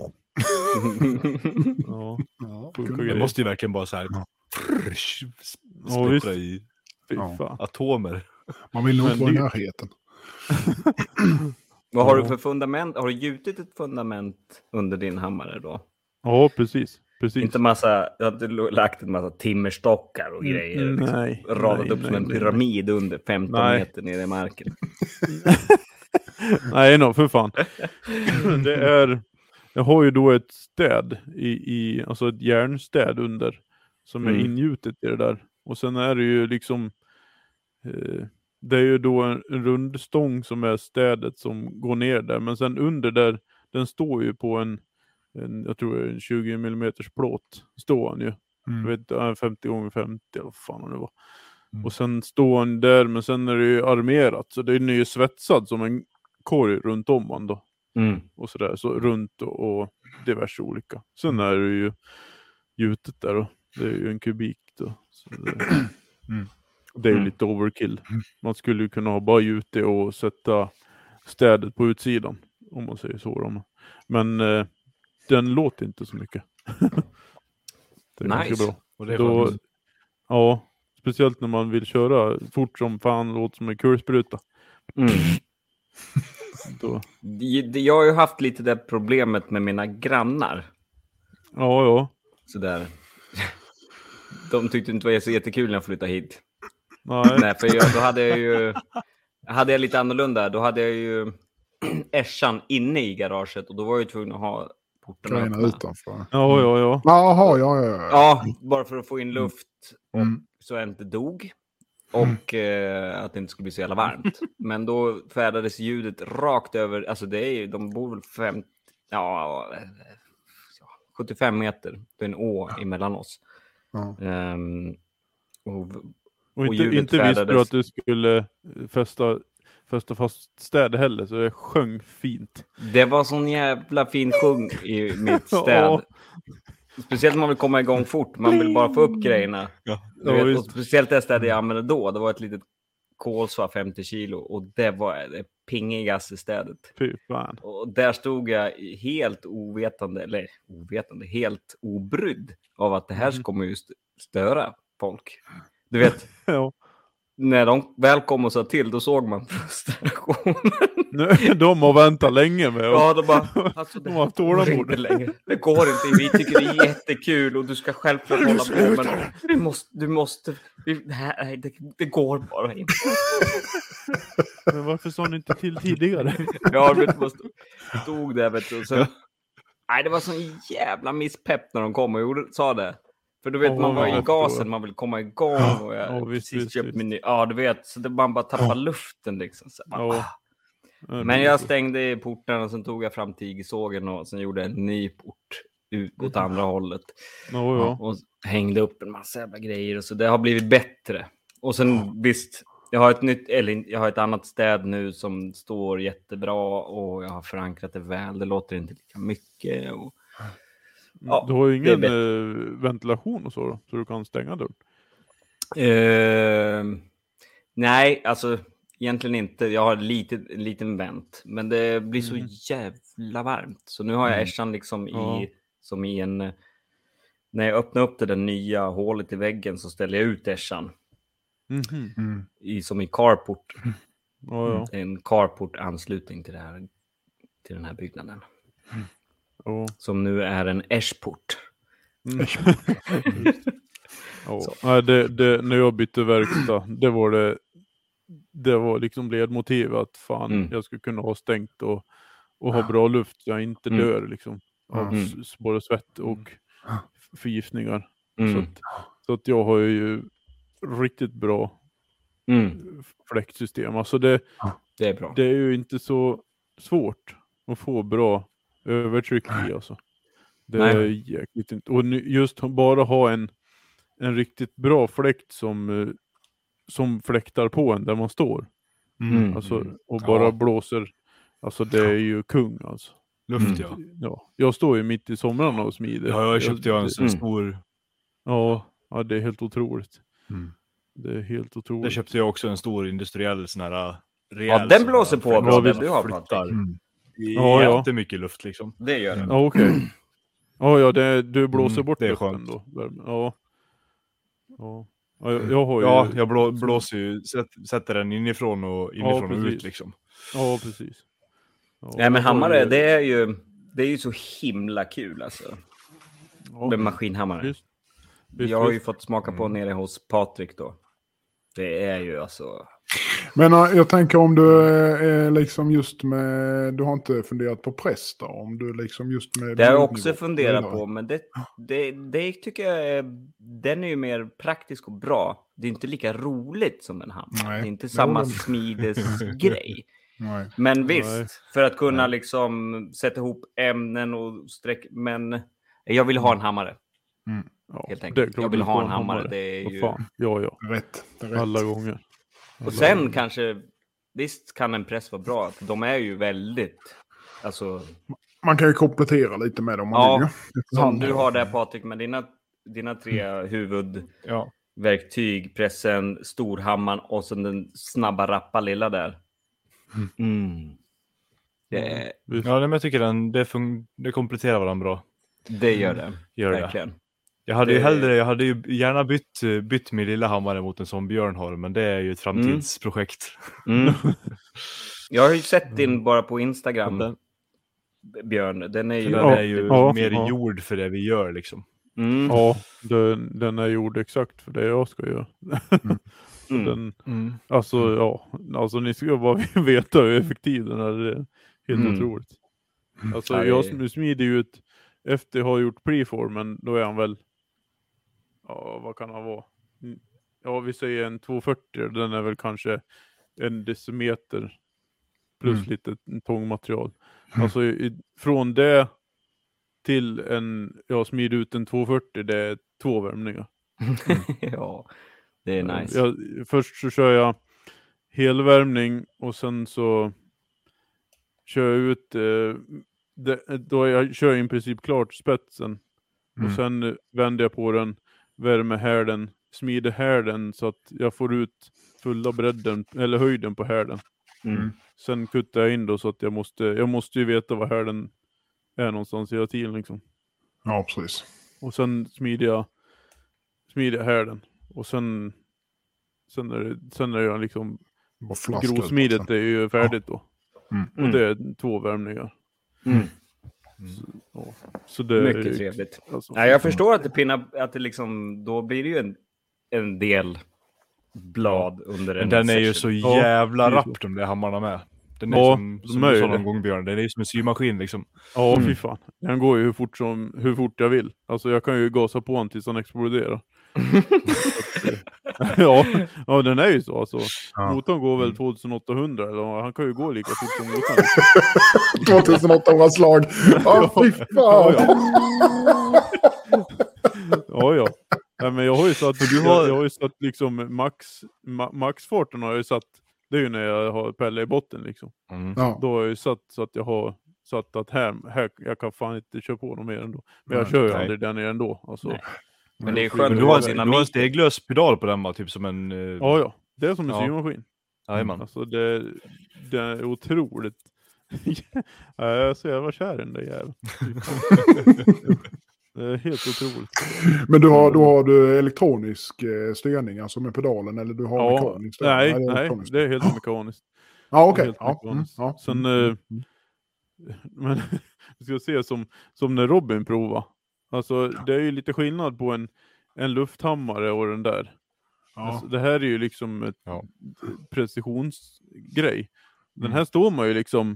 Ja, Ja, sjuka kunde- Det grejer. måste ju verkligen bara så här Ja. prrrsch, Ja, visst. spettra i Fy Ja. fan. atomer. Man vill nog Men inte vara i det- närheten. Vad har Ja. du för fundament? Har du gjutit ett fundament under din hammare då? Ja, precis. Precis. Inte massa, jag har inte lagt en massa timmerstockar och grejer. Mm, liksom. nej, Radat nej, upp som nej, en nej, pyramid under femton Nej. meter ner i marken. Nej, no, för fan. Det är, jag har ju då ett städ i, i alltså ett järnstäd under som är Mm. ingjutet i det där. Och sen är det ju liksom eh, det är ju då en, en rundstång som är städet som går ner där. Men sen under där, den står ju på en, en jag tror det är en tjugo millimeters plåt. Står han ju. Jag Mm. vet inte, femtio gånger femtio eller vad fan det var. Mm. Och sen står han där, men sen är det ju armerat. Så det är ju svetsad som en korg runt om han då. Mm. Och sådär, så runt och, och diverse olika. Sen är det ju gjutet där då. Det är ju en kubik då. Så det, Mm. det är ju Mm. lite overkill. Man skulle ju kunna ha bara gjutet och sätta städet på utsidan. Om man säger så då. Men eh, den låter inte så mycket. Det är Nice. ganska bra. Och det är Då, skönt. ja, speciellt när man vill köra fort som fan, låter som en kulspruta. Mm. Då, Det- det- Jag har ju haft lite det problemet med mina grannar. ja, ja. Sådär. De tyckte inte det var så jättekul när jag flyttade hit. Nej. Nej, för jag, då hade jag ju... Hade jag lite annorlunda. Då hade jag ju äschan inne i garaget. Och då var jag ju tvungen att ha portarna Grejerna öppna. utanför. Ja, ja, ja. Jaha, ja, ja, ja. Ja, bara för att få in luft. Mm. Så jag inte dog. Och eh, att det inte skulle bli så jävla varmt. Men då färdades ljudet rakt över. Alltså det är ju, de bor väl fem, ja, sjuttiofem meter. Det är en å emellan oss. Ja. Ehm, och, Och Och inte, ljudet inte visste du färdades- att du skulle fästa, fästa fast städ heller, så det sjöng fint. det var sån jävla fin sjung i mitt städ. Ja. Speciellt om man vill komma igång fort. Man vill bara få upp grejerna. Ja. Du Ja, vet, och visst. speciellt det städet jag använde då. Det var ett litet kolsva femtio kilo och det var det pingigaste städet. Fy fan. Och där stod jag helt ovetande, eller ovetande, helt obrydd av att det här Mm. kommer just störa folk. Du vet, Ja. när de väl kom och sa till, då såg man frustrationen. Nu, de har väntat länge med att- Ja, de bara, alltså det De har går tålamod. inte längre. Det går inte, vi tycker det är jättekul och du ska självklart hålla på, men du måste, du måste, vi, det, här, nej, det, det går bara inte. Men varför sa ni inte till tidigare? Ja, vet du vad stod, stod där, vet du, och sen, nej, det var sån jävla misspepp när de kom och gjorde, sa det. För du vet, Ja, man var jag i gasen, förstår. man vill komma igång och jag Ja, visst, precis visst, köpt visst. min ny, ja du vet, så det man bara tappar luften liksom. Så man, Ja. ah. Ja, Men det- jag stängde porten och sen tog jag fram tigersågen och sen gjorde jag en ny port ut åt andra hållet. Ja, ja. Och hängde upp en massa jävla grejer och så det har blivit bättre. Och sen visst, jag har ett nytt, eller jag har ett annat städ nu som står jättebra och jag har förankrat det väl. Det låter inte lika mycket. Och, ja, Du har ju det är ingen eh, ventilation och så då, så du kan stänga dörren. Eh, nej, alltså egentligen inte. Jag har lite, en liten vänt. Men det blir så Mm. jävla varmt. Så nu har jag Mm. äschan liksom Ja. i, som i en... När jag öppnar upp det där nya hålet i väggen så ställer jag ut äschan. Mhm. Mm. I, som i carport. Ja, ja. En carport-anslutning till, det här, till den här byggnaden. Ja. Som nu är en äschport. Mm. Ja. Nej, det, det, när jag bytte verkstad, det var det det var liksom ledmotiv att fan, Mm. jag skulle kunna ha stängt och, och ha bra luft så jag inte Mm. dör liksom av Mm. s- både svett och förgiftningar. Så, Mm. att, så att jag har ju riktigt bra Mm. fläktsystem. Alltså det, Det är bra. det är ju inte så svårt att få bra övertryck i alltså. Det Nej. är jäkligt inte. Och nu- just bara ha en, en riktigt bra fläkt som, eh, som fläktar på en där man står. Mm. Alltså, och bara Ja. blåser. Alltså det är ju kung alltså. Luft, Mm. ja. Ja, jag står ju mitt i somrarna och smider. Ja, jag köpte jag en sån Mm. stor... Ja, ja, det är helt otroligt. Mm. Det är helt otroligt. Där köpte jag också en stor industriell sån här... Ja, Rejäl den sån här blåser på fläkt bra, som den du har, flyttar. Patrik. Mm. Det är Ja, ja. jättemycket luft liksom. Det gör den. Ja, okej. Ja, ja, det, du blåser Mm, bort det är luften skönt. då. Värme. Ja. Ja. Ja, jag, jag har ju... Ja, jag blå, blåser ju, sätt, sätter den inifrån och inifrån och precis. ut liksom. Ja, precis. Ja, Nej, men jag har hammare, ju- det är ju det är ju så himla kul alltså. Ja, Med maskinhammare. visst. Visst, Jag har ju visst. fått smaka på nere hos Patrik då. Det är ju alltså... Men äh, jag tänker om du är liksom just med, du har inte funderat på press då? Om du liksom just med... Det har jag ljudnivå också och funderat vidare. på, men det, det, det tycker jag är... Den är ju mer praktisk och bra. Det är inte lika roligt som en hammare. Nej. Det är inte samma Jo. smidesgrej. Nej. Men visst, Nej. för att kunna liksom sätta ihop ämnen och streck... Men jag vill ha en hammare. Ja, helt det är enkelt. klart Jag vill du ha får en hammare. Det är Vad ju... fan. Ja, ja. Rätt. Det är rätt. Alla gånger. Alla Och sen gånger. kanske... Visst kan en press vara bra. För de är ju väldigt... Alltså... Man kan ju komplettera lite med dem om man Ja, vill. ju. Som du har där Patrik med dina, dina tre huvudverktyg, Ja. pressen, storhammaren och sen den snabba rappa lilla där. Mm. Det, är- Visst. Ja, men jag tycker den, det, fun- det kompletterar varandra bra. det gör det. Gör det. Verkligen. Jag hade ju Det- hellre, jag hade ju gärna bytt, bytt min lilla hammare mot en som Björn har, men det är ju ett framtidsprojekt. Mm. Jag har ju sett din bara på Instagram, Den, Björn. Den är ju... den Ja, är ju ja, mer ja. gjord för det vi gör liksom. Mm. Ja, den, den är gjord exakt för det jag ska göra. Mm. Den, Mm. alltså, ja. Alltså ni ska bara veta hur effektiv den är. Det är helt Mm. otroligt. Alltså Ja, det- jag sm- smider ju ut, efter att ha gjort preformen, då är han väl, ja vad kan han vara? Mm. Ja vi säger en tvåhundrafyrtio, den är väl kanske en decimeter plus Mm. lite tångmaterial. Alltså i, från det till en, jag smider ut en tvåhundrafyrtio, det är två värmningar. Ja, det är nice. Jag, först så kör jag helvärmning och sen så kör jag ut eh, det, då jag kör i princip klart spetsen Mm. och sen eh, vänder jag på den, värmer härden, smider härden så att jag får ut fulla bredden eller höjden på härden. Mm. Sen kuttar jag in då så att jag måste, jag måste ju veta vad härden är någonstans hela tiden liksom. Ja, precis. Och sen smider jag, smider jag härden. Och sen, sen är det, sen är det liksom, Bara flaska ut grovsmidet också. är ju färdigt då. Mm. Och det är två värmningar. Mm. Så, ja. Så det är Mycket ju- trevligt. Alltså, Nej, jag förstår att det pinnar, att det liksom, då blir det ju en, en del blad under Men en den är ju session. så Ja, jävla det är så. rapp de där hammarna med. Den är Ja, som, de som är du ju sa det. någon gång Björn, den är ju som en symaskin liksom. Ja, Mm. fy fan. Den går ju hur fort, som, hur fort jag vill. Alltså jag kan ju gasa på den tills den exploderar. ja, ja, den är ju så. Alltså. Ja. Motorn går väl tjugoåttahundra, eller han kan ju gå lika fort som motorn. tjugoåttahundra slag. Ja, fy fan. Ja, ja. ja. Nej, men jag har ju satt, du har- jag, jag har ju satt liksom max, ma, maxfarten har jag ju satt, det är ju när jag har Pelle i botten liksom. Mm. Ja. Då har jag ju satt så att jag har satt att här, här jag kan fan inte köra på något mer ändå. Men jag Nej, kör ju nej. aldrig där nere ändå. Alltså. Men det är Men skönt du att har, ha en, sina du har en mik- steglös pedal på den va? Typ som en... eh, Ja, ja. Det är som en Ja. symaskin. Jajamän. Alltså det, det är otroligt. Ja, jag är så jävla kär i den där jäveln. Det är helt otroligt. Men du har, då har du elektronisk eh, styrning, alltså med pedalen, eller du har Ja, mekanisk styrning? nej, det är nej, elektronisk. det är helt mekaniskt. Ja, okej. helt Ja, mm, mekaniskt. ja. Sen, Mm, eh, men vi ska se som, som när Robin provar. Alltså det är ju lite skillnad på en, en lufthammare och den där. ja. Alltså, det här är ju liksom ett Ja. precisionsgrej. Den Mm. här står man ju liksom,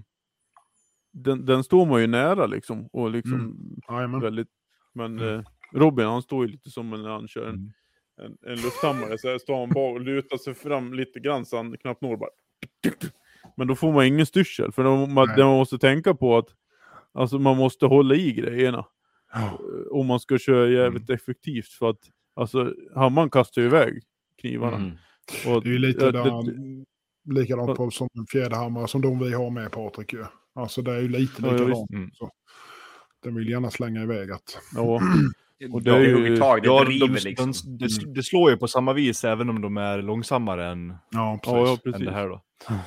den, den står man ju nära liksom. Och liksom Mm. Jajamän. väldigt, men Mm. eh, Robin han står ju lite som när han kör en, Mm. en, en lufthammare. Så här står han bara och lutar sig fram lite grann så han knappt når bara. Men då får man ingen styrsel. För då, man, Nej. det man måste tänka på att alltså man måste hålla i grejerna. Ja. Om man ska köra jävligt effektivt. För att alltså hammaren kastar ju iväg knivarna. Mm. Och, Det är ju lite ja, där, det- likadant på som en fjäderhammare som de vi har med, Patrik. Ju. Alltså det är ju lite Ja, ja, likadant. Mm. Så. Den vill gärna slänga iväg att... ja, Och det det är är ju- ju tag, det Ja, driver de, liksom. de, det, det slår ju på samma vis även om de är långsammare än, Ja, precis. ja, ja, än precis. det här då.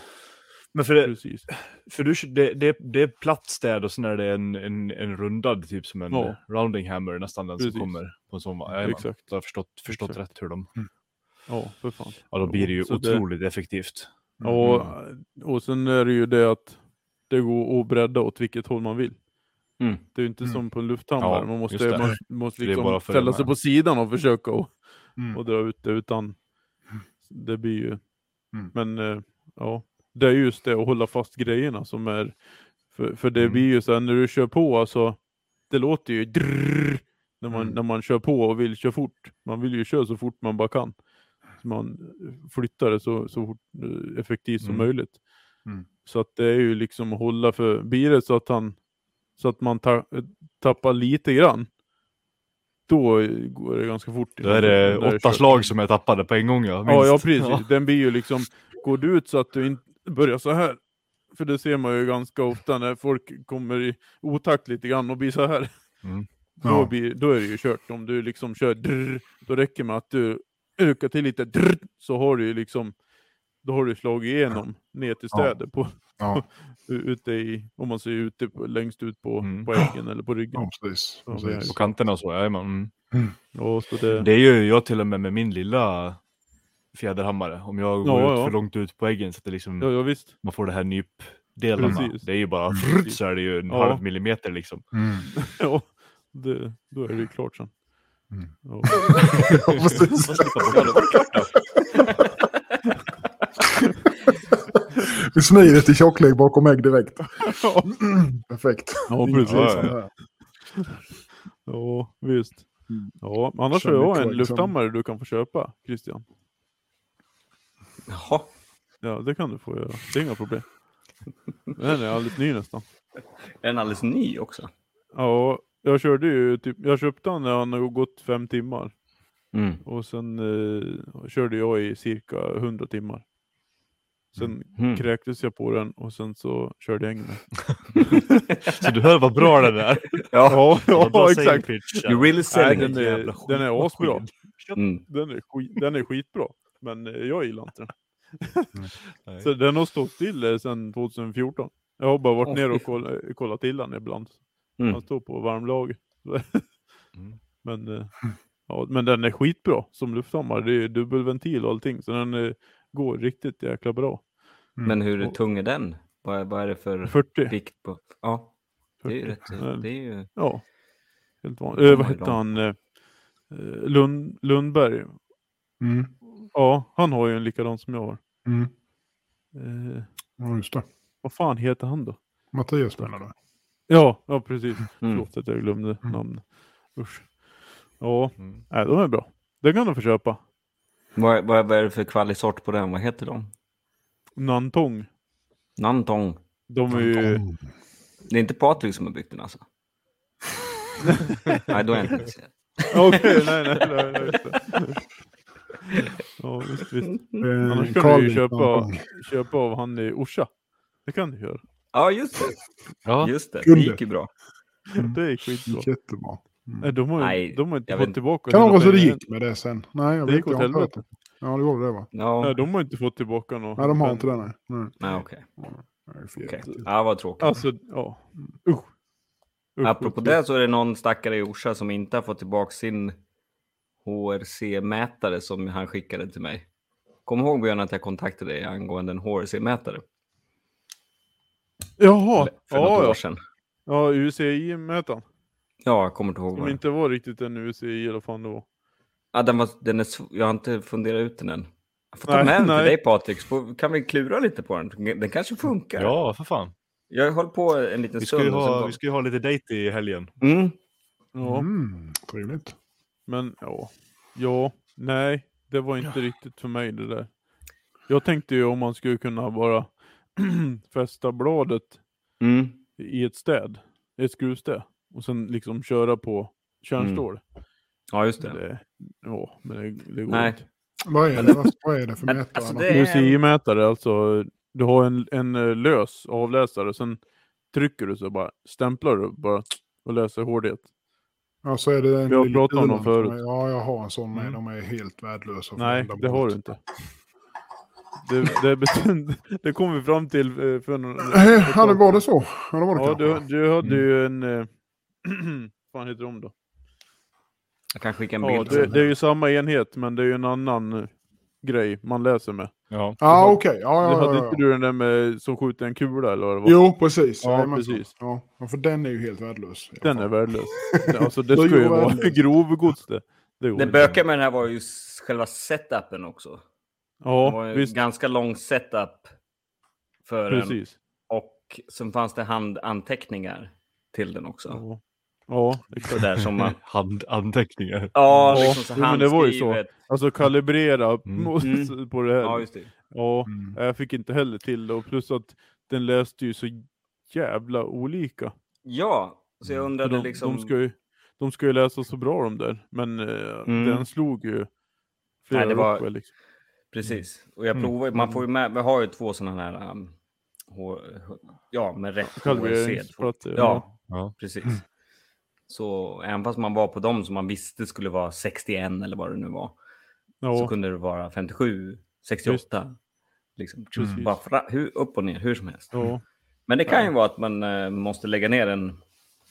Men för, det, precis. för du, det, det, det är platt städ och sen är det en, en, en rundad typ som en Ja. eh, rounding hammer nästan den Precis. som kommer på en sån. Jajamän. Exakt. Jag har förstått, förstått Exakt. rätt hur de... Ja, för fan. Ja, då blir det ju Så det- otroligt effektivt. Och, och sen är det ju det att det går att bredda åt vilket håll man vill. Mm. Det är ju inte Mm. som på en lufthammare. Ja, man just måste, det. man måste Det är liksom bara att följa ställa sig med. på sidan och försöka och, Mm. och dra ut det utan det blir ju Mm. men eh, ja, det är just det att hålla fast grejerna som är för, för det Mm. blir ju så här när du kör på alltså det låter ju drrrr, när man Mm. när man kör på och vill köra fort. Man vill ju köra så fort man bara kan. Så man flyttar det så, så fort, eh, effektivt som Mm. möjligt. Mm. Så att det är ju liksom att hålla för blir det så att han så att man ta, tappar lite grann. Då går det ganska fort. Då är det När åtta kör. slag som är tappade på en gång. Ja, Ja, minst. ja precis. Ja. Den blir ju liksom, går du ut så att du inte börjar så här. För det ser man ju ganska ofta när folk kommer i otakt lite grann och blir så här. Mm. Då, Ja. blir, då är det ju kört. Om du liksom kör drr, då räcker med att du ökar till lite drr, så har du ju liksom då har du slagit igenom ner till städer på Ja. ute i, om man ser ute på, längst ut på, Mm. på äggen eller på ryggen. Ja, precis. Ja, precis. På kanterna och så. Jajamän. Mm. Ja, så det, Det är ju jag till och med med min lilla fjäderhammare. Om jag går Ja, ut ja. för långt ut på äggen så att det liksom, ja, ja visst. man får det här nypdelarna. Precis. Det är ju bara Precis. så är det ju en Ja. halv millimeter liksom. Mm. Ja, det, då är det ju klart sen. Mm. Ja. Ja, precis. Vi smider till tjocklek bakom ägg direkt. Perfekt. Ja, Inget precis. liksom där. Ja, visst. Mm. Ja, annars har Känner jag kvar en liksom- lufthammare du kan få köpa, Christian. Jaha. Ja, det kan du få göra. Det är inga problem. Den är alldeles ny nästan. Är den alldeles ny också? Ja, jag körde ju typ, jag köpte den när han har gått fem timmar. Mm. Och sen eh, körde jag i cirka hundra timmar. Sen Mm. kräktes jag på den och sen så körde jag in den. Så du hör vad bra det där. Ja, Vad bra ja saying exakt. pitch. You really Nej, selling den, it. är, den är asbra. Mm. Den är, skit, den är skitbra. Men eh, jag gillar inte den. Mm. Så den har stått still sedan tjugo fjorton. Jag har bara varit oh, ner och kollat, kollat till den ibland. Mm. Han står på varmlager. mm. Men, ja, men den är skitbra som lufthammare. Det är dubbelventil och allting. Så den är, går riktigt jäkla bra. Mm. Men hur är tung är den? Vad är, vad är det för fyrtio vikt på? Ja, det är ju rätt. Det är ju... Ja, helt vanligt. Äh, vad heter han? Eh, Lund, Lundberg. Mm. Ja, han har ju en likadan som jag har. Mm. Eh, ja, just det. Vad fan heter han då? Mattias menar du? Ja, ja precis. Mm. Förlåt att jag glömde mm. namnet. Usch. Ja, mm. Nej, de är bra. Det kan de få köpa. Vad, vad, vad är det för kvalisort på den? Vad heter de? Nantong. Nantong. De är ju... Det är inte Patrik som har byggt den alltså? Nej, då är jag inte intresserad. Okej, nej, nej, nej, nej, just det. Ja, visst, visst. Eh, Annars kan du ju köpa, köpa av han i Orsa. Det kan du göra. Ja, just det. Ja. Just det, det gick ju bra. Mm. Det gick skitbra. Jättebra. Mm. Nej, de har, nej, de har inte fått tillbaka. Kan de vara så det gick med det sen? Nej, jag det vet gick åt helvete. Ja, det var det va? No. Nej, de har inte fått tillbaka något. Nej, de har inte det, nej. Nej, nej okej. Okay. Okay. Ja, vad tråkigt. Alltså, ja. Usch. Usch apropå usch. Det så är det någon stackare i Orsa som inte har fått tillbaka sin H R C-mätare som han skickade till mig. Kom ihåg Björn att jag kontaktade dig angående en H R C-mätare. Jaha. För något ja, år ja. sedan. Ja, U C I-mätaren. Ja, jag kommer inte ihåg. Som vad inte var riktigt en U C I eller vad fan det var. Ja, den var, den är, jag har inte funderat ut den än. Jag får ta nej, med den till dig Patrik, så kan vi klura lite på den. Den kanske funkar. Ja, för fan. Jag håller på en liten vi ska stund. Ju ha, bara... Vi ska ju ha lite dejt i helgen. Mm. Ja. Mm, trevligt. Men ja. Ja, nej. Det var inte riktigt för mig det där. Jag tänkte ju om man skulle kunna bara fästa bladet mm. i ett städ. Ett skruvstäd. Och sen liksom köra på kärnstål. Mm. Ja, just det. det ja, men det, det går nej. inte. Vad är det, vad är det för mätare? Alltså, det är... U C I-mätare, alltså du har en, en lös avläsare, sen trycker du så bara stämplar du bara och läser hårdhet. Ja, så är det en vi har pratat om dem förut. Ja, jag har en sån med. Mm. De är helt värdelösa. Nej, det har du inte. Det, det, bestämd, det kom vi fram till för någon... Ja, det var det så. Ja, det var det ja du, du hade mm. ju en... Vad fan heter de då? Jag kan skicka en ja, bild. Det, det är ju samma enhet, men det är ju en annan grej man läser med. Ja, ah, okej. Okay. Ja, ja, hade ja, ja. inte du den där med som skjuter en kula eller vad det var? Jo, precis. Ja, ja precis. Ja, för den är ju helt värdelös. Den är värdelös. Alltså det ska ju vara grovgods det. Det, det bökar med den här var ju själva setupen också. Ja, det var en visst. Ganska lång setup för precis. Den. Och sen fanns det handanteckningar till den också. Ja. Ja, exakt. Där som man... handanteckningar. Ja, liksom så ja men det var ju så. Alltså kalibrera mm. Mm. på det här. Ja, just det. Ja, mm. jag fick inte heller till det. Och plus att den läste ju så jävla olika. Ja, så jag undrade de, liksom... De ska, ju, de ska ju läsa så bra de där. Men mm. den slog ju flera. Nej, det var... Rockwell, liksom. Precis. Och jag provar, man får ju med, vi har ju två sådana här... Um, H, ja, med rätt H R C. Ja, ja, precis. Mm. Så även fast man var på dem som man visste skulle vara sextioen eller vad det nu var. Ja. Så kunde det vara femtiosju, sextioåtta. Liksom, mm. bara fra, hur, upp och ner, hur som helst. Ja. Men det kan ju vara att man äh, måste lägga ner en,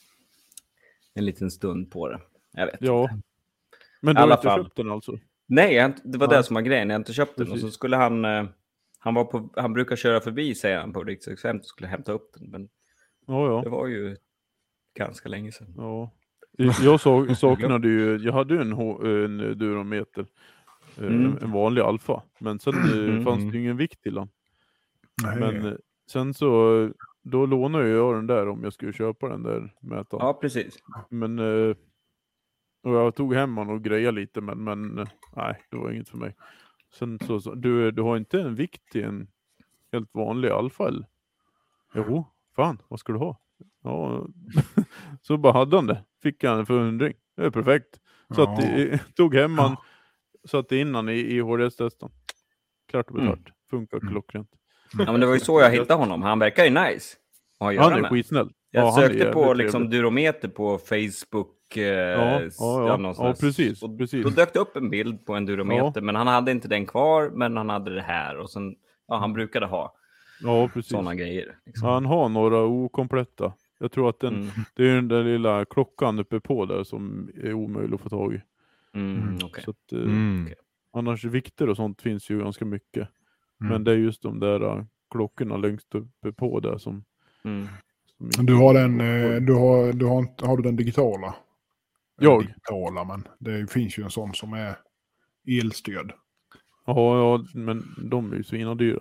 en liten stund på det. Jag vet ja. inte. Men du har inte fall. köpt den alltså? Nej, jag, det var ja. det som var grejen. Jag har inte köpt Precis. den. Och så skulle han... Äh, han, var på, han brukar köra förbi, säger han, på riksväg femtio och skulle hämta upp den. Men ja, ja. det var ju ganska länge sedan. Ja. Jag så, saknade ju, jag hade ju en, en durometer, mm. en, en vanlig alfa, men sen mm. fanns det ju ingen vikt till den. Nej. Men sen så, då lånade jag den där om jag skulle köpa den där mätaren. Ja, precis. Men, och jag tog hem den och grejade lite, men, men nej, det var inget för mig. Sen så, så du, du har inte en vikt i en helt vanlig alfa eller? Jo, fan, vad ska du ha? Ja, så bara hade han det. Fick han för hundring. Det är perfekt. Så ja. att det, tog hem han, satte in han i, i H D S-testen. Klart och betalt. Mm. Funkar klockrent. Ja, men det var ju så jag hittade honom. Han verkar ju nice. Han är med. skitsnäll. Jag ja, sökte på liksom durometer på Facebook eh, Ja, ja, ja. någon sån Ja, här- precis, och precis. Då dök det upp en bild på en durometer, men han hade inte den kvar, men han hade det här. Och sen, ja, han brukade ha Ja, precis. sådana grejer. Liksom. Han har några okompletta. Jag tror att den, Mm. det är den där lilla klockan uppe på där som är omöjlig att få tag i. Mm, okej. Så att, eh, Mm. Okej. annars vikter och sånt finns ju ganska mycket. Mm. Men det är just de där uh, klockorna längst uppe på där som... Mm. som inte- Du har den, eh, du har, du har, inte- har du den digitala? Jag? Digitala, men det finns ju en sån som är elstyrd. Ja, ja, men de är ju svindyra.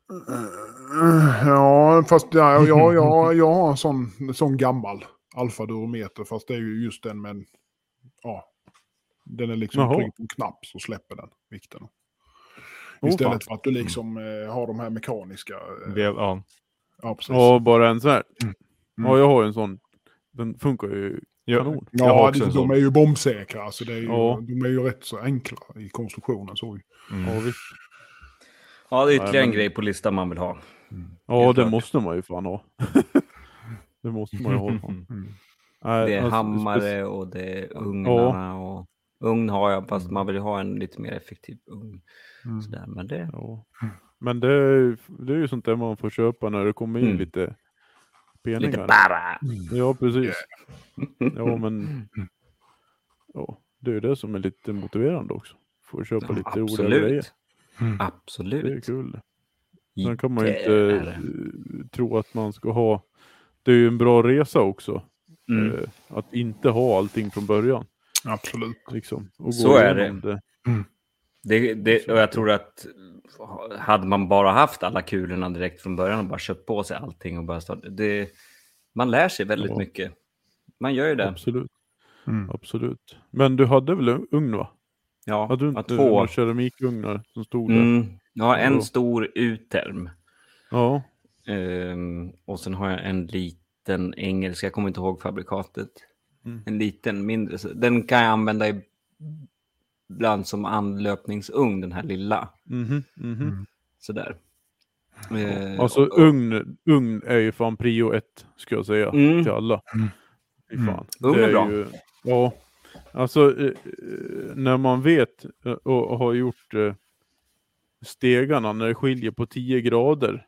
Ja, fast ja, ja, ja, jag har en sån, en sån gammal alfa-durometer, fast det är ju just den, men ja, den är liksom Jaha. tryckt på en knapp så släpper den vikten. Oh, Istället fan. för att du liksom eh, har de här mekaniska. Eh, Vev, ja. ja, precis. Ja, bara en sån här. Mm. Ja, jag har ju en sån. Den funkar ju Ja. kanon. Jag har Ja, också det, en de sån. är ju bombsäkra. Alltså det är ju, Ja. De är ju rätt så enkla i konstruktionen. Så. Mm. Ja, visst. Ja, det är ytterligare Nej, en men- grej på listan man vill ha. Ja, Helt det klart. måste man ju fan ha. Det måste man ju ha. Fan. Mm. Nej, Det är alltså, hammare spec- och det är ugnarna. Och ugn har jag, fast man vill ju ha en lite mer effektiv ugn. Mm. Sådär, men det... Ja. Men det är, det är ju sånt där man får köpa när det kommer in Mm. lite peningar. Lite bara. Ja, precis. Ja, men ja, det är ju det som är lite motiverande också. Får köpa lite roliga grejer. Absolut. Mm. Det är Absolut. kul. Sen kan man ju Det inte är det. eh, tro att man ska ha... Det är ju en bra resa också. Mm. Eh, att inte ha allting från början. Absolut. Liksom, och Så gå är igenom det. Det, det, och jag tror att hade man bara haft alla kulorna direkt från början och bara köpt på sig allting och bara starta, det, man lär sig väldigt Ja. mycket. Man gör ju det. Absolut. Mm. Absolut. Men du hade väl en ugn, va? Ja, Hade du ja, inte två. några keramikugnar som stod där? Mm, jag har en Ja. stor utterm. Ja. Ehm, och sen har jag en liten engelsk, jag kommer inte ihåg fabrikatet. Mm. En liten mindre. så Den kan jag använda ibland som anlöpningsugn, den här lilla. Mhm, mhm. Mm. Sådär. Ehm, Alltså och- och- ugn, ugn är ju fan prio ett, ska jag säga, Mm. till alla. Mm. Fy Mm. fan. Ugn Det är bra. Ju, ja, alltså eh, eh, när man vet eh, och, och har gjort eh, stegarna när det skiljer på tio grader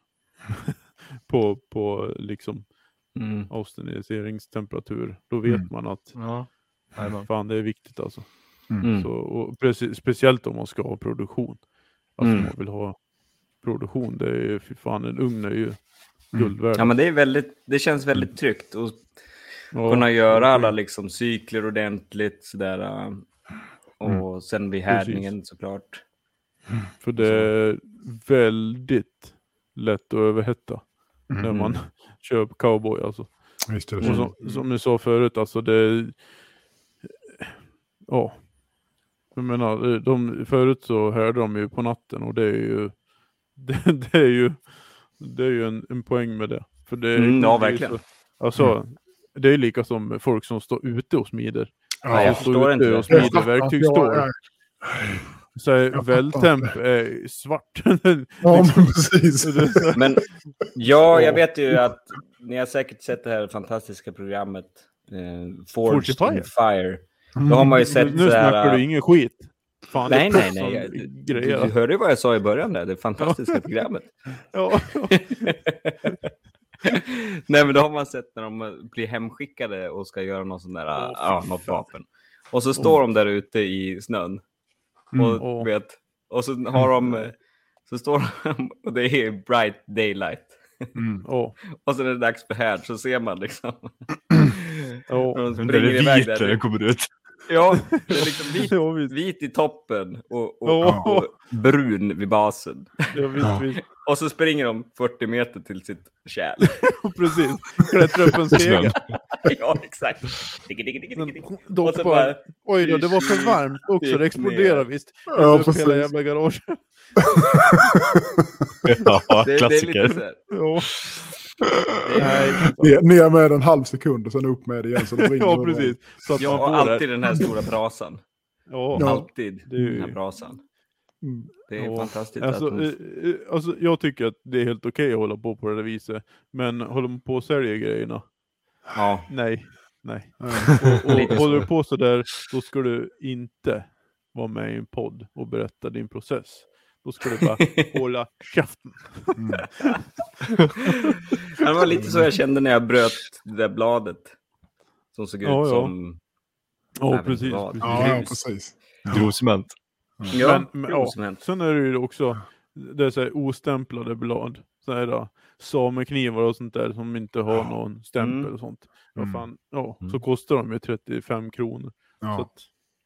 på, på liksom Mm. austeneriseringstemperatur, då vet Mm. man att Ja. Jajamän. fan, det är viktigt alltså. Mm. Så, och preci- speciellt om man ska ha produktion. Alltså Mm. om man vill ha produktion, det är ju, fy fan, en ugn är ju guld värd. Ja, men det är väldigt, det känns väldigt tryggt att Ja, kunna göra ja, alla liksom cykler ordentligt sådär. äh, Och sen vid härdningen såklart. För det är väldigt lätt att överhetta Mm. när man köper cowboy alltså. Visst är det Och så. som, som ni sa förut, alltså det... Ja. Jag menar, de, förut så hörde de ju på natten och det är ju... Det, det är ju... Det är ju en, en poäng med det. För det, Mm, ja, det är ju verkligen. Så, alltså, det är lika som folk som står ute och smider. Ja, jag Som står förstår ute inte det. och smider Ja, verktygsstål. ja, Så Jag är fattar vältemp inte. är svart. ja, men precis. Men ja, jag vet ju att ni har säkert sett det här fantastiska programmet eh, Forged Forged in Fire. Då har man ju sett Nu så snackar här... du ingen skit. Fan, Nej, det är nej, nej. sån jag- Du, grejer. du hörde ju vad jag sa i början där, det fantastiska programmet. Ja. Nej, men då har man sett när de blir hemskickade och ska göra någon sån där, Åh, ja, fy något fan. vapen. Och så står de där ute i snön. Och, Åh. vet, och så har de, eh, så står de, och det är bright daylight. Mm. Ja. Och så är det dags för härd, så ser man liksom. Ja. När de Undrar springer det iväg vit där. när den kommer ut. Ja, det är liksom vit, Ja, visst. vit i toppen och, och, Ja. och brun vid basen. Ja, visst, visst. Och så springer de fyrtio meter till sitt kärl. Precis. Klättrar upp en stege. Ja, exakt. Digga, digga, digga, digga, digga. Sen Och dock så bara, bara, oj då, det var för varmt också. Det exploderar visst. Ja, Upp precis. hela jävla garage. Ja, det, det är lite klassiker. så här. Ja. Nej, Ner, ner med en halv sekund och sen upp med det igen. Så det brinner ja, överallt. precis. Så att Ja, man och får alltid det. den här stora brasan. Ja. Ja. Alltid Det är ju- den här brasan. Mm. Det är Ja. fantastiskt. Alltså, att de... eh, eh, alltså, jag tycker att det är helt okej att hålla på på det där viset. Men håller man på och säljer grejerna? Ja, Nej. Nej. Nej. Och, Lite och så. håller du på så där, då ska du inte vara med i en podd och berätta din process. Då ska du bara hålla käften. Mm. Det var lite så jag kände när jag bröt det där bladet. Som såg ut Ja, ja. som... Ja, Jag vet inte precis. vad. precis. Ja, ja, Grus. precis. Groscement. Ja, Men, men, ja, gruscement. sen är det ju också det är så här ostämplade blad. Så här då, sameknivar och sånt där som inte har någon stämpel Mm. och sånt. Ja, Mm. fan, ja, Mm. så kostar de ju trettiofem kronor. Så Ja. att,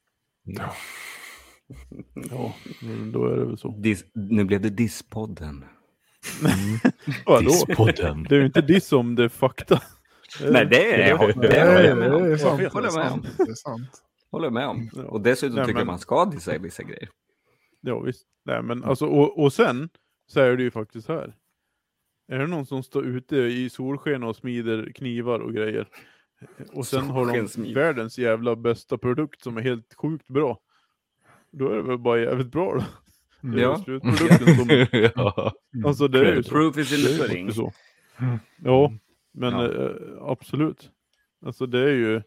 ja, men då är det väl så. Dis, nu blev det Disspodden. Vadå? Disspodden. Det är ju inte diss om det är fakta. Nej, det är jag. Det Det är, håller jag med om. det är sant. Jag håller Det är med om. sant. Det är sant. Håller med om. Ja. Och dessutom Nej, tycker men- jag man ska dissa vissa grejer. Ja, visst. Nej, men alltså, och, och sen så är det ju faktiskt här. Är det någon som står ute i solsken och smider knivar och grejer? Och sen har de Solskensmid. världens jävla bästa produkt som är helt sjukt bra. Då är det väl bara jävligt bra då. Det är Ja. ju slutprodukten som... Ja. Alltså det är ju så. Proof is in Det the är ju pudding. faktiskt så. Ja, men Ja. eh, absolut. Alltså det är ju...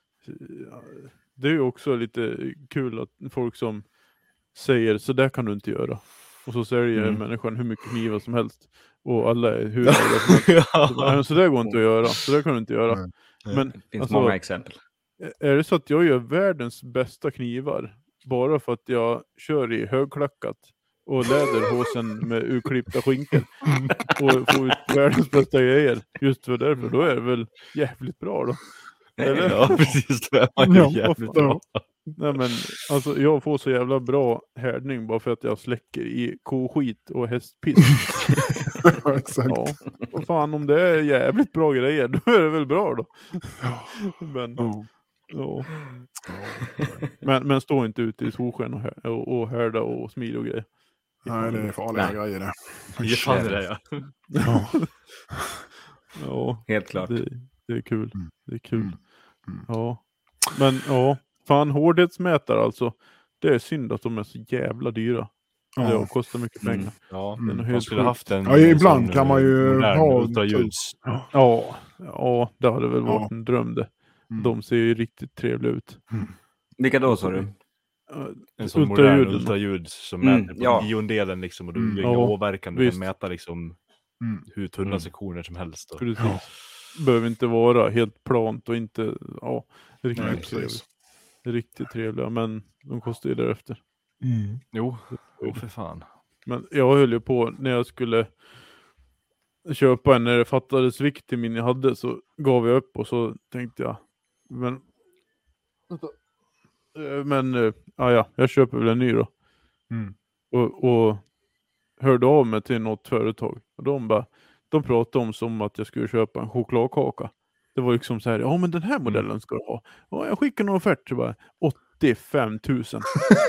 Det är ju också lite kul att folk som säger så där kan du inte göra. Och så säljer Mm. människan hur mycket knivar som helst. Och alla är hur arga som helst. Nej, så där går inte att göra. Så där kan du inte göra. Nej. Men Det finns alltså, många exempel. är det så att jag gör världens bästa knivar bara för att jag kör i högklackat och läderhosen med urklippta skinkor och får ut världens bästa grejer just för därför, då är det väl jävligt bra då. Eller? Ja, precis. Det är man ju Ja, jävligt vad fan. bra. Nej men alltså jag får så jävla bra härdning bara för att jag släcker i koskit och hästpiss. Ja, exakt. Ja, och fan om det är jävligt bra grejer då är det väl bra då. Men, Ja. ja. men, men stå inte ute i solsken och, här, och, och härda och smida och grejer. Nej, det är farliga Nej. grejer det. Ge fan i det, ja. Ja. Ja, Helt klart. det, det är kul. Mm. Det är kul. Mm. Mm. Ja. Men ja, fan hårdhetsmätare alltså. Det är synd att de är så jävla dyra. Ja. Det kostar mycket Mm. pengar. Ja, Mm. Den är man helt skulle sjuk. haft en Ja, ibland sån, kan man ju modern ha- ultraljuds. Ja, ja, det hade väl varit Ja. en dröm det. Mm. De ser ju riktigt trevliga ut. Vilka då sa du? En sån modern Ultraljuden. ultraljud som Mm, mäter på ja. tiondelen liksom, och du Mm. har ingen Ja, åverkan. Du visst. kan mäta liksom Mm. hur tunna Mm. sektioner som helst. Då. Precis. Ja. Behöver inte vara helt plant och inte, ja, riktigt Nej, trevligt. precis. Riktigt trevliga, men de kostar ju därefter. Mm. Jo, jo, för fan. Men jag höll ju på när jag skulle köpa en, när det fattades vikt till min jag hade, så gav jag upp och så tänkte jag, men Eh, men eh, ja, ja, jag köper väl en ny då. Mm. Och, och hörde av mig till något företag och de bara, de pratade om som att jag skulle köpa en chokladkaka. Det var liksom så här, ja men den här modellen ska du ha. Och jag skickade en offert så bara åttiofem tusen.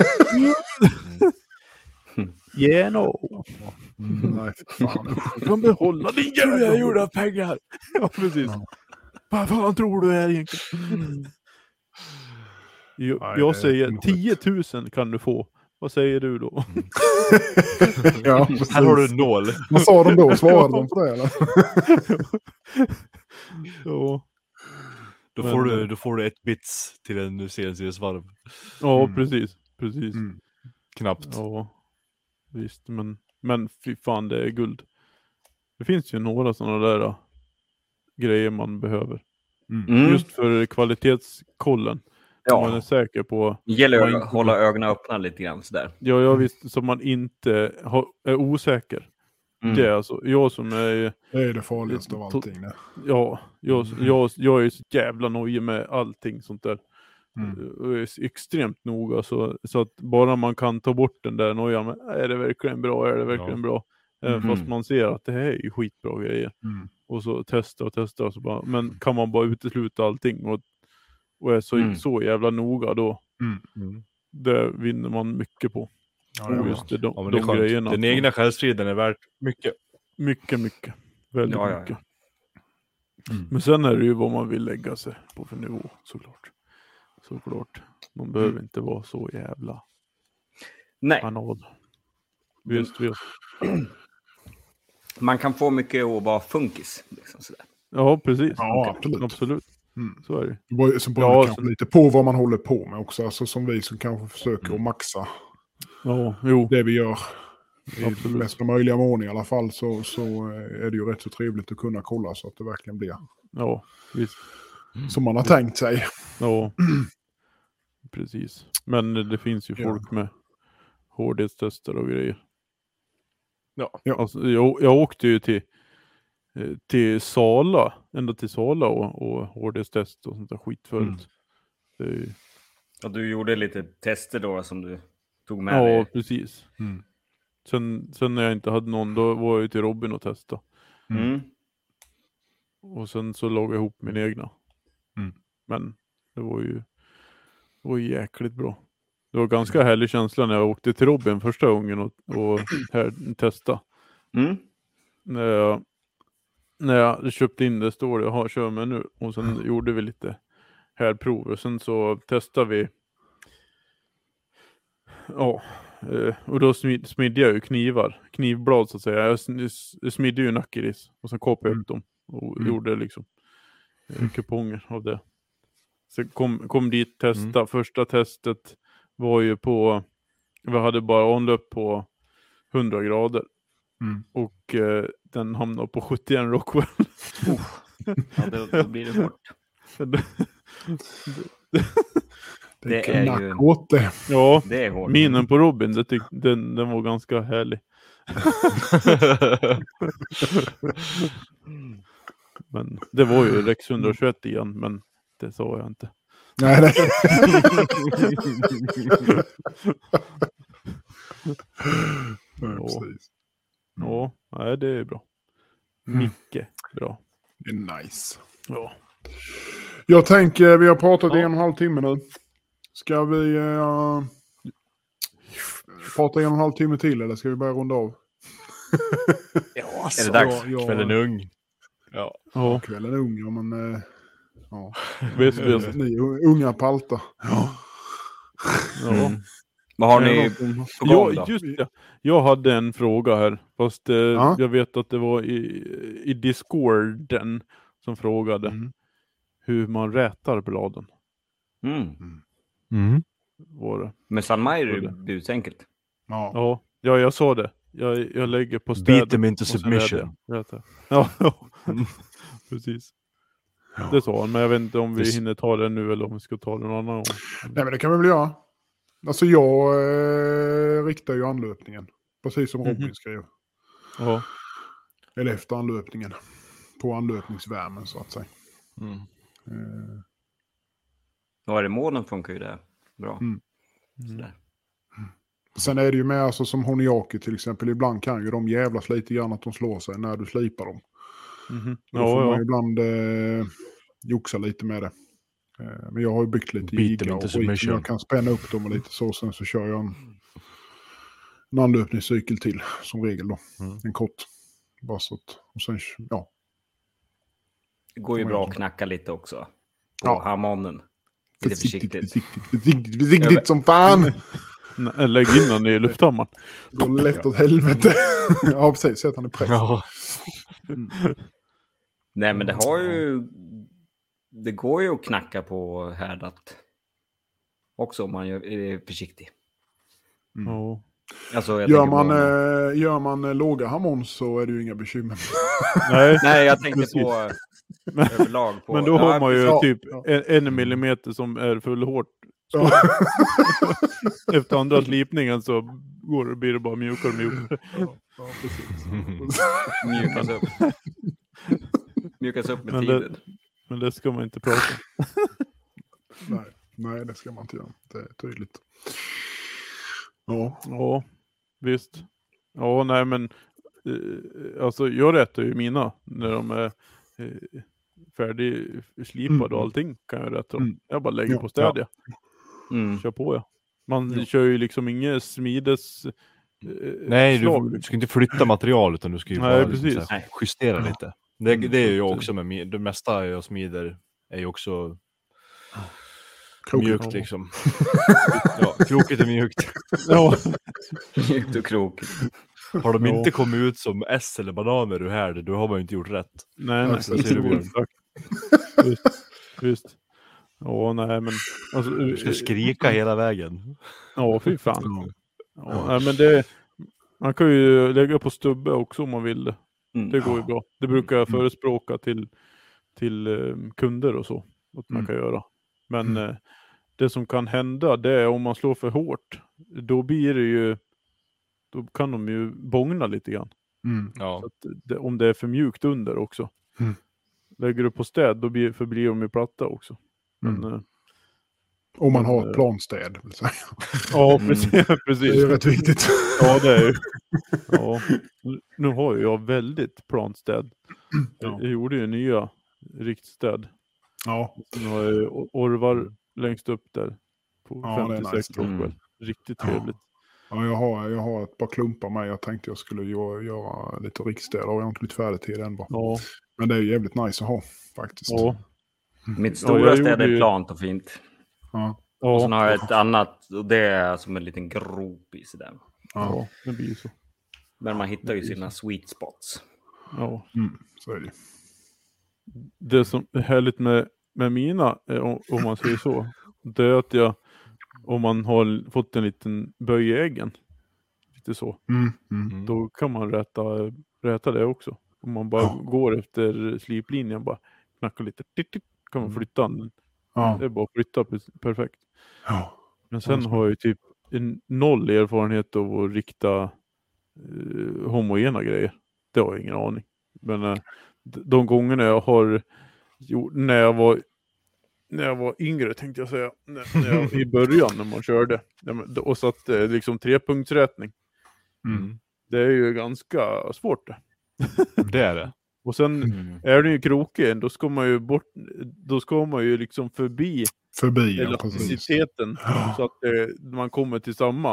Yeah no. Mm. Nej, för fan. Du kan behålla din jävla jag gjorde av pengar. Ja precis. Ja. Vad fan tror du är egentligen? Jag, Nej, jag det är säger sjukt. tio tusen kan du få. Vad säger du då? Ja, precis. Här har du en nål. Vad sa de då? Svarade de på det eller? Ja, Då Men- får, du, då får du ett bits till en museumsvarv. ja Mm. precis. Precis. Mm. Knappt. Ja, visst. Men, men fy fan, det är guld. Det finns ju några sådana där uh, grejer man behöver. Mm. Just för kvalitetskollen. Om man är Ja, säker på... det gäller ju man att inte- hålla ögonen öppna lite grann sådär. Ja, jag visst. Så man inte har, är osäker. Mm. Det är alltså, jag som är... Det är det farligaste av allting. Det. Ja, jag, Mm. jag, jag är så jävla nojig med allting sånt där. Mm. Och är så extremt noga så, så att bara man kan ta bort den där nojan med, är det verkligen bra, är det verkligen Ja. bra? Även Mhm. fast man ser att det här är ju skitbra grejer. Mm. Och så testa och testa och så bara, men kan man bara utesluta allting och, och är så, Mm. så jävla noga då, Mm. Mm. det vinner man mycket på. Ja, det är Och bra. just det, de, Ja, men det är de skönt. grejerna. Den egna själsfriden är värt mycket. Mycket, mycket. Väldigt Ja, ja, ja. mycket. Mm. Men sen är det ju vad man vill lägga sig på för nivå, såklart. Såklart. Man behöver Mm. inte vara så jävla Nej, anal. Visst, visst. man kan få mycket att vara funkis. Liksom sådär. Ja, precis. Ja, absolut. Absolut. Mm. Så är det. Det beror- Så beror Ja, det kanske så- lite på vad man håller på med också. Alltså som vi som kanske försöker Mm. att maxa Ja, jo. det vi gör. I Absolut. bästa möjliga mån i alla fall så, så eh, är det ju rätt så trevligt att kunna kolla så att det verkligen blir Ja, visst. som man har tänkt sig. Ja, precis. Men det finns ju Ja. folk med hårdhetstester och grejer. Ja. Ja. Alltså, jag, jag åkte ju till, eh, till Sala, ända till Sala och, och hårdhetstest och sånt där skit förut. Mm. Det är ju, Och du gjorde lite tester då som du tog med ja, dig. precis. Mm. Sen, sen när jag inte hade någon, då var jag ju till Robin och testade. Mm. Och sen så lagade jag ihop min egna. Mm. Men det var ju, det var ju jäkligt bra. Det var ganska härlig känsla när jag åkte till Robin första gången och, och här testa. Mm. När jag, när jag köpte in det står det, jaha, kör med nu. Och sen gjorde vi lite härprov. Och sen så testade vi. Ja, eh, och då smid, smidde jag ju knivar. Knivblad så att säga. Jag sn- jag smidde ju nackeris. Och sen kopplade jag upp dem. Och Mm. gjorde liksom eh, kuponger av det. Sen kom, kom dit testa. Första testet var ju på, vi hade bara anlöp på hundra grader. Mm. Och eh, den hamnade på sjuttioen Rockwell. Ja, då, då blir det hårt. Det, Det är är knack ju- åt det. Ja, Det är hårt. minen på Robin, det tyck, den, den var ganska härlig. Men det var ju Rex hundratjugoett igen, men det sa jag inte. Nej, nej. Nej, Ja. precis. Ja, nej, det är bra. Mm. Mycket bra. Det är nice. Ja. Jag tänker, vi har pratat i Ja. en och en halv timme nu. Ska vi uh, prata i en och en halv timme till eller ska vi börja runda av? Ja, Är det dags? Ja, ja, Kvällen är ung. Ja. Ja, Kvällen är ung, ja, men uh, ja. vet du det? Ni är unga palta. Ja. Mm. Vad har Är det ni någonting- på gång Ja, då? just det. Jag hade en fråga här. Fast eh, Ja. jag vet att det var i, i Discorden som frågade Mm. hur man rätar bladen. Mm. Mm. Var det. Med San Mayer är det busenkelt. Ja. Ja, ja, jag sa det. Jag, jag lägger på Beat städet. them into och sen submission. rätar jag. Rätar. Ja, ja. Precis. Det sa han, men jag vet inte om vi Precis. hinner ta det nu eller om vi ska ta det någon annan gång. Nej, men det kan vi väl göra. Alltså jag eh, riktar ju anlöpningen. Precis som Robin Mhm. skrev. Ja, Eller efter anlöpningen. På anlöpningsvärmen så att säga. Mm. Eh, Ja, är det målen funkar ju det bra. Mm. Sådär. Sen är det ju med alltså, som Honiaki till exempel. Ibland kan ju de jävlas lite grann att de slår sig när du slipar dem. mhm. Då får ja, man ja. ju ibland eh, joxa lite med det. Eh, men jag har ju byggt lite Beat them jiggar into och skit som submission. jag kan spänna upp dem och lite så. Sen så kör jag en, en anlöpningscykel till som regel då. Mm. En kort. Bara så att, och sen, ja. Det går ju Så är bra det. att knacka lite också. På Ja. harmonen. Lite försiktigt. försiktigt, försiktigt, försiktigt som fan. Nej, lägg in den i lufthammaren. Det går lätt åt helvete. Ja, precis. Sätt han i press. Ja. Nej, men det har ju... Det går ju att knacka på härdat. Också om man gör, är försiktig. Ja. Alltså, jag Gör tänker man, på- eh, gör man eh, låga harmon så är det ju inga bekymmer. Nej, Nej, jag tänkte Precis. på överlag. På... men då Ja, har man ju ja, typ ja. En, en millimeter som är full hårt. Ja. Efter andra slipningen så går det, blir det bara mjukare och mjukare. Ja, precis. Mjukas upp. Mjukas upp med Men det- tiden. Men det ska man inte prata om. Nej, nej, det ska man inte göra. Det är tydligt. Ja, Ja, visst. Ja, nej men eh, alltså jag rättar ju mina när de är eh, färdigslipade Mm. och allting kan jag rätta dem. Mm. Jag bara lägger Ja, på städ, ja. Mm. Kör på, ja. Man Ja. kör ju liksom inget smides eh, Nej, slag. du, du ska inte flytta material utan du ska ju Nej, bara liksom, precis. så här, justera lite. Det, Mm. det är ju jag också med mi- det mesta jag smider är ju också krokigt. mjukt liksom. Ja, krokigt är mjukt. Ja, Mjukt och krokigt. Har de Ja. inte kommit ut som S eller bananer ur här, då har man ju inte gjort rätt. nej, nej. Exakt. Det ser du Björn. exakt. Visst. Ja, nej men... Alltså, Du ska skrika hela vägen. Ja, fy fan. Ja, nej, men det... Man kan ju lägga på stubbe också om man vill det. Mm. Det går ju bra. Det brukar jag förespråka till, till eh, kunder och så. Att man Mm. kan göra. Men eh, det som kan hända, det är om man slår för hårt. Då blir det ju... Då kan de ju bångna lite grann. Mm. Ja. Så att det, om det är för mjukt under också. Mm. Lägger du på städ, då blir, förblir de ju platta också. Men, Mm. eh, Om man Men, har eh, ett planstäd. Vill säga. ja, Mm. precis. Det är precis. ju rätt viktigt. Ja, det är ju. Ja. Nu har ju jag väldigt planstäd. Ja. Jag gjorde ju nya riktstäd. Ja, Sen har jag ju orvar längst upp där. På Ja, det är femtiosex nice. Rockwell. Mm. Riktigt Ja. trevligt. ja jag, har, jag har ett par klumpar med. Jag tänkte jag skulle göra, göra lite riksstäder och jag har inte blivit färdig till den bara. Ja. Men det är ju jävligt nice att ha faktiskt. Ja. Mitt Ja, stora jag städ gjorde är ju- plant och fint. Ja, Och sen Ja. har jag ett annat, och det är som en liten grop i sig där. ja. Ja, det blir ju så. Men man hittar ju sina sweet spots. Ja. Mm, så är det. Det som är härligt med, med mina, eh, om, om man säger så, det är att jag, om man har fått en liten böj i äggen, lite så, Mm, mm. Mm. då kan man räta, räta det också. Om man bara Ja. går efter sliplinjen, bara knackar lite, titt, titt, kan man Mm. flytta den. Ja, Det är bara att flytta pe- perfekt. ja. Men sen har jag ju typ en noll erfarenhet av att rikta eh, homogena grejer. Det har jag ingen aning. Men eh, d- de gångerna jag har gjort, när jag var när jag var yngre tänkte jag säga, när, när jag, i början när man körde ja, men- och satte liksom trepunktsrätning. Mm. Det är ju ganska svårt det. Det är det. Och sen Mm. är den ju krokig, då ska man ju bort, då ska man ju liksom förbi Förbi, ja, precis. elasticiteten Ja. så att eh, man kommer till samma.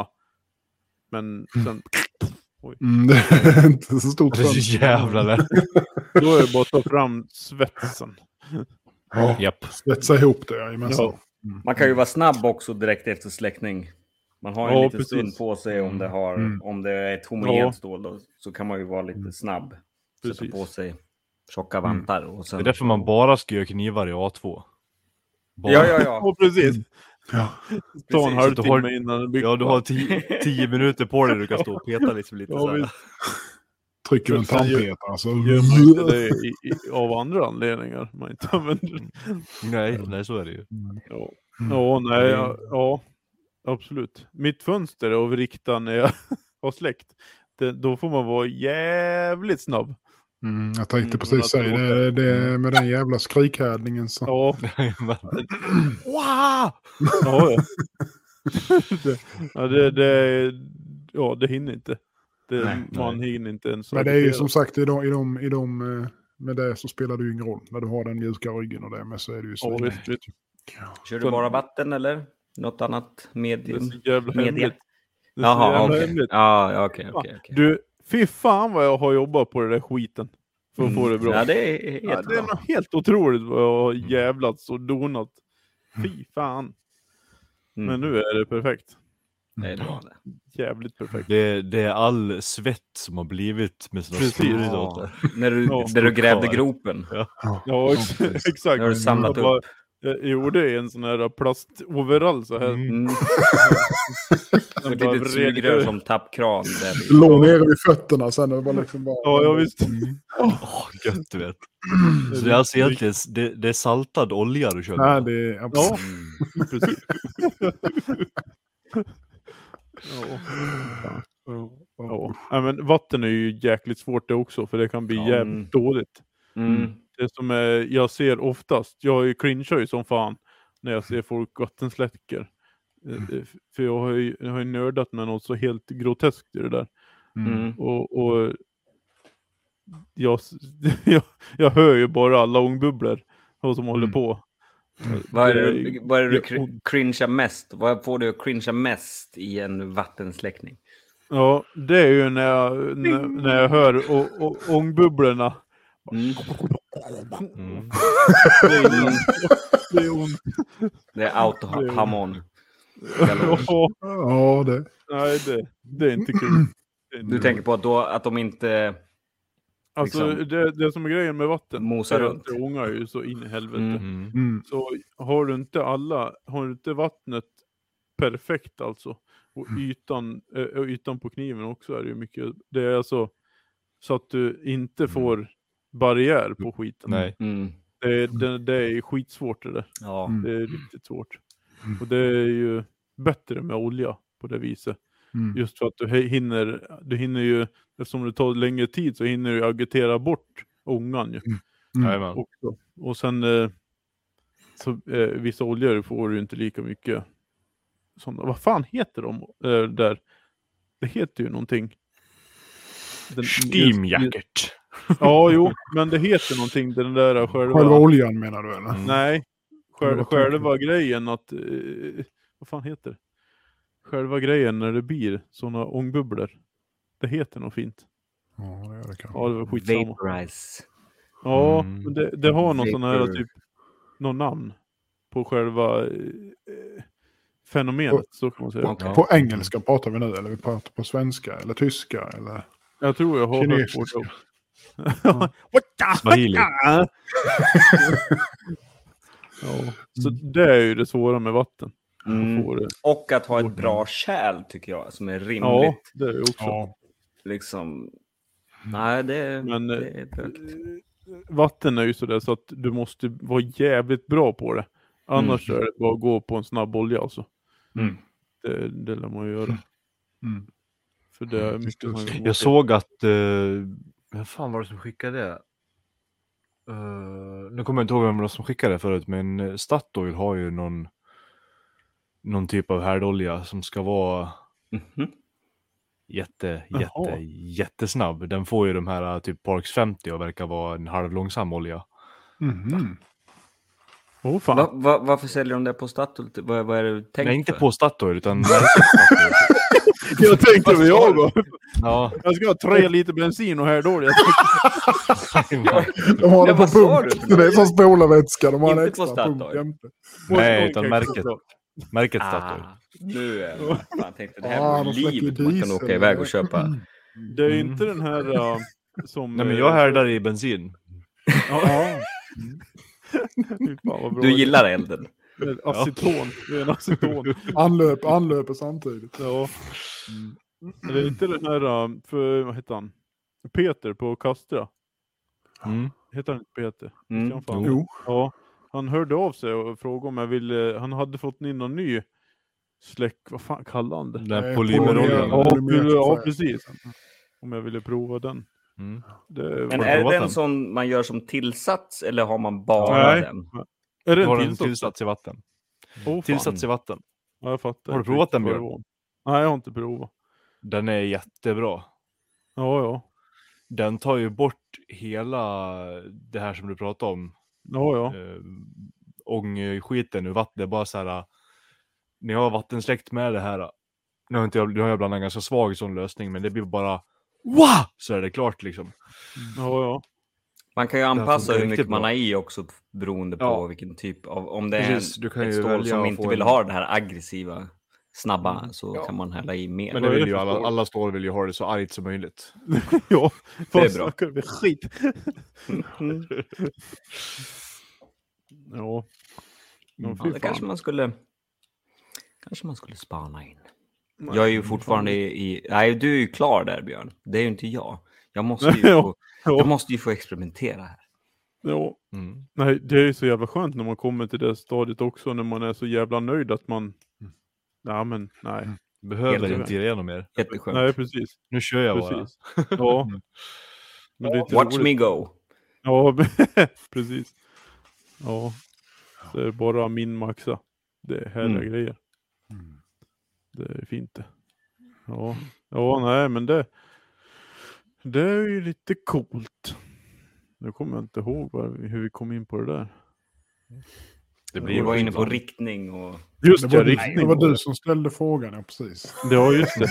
Men sen, Mm, det är inte så stort. Det är så jävla lätt. då är det bara att ta fram svetsen. Ja, Japp. svetsa ihop det, jajamensan. Ja. Man kan ju vara snabb också direkt efter släckning. Man har ju en Ja, liten precis. stund på sig om det, har, Mm. om det är ett homogent stål. Då, så kan man ju vara lite snabb. Sätta Precis. på sig tjocka vantar. Och sen... Det är därför man bara ska göra knivar i A två. Bara. Ja, ja, ja. Ja, precis. Ja. Ta en Precis. halvtimme Du har- innan det blir Ja, du har tio, tio minuter på dig du kan stå och peta liksom lite Ja, så här. visst. Trycker du en Sen gör- tandpetare så... Gör man inte det i, i, av andra anledningar man inte använder. Nej, nej, så är det ju. Ja, ja nej, ja, ja, absolut. Mitt fönster är att rikta när jag har släckt. Det, då får man vara jävligt snabb. Mm, jag tänkte Mm, precis säga det, det med den jävla skrikhärdningen så. Ja, Men- ja, ja. det, ja, det, det, ja, det hinner inte. Det, Nej, man hinner inte ens. Men det är ju agitera. som sagt i de, i de, i de eh, med det så spelar det ju ingen roll. När du har den mjuka ryggen och det med så är det ju så. Ja, visst, visst. Kör du bara vatten eller något annat Det är medium? så jävla Media. hemligt. Det är så Jaha, jävla okej. hemligt. Ja, ja, okej, okej. okej. Du, fy fan vad jag har jobbat på det där skiten. För att få det bra. Ja, det är helt Ja, det är bra. något helt otroligt vad jag har jävlats och donat. Fy fan. Mm. Men nu är det perfekt. Det är bra det. Jävligt perfekt. Det, det är all svett som har blivit med sina Precis. skurit Ja, åt det. när du, Ja. när du grävde Kvar. gropen. Ja, ex precis. exakt. Nu har du samlat jag, bara, upp. jag gjorde en sån här plastoverall så här. Mm. Jag Ett bara litet vred- sugrör som tappkran. Där vi... Låg nere vid fötterna sen. Det var liksom bara... Ja, jag visst. Åh, gött du vet. Så det är alltså egentligen det, det är saltad olja du kör med. Nej, det är absolut. Ja, precis. Ja. Ja. Ja, men vatten är ju jäkligt svårt det också, för det kan bli Ja, jävligt mm. dåligt. Mm. Det som är, jag ser oftast, jag är cringear ju som fan när jag ser folk vattensläcker. Mm. För jag har, ju, jag har ju nördat med något så helt groteskt i det där. Mm. Och, och jag, jag, jag hör ju bara alla ångbubblor vad som håller Mm. på. Vad är Det det, är- vad är det du ja, cr- cringear mest? Vad får du att cringea mest i en vattensläckning? Ja, det är ju när jag, när, när jag hör å, å, ångbubblorna. Mm. Mm. Det är ont. Det är ont. Det är autohamon. Ja, Ja, det. nej, det, det är inte kul. Det är inte Du tänker på att, då, att de inte... Alltså liksom, det, det som är grejen med vatten. mosa är runt. att Det ångar ju så in i helvete. Mm. Mm. Mm. Så har du inte alla, har du inte vattnet perfekt alltså. Och ytan, äh, ytan på kniven också är det ju mycket. Det är alltså så att du inte får barriär på skiten. Nej. Mm. Det, det, det är skitsvårt det där. Ja. Mm. Det är riktigt svårt. Och det är ju bättre med olja på det viset. Mm. Just för att du he- hinner, du hinner ju, eftersom det tar längre tid så hinner du agitera bort ångan ju. Mm. Jajamän. Också. Och sen eh, så eh, vissa oljor får du inte lika mycket sådana. Vad fan heter de eh, där? Det heter ju någonting. Den, Steam jacket. Ja, jo, men det heter någonting den där själva. Själva oljan menar du eller? Mm. Nej, själva, Vad själva grejen att eh, vad fan heter det? Själva grejen när det blir sådana ångbubblor. Det heter något fint. Ja, det gör det kanske. Ja, det var skitsamma. Vaporize. Ja, Mm. men det, det har någon sån här Vapor. typ någon namn på själva eh, fenomenet, så kan man säga. Okej. På engelska pratar vi nu eller vi pratar på svenska eller tyska eller Jag tror jag har hört på kinesiska. det. What the Swahili. fuck? Ja, så det är ju det svåra med vatten. Mm. Att få det. Och att ha ett bra kärl tycker jag, som är rimligt. Ja, det är det också. Ja. Liksom. Nej, det, Men eh, det är bökigt. vatten är ju sådär så att du måste vara jävligt bra på det. Annars är det bara att gå på en snabb olja alltså. Mm. Det, det lär man ju göra. Mm. För det är mycket som Jag såg att... Uh, vad fan var det som skickade det? Uh, nu kommer jag inte ihåg vem det var som skickade det förut, men Statoil har ju någon någon typ av härdolja som ska vara Mhm. jätte, Jaha. jätte, jättesnabb. Den får ju de här typ Parks femtio och verkar vara en halvlångsam olja. Mhm. Åh fan. Va, va, varför säljer de det på Statoil? Vad, vad är det tänkt Nej, inte för? på Statoil utan märket Statoil. Jag tänkte vad jag går. Ja. Jag ska ha tre liter bensin och här då. Jag De har det Ja, på vad sa pump. du för Det är som spolarvätska. De har en Inte på extra pump Statoil. jämte. Nej, utan märket. Märket Statoil. Ah, nu är det. Fan, jag tänkte det här Ah, var de släpper livet man kan diesel. åka iväg och köpa. Det är Mm. inte den här uh, som... Nej, men jag härdar i bensin. Ja. Fy fan, vad bra. Du gillar elden. Med aceton. Det är en aceton. Anlöp, anlöper samtidigt. Ja. Det är inte den här, uh, för vad heter han? Peter på Kastra. Mm. Heter han inte Peter? Mm. Heter han fan? Jo. Ja. Han hörde av sig och frågade om jag ville, han hade fått in någon ny släck, vad fan kallar han det? Den Eh, polymeroljan. Ja, polymer- ja, precis. Om jag ville prova den. Mm. Det Men var- är det provat den den? som man gör som tillsats eller har man bara Nej. den? Är det Har en den tillsats? tillsats i vatten? Åh, fan. Tillsats i vatten. Ja, jag fattar. Har du provat den, Vad det Björn? var. Nej, jag har inte provat. Den är jättebra. Ja, ja. Den tar ju bort hela det här som du pratade om. Ja, ja. Eh, ångskiten ur vattnet. Det är bara så här. När jag har vattensläckt med det här. Nu har, inte jag, nu har jag bland annat en ganska svag sån lösning. Men det blir bara. Wow! Så är det klart liksom. Ja, ja. Man kan ju Den anpassa funkar hur riktigt mycket man bra. har i också beroende på Ja. vilken typ av... Om det är Precis, du kan ett ju stål välja som att inte få vill en- ha det här aggressiva, snabba, Mm. så Ja. kan man hälla i mer. Men Vad det är vill det ju för alla, stål? alla stål vill ju ha det så argt som möjligt. Ja, Det är vad bra. snackar vi skit? Mm. Ja. Ja, Ja, fy det kanske fan. man skulle... Kanske man skulle spana in. Jag är ju fortfarande i, i... Nej, du är ju klar där, Björn. Det är ju inte jag. Jag måste ju Ja. få, Ja. jag måste ju få experimentera här. Ja. Mm. Nej, det är ju så jävla skönt när man kommer till det stadiet också, när man är så jävla nöjd att man... Ja, men nej. Behöver Helt inte ge igenom mer. Jätteskönt. Nej, precis. Nu kör jag bara. Precis. Ja. Men det är inte Watch roligt. me go. Ja, precis. Ja. Det är bara min maxa. Det är härliga Mm. grejer. Det är fint det. Ja. Ja, nej, men det... Det är ju lite coolt. Nu kommer jag inte ihåg var, hur vi kom in på det där. Det Vi blir var inne på skitbra. riktning och... Just Det ja, var, riktning. det var du som ställde frågan, ja precis. Ja, just det.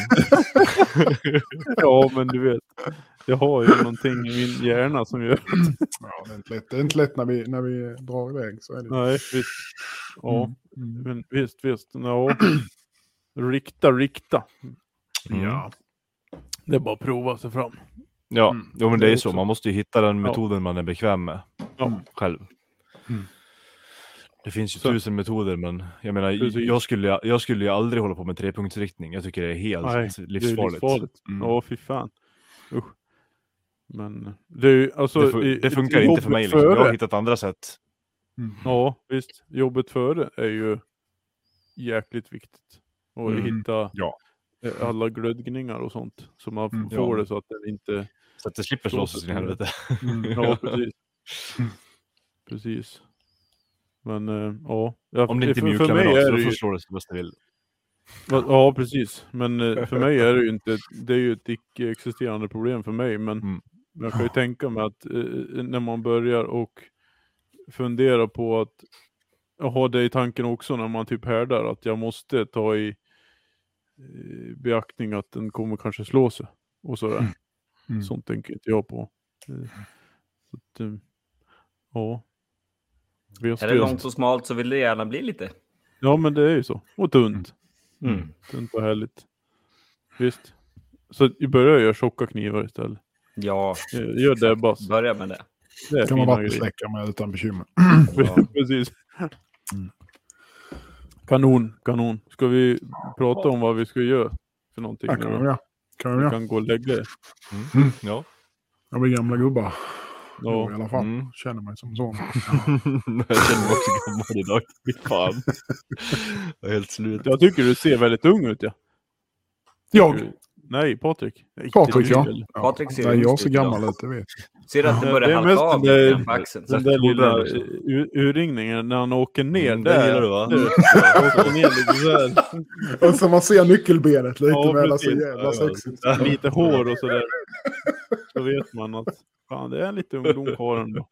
Ja, men du vet. Jag har ju någonting i min hjärna som gör... Ja, det, är inte lätt. Det är inte lätt när vi, när vi drar iväg. Så är det. Nej, visst. Ja, Mm. men visst, visst. Ja. Rikta, rikta. Mm. Ja. Det är bara att prova sig fram. Ja, Mm. jo, men Det det är är så. också- Man måste ju hitta den Ja. metoden man är bekväm med Ja. själv. Mm. Det finns ju Så- tusen metoder, men jag menar, Precis. jag skulle, jag skulle ju aldrig hålla på med trepunktsriktning. Jag tycker det är helt Nej, det är livsfarligt. livsfarligt. Mm. Ja, fy fan. Usch. Men det är ju alltså... Det, fu- i- det funkar inte för jobbet mig. Liksom. Jag har före- hittat andra sätt. Mm. Ja, visst. Jobbet före är ju jäkligt viktigt. Och Mm. hitta Ja. eh, alla glödgningar och sånt. Så man Mm. får Ja. det så att den inte... Så att det slipper slå sig in i helvete. Mm. Ja, precis. Mm. Precis. Men äh, ja. ja. Om det inte är för, mjuka för mig med är så det då ju... får slå det så bäst det vill. Ja, precis. Men eh, för mig är det ju inte... Det är ju ett icke-existerande problem för mig. Men Mm. jag kan ju tänka mig att eh, när man börjar och fundera på att ha det i tanken också när man typ härdar att jag måste ta i eh, beaktning att den kommer kanske slå sig och sådär. Mm. Mm. Sånt tänker inte jag på. Eh, så att, eh, ja. Visst, Är det visst. långt och smalt så vill det gärna bli lite. Ja, men det är ju så. Och tunt. Mm. Tunt och härligt. Visst. Så i början gör tjocka knivar istället. Ja, Eh, Gör det bara. börja med det. Det är Kan man fina grejer. vattensläcka med utan bekymmer. Precis. Mm. Kanon, kanon. Ska vi prata om vad vi ska göra för någonting Ja, nu kan då? vi göra. Kan vi Vi göra. kan gå och lägga er. Mm. Ja. Jag blir gamla gubbar. Ja. I alla fall. Mm. Känner mig som sån. Jag känner mig också gammal idag. Fy fan. Jag är helt slut. Jag tycker du ser väldigt ung ut, ja. Jag? Nej, Patrik. Nej, Patrik, det är ja. du väl. ja. Patrik ser Nej, yngst jag ut ser idag. gammal ut, det vet jag. Ser du att det Ja, börjar det är halka mest av den där- igen på axeln? Den där Skolbrand lilla också. ur- urringningen när han åker ner. Mm, det där. gillar du, va? Du, åker ner lite så här. Och så man ser nyckelbenet lite Ja, med. Alltså precis. jävla Ja, ja. sexigt. Lite hår och sådär. Så vet man att fan, det är lite ungdom kvar ändå.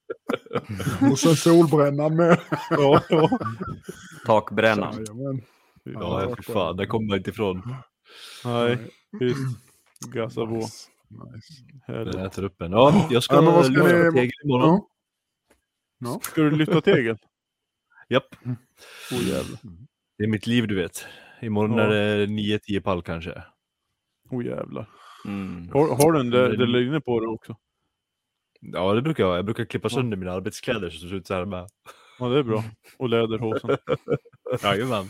Och sen solbrännan med. Ja, ja. Takbrännan. Jajamän. Ja, för fan. Det kommer man inte ifrån. Nej, visst. Gassa på. Nice. Nice. Härligt. Den äter upp en. Ja, jag ska Ja, men vad ska lyfta ni- tegel imorgon. Ja. Ska du lyfta tegel? Japp. Oh jävlar. Det är mitt liv, du vet. Imorgon Ja. är det nio tio pall kanske. Oh jävlar. Mm. Har, har du den där, Men- där inne på dig också? Ja, det brukar jag. Jag brukar klippa sönder mina arbetskläder så det ser ut så här med. Ja, det är bra. Och läderhosen. Jajamän.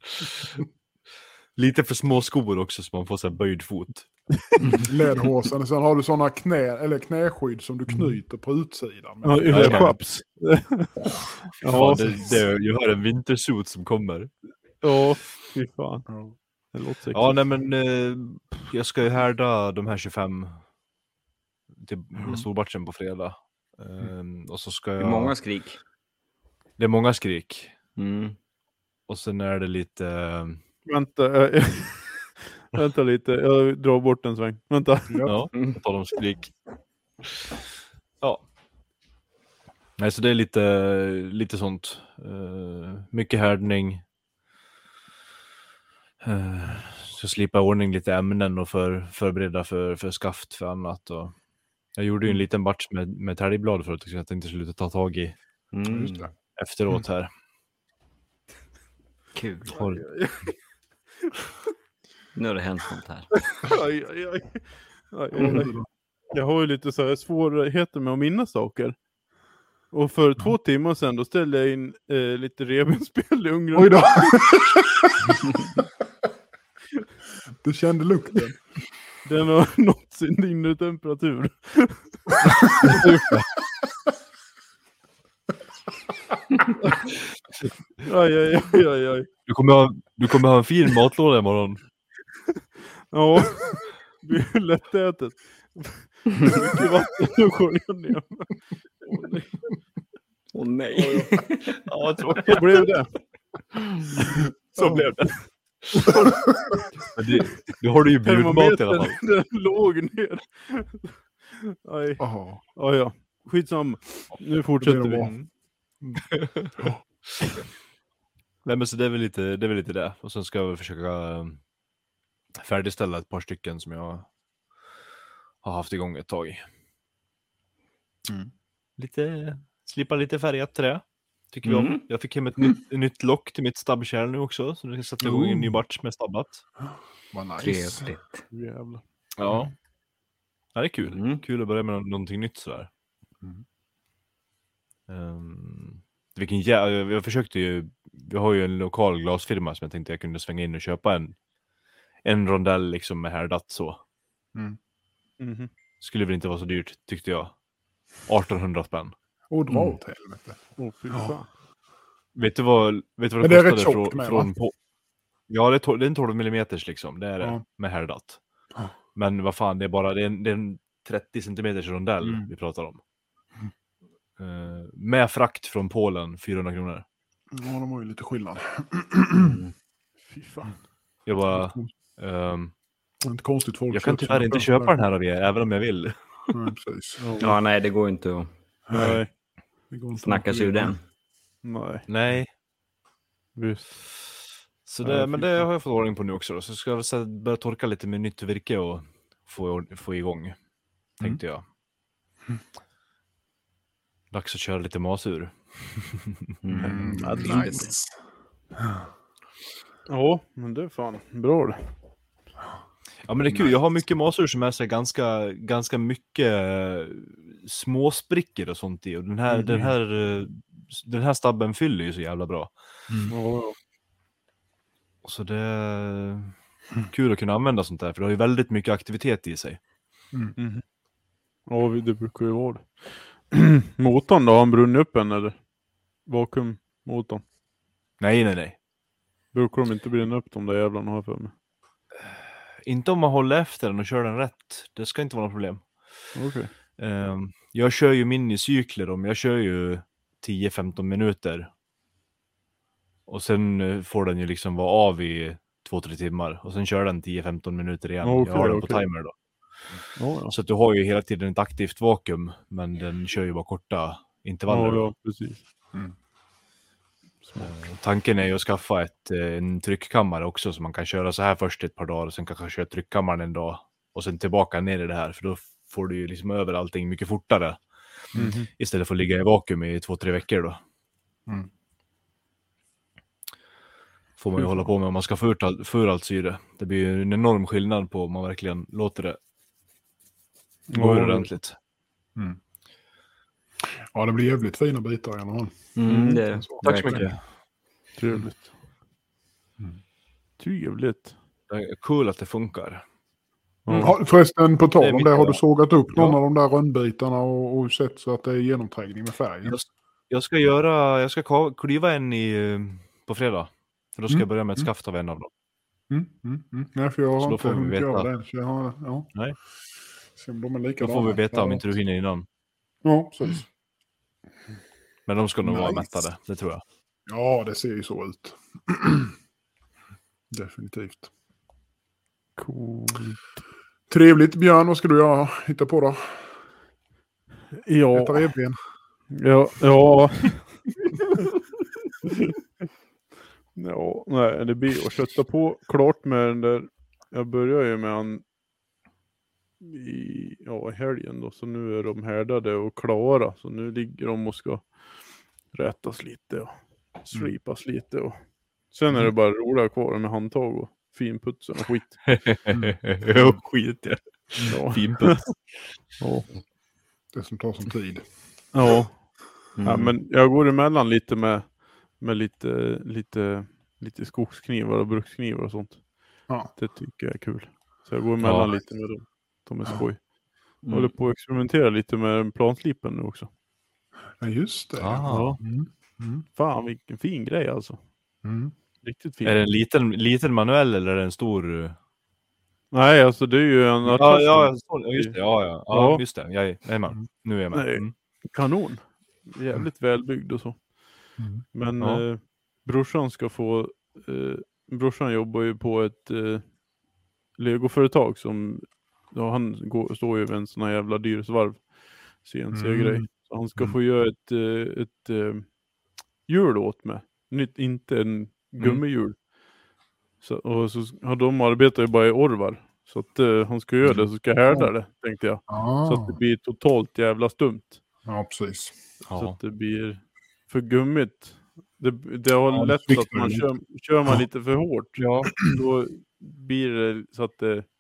Lite för små skor också så man får så här böjd fot. Ledhåsen. Sen har du sådana knä, eller knäskydd som du knyter på utsidan. Ja, Ja, ja. chaps. Ja, Ja, det, det, jag har en vintersuit som kommer. ja, fy fan. Ja. Det låter sexigt. Ja, nej men eh, jag ska ju härda de här tjugofem till Mm. stormatchen på fredag. Ehm, och så ska Det jag... är många skrik. Det är många skrik. Mm. Och sen är det lite... eh, Vänta, äh, vänta lite. Jag drar bort en sväng. Vänta. Ja, på tal om skrik. Ja. Nej, så det är lite, lite sånt. Uh, mycket härdning. Uh, ska slipa i ordning lite ämnen och för, förbereda för, för skaft för annat. Och jag gjorde ju en liten batch med, med täljblad förut så jag tänkte sluta ta tag i Mm. Just det. efteråt här. Kul. Har, Nu har det hänt sånt här. Aj, aj, aj. Aj, aj, aj. Jag har ju lite så här svårigheter med att minnas saker. Och för två timmar sedan då ställde jag in eh, lite revbensspel i ugnen. Oj då. Du kände lukten. Den har nått sin inre temperatur. Aj, aj, aj, aj, aj. du, kommer ha, du kommer ha en fin matlåda imorgon. Ja, det blir ju lättätet. Mycket vatten och skölja ner. Åh nej. Ja, jag tror Så blev det. så blev det. Men det. Nu har du ju bjudmat i alla fall. Den låg ner. Aj, Jaha. ja, ja. Skitsamma. Nu fortsätter Det blir vi. bra. Mm. Nej, men så det är väl lite det. Är väl lite det. Och sen ska jag väl försöka um, färdigställa ett par stycken som jag har haft igång ett tag. Mm. Lite, slipa lite färgat trä. Tycker vi om. Mm. Jag fick hem ett nytt, ett nytt lock till mitt stabbkärl nu också. Så nu ska jag sätta igång en ny batch med stabbat. Vad nice. Trevligt. Jävlar. Ja. Ja, det är kul. Mm. Kul att börja med nå- någonting nytt sådär. Mm. Um, vilken jä- jag, jag försökte ju, vi har ju en lokal glasfirma som jag tänkte jag kunde svänga in och köpa en, en rondell liksom med härdat så. Mm. Mhm. Skulle väl inte vara så dyrt, tyckte jag. artonhundra spänn. Och dra Mm. åt helvete. Åh, fy fan. Vet du vad, vet du vad Men det det är kostade rätt tjockt från, med, från va? på? Ja, det är, tolv, det är en tolv millimeters liksom, det är det, Ja. med härdat. Ja. Men vad fan, det är bara det är en, det är en trettio centimeters rondell Mm. vi pratar om. Uh, med frakt från Polen, fyrahundra kronor. Ja, de har ju lite skillnad. Fy fan. Jag bara, ehm, Det är inte konstigt folk jag kan köper tyvärr sina inte fötter köpa den där. här av er, även om jag vill. Nej, precis. Ja, nej, det går inte att Nej. Det går inte snacka att sig ur den. Nej. Nej. Visst. Så Ja, det, fy men det fan. har jag fått ordning på nu också då. Så ska jag så börja torka lite med nytt virke och få, få igång. Tänkte jag. Dags att köra lite masur. Mm. Ja, det är Nice. nice. Ja, men det är fan bra det. Ja men det är kul, jag har mycket masur som är så här ganska, ganska mycket eh, småsprickor och sånt i. Och den här, Mm. den här, eh, den här stabben fyller ju så jävla bra. Ja, Så det är kul att kunna använda sånt där, för det har ju väldigt mycket aktivitet i sig. mhm. Ja, vi- det brukar ju vara det. Motorn då, har han brunnit upp än eller? Vakuummotorn. Nej, nej, nej. Brukar de inte brinna upp de där jävlarna har jag för mig. Inte om man håller efter den och kör den rätt. Det ska inte vara något problem. Okej. Ehm, jag kör ju minicykler om. Jag kör ju tio femton minuter. Och sen eh, får den ju liksom vara av i två tre timmar. Och sen kör den tio femton minuter igen. Okej, jag har den på okej. timer då. Ja, ja. Så att du har ju hela tiden ett aktivt vakuum. Men den kör ju bara korta intervaller. Ja, då. ja, precis. Eh, Tanken är ju att skaffa ett, eh, en tryckkammare också, så man kan köra så här först ett par dagar och sen kanske köra tryckkammaren en dag och sen tillbaka ner i det här, för då får du ju liksom över allting mycket fortare Mhm. istället för att ligga i vakuum i två, tre veckor då. Mm. Får man ju hålla på med om man ska få ut all, få ur allt syre. Det blir ju en enorm skillnad på om man verkligen låter det gå ur Ja, ordentligt. Ja, det blir jävligt fina bitar i alla fall. Mm, det är det. Tack så Verkligen. mycket. Trevligt. Trevligt. Det är cool att det funkar. Ja. Ja, förresten, på Det tal är om mycket det, har bra. du sågat upp någon Ja. av de där rönnbitarna och, och sett så att det är genomträngning med färgen? Jag, jag ska göra, jag ska ka- klyva en i, eh, på fredag. För då ska Mm. jag börja med ett Mm. skaft av en av dem. Mm, mm, mm. Nej, för jag har Så då inte får vi hunnit veta. göra det. Så jag har, ja. Nej. Se om de är Då likadana. får vi veta om Ja. inte du hinner innan. Ja, precis. Men de ska nog vara Nice. mättade, det tror jag. Ja, det ser ju så ut. Definitivt. Cool. Trevligt. Björn, vad ska du göra? Hitta på då? Äta Ja. revben. Ja. Ja. Ja, nej, det blir att kötta på klart med den där. Jag börjar ju med han i, ja, i helgen då, så nu är de härdade och klara. Så nu ligger de och ska rätas lite och slipas lite. Och sen är det bara roliga kvar med handtag och finputsen och skit. Ja, skit ja. Ja. Finputs. Ja. Det som tar som tid. Ja. Mm. Ja, men jag går emellan lite med, med lite, lite, lite skogsknivar och bruksknivar och sånt. Ja. Det tycker jag är kul. Så jag går emellan Ja. lite med dem. De är skoj. Jag Mm. håller på att experimentera lite med planslipen nu också. Ja, just det. Ah. Mm. Mm. Fan vilken fin grej alltså. Mm. Riktigt fin. Är det en liten, liten manuell eller är det en stor? eh? Nej alltså det är ju en Ja, Atlas- ja, jag såg- ja, just det. Ja, ja. ja Ja. just det. Jag är, jag är med. Nu är jag med. Nej. Mm. kanon. Jävligt välbyggd och så. Mm. Men Ja. eh, brorsan ska få, eh, brorsan jobbar ju på ett eh, legoföretag som, ja, han går, står ju vid en sån här jävla dyrsvarv C N C-grej. Mm. Så han ska Mm. få göra ett, eh, ett eh, hjul åt mig. Nytt, inte en gummihjul. Så, och så har de arbetat ju bara i orvar. Så att eh, han ska göra det, så ska jag härda det, tänkte jag. Ah. Så att det blir totalt jävla stumt. Ja, precis. Så Ja. att det blir för gummigt. Det, det har Ja, det lätt sviktar att man lite. kör, kör man lite för hårt. Ja. Då blir det så att det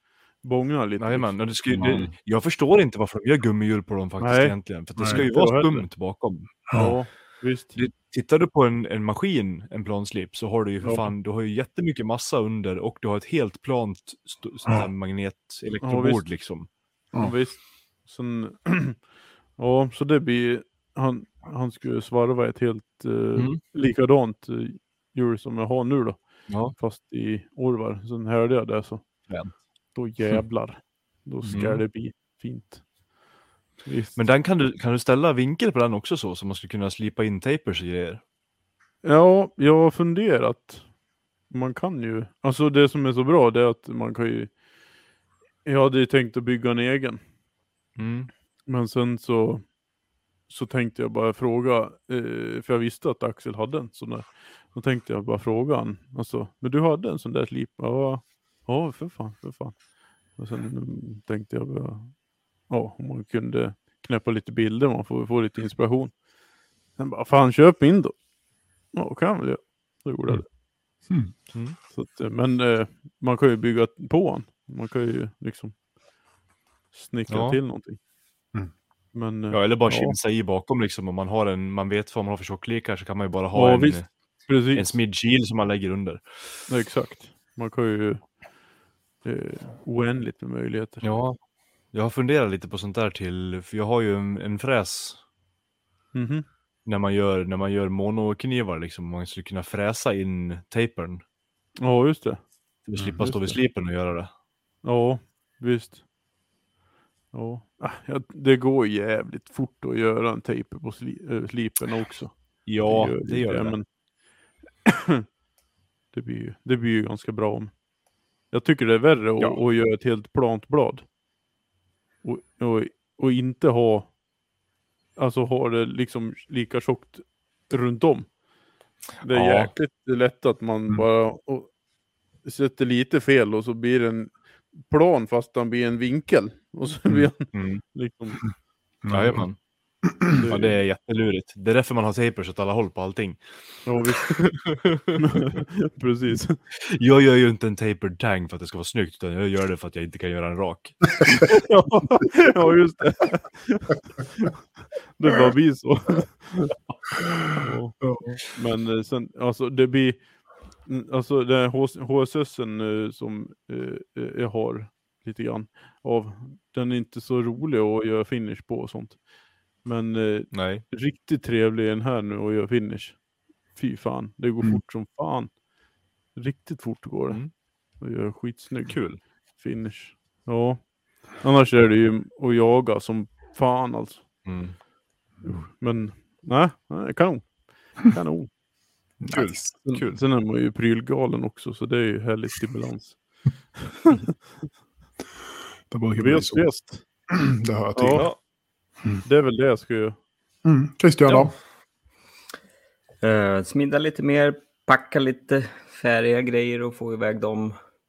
bångna lite. Nej, man, det ska, ju- Mm. det, jag förstår inte varför de gör gummihjul på dem faktiskt Nej. egentligen. För det Nej, ska ju inte vara jag heller. skumt bakom. Ja, visst. Du, tittar du på en, en maskin, en planslip, så har du ju för Ja. fan, du har ju jättemycket massa under och du har ett helt plant st- sånt där Ja. magnet-elektrobord Ja, visst. liksom. Ja, visst. Sen, ja, så det blir... Han, han skulle svarva ett helt eh, Mm. likadant eh, hjul som jag har nu då. Ja. Fast i Orvar. Sen hörde jag det så. Ja. Då jävlar. Då ska Mm. det bli fint. Visst. Men den kan du, kan du ställa vinkel på den också så, så man skulle kunna slipa in tapers och grejer? Ja, jag har funderat. Man kan ju... Alltså det som är så bra det är att man kan ju... Jag hade ju tänkt att bygga en egen. Mm. Men sen så... Så tänkte jag bara fråga. Eh, för jag visste att Axel hade en sån där. Då tänkte jag bara fråga han. Alltså, men du hade en sån där slip? Ja, ja för fan, för fan. Och sen mm, tänkte jag bara... Ja, om man kunde knäppa lite bilder. Man får få lite inspiration. Sen bara, fan köp in då. Ja, kan väl jag. Då gjorde jag det. Mm. Mm. Så att, eh, men eh, man kan ju bygga på han. Man kan ju liksom snickra Ja. till någonting. Mm. Men, eh, Ja, eller bara ja. kimsa i bakom liksom. Om man har en, man vet vad man har för tjocklekar så kan man ju bara ha Ja, en, visst. Precis. en smidkil som man lägger under. Ja, exakt. Man kan ju eh, oändligt med möjligheter. Ja, jag har funderat lite på sånt där till, för jag har ju en, en fräs Mhm. när man gör, när man gör monoknivar liksom. Man skulle kunna fräsa in tapern. Ja, just det. För att slippa just stå vid det. slipen och göra det. Ja, visst. Ja, ah, ja, det går jävligt fort att göra en tejp på sli- äh, slipen också. Ja, gör det gör det. Men det, blir ju, det blir ju ganska bra om. Jag tycker det är värre att, Ja. att göra ett helt plant blad. Och, och, och inte ha, alltså ha det liksom lika tjockt runt om. Det är Ja. jäkligt lätt att man Mm. bara och, sätter lite fel och så blir det en plan fast den blir en vinkel. Och så blir den Mm. liksom... Jajamän. Ja, det är jättelurigt. Det är därför man har tapers åt alla håll på allting. Ja, visst. Precis. Jag gör ju inte en tapered tang för att det ska vara snyggt, utan jag gör det för att jag inte kan göra en rak. ja, ja, just det. Det bara blir så. Ja. Men eh, sen, alltså det blir, mm, alltså den H S S-en eh, som eh, eh, jag har lite grann av, den är inte så rolig att göra finish på och sånt. Men eh, Nej. riktigt trevlig den här nu att göra finish. Fy fan, det går Mm. fort som fan. Riktigt fort går det. Mm. Och gör skitsnygg Kul. finish. Ja. Annars är det ju att jaga som fan alltså. Mm. Men nej, nej kanon. Kanon. Kul. Nice. Sen, Kul. sen är man ju prylgalen också, så det är ju härlig stimulans. Det brukar bli Vet, så. vet. Det hör jag till. Ja, det är väl det jag ska göra. Mm. Christian då? Uh, smidda lite mer, packa lite färdiga grejer och få iväg dem.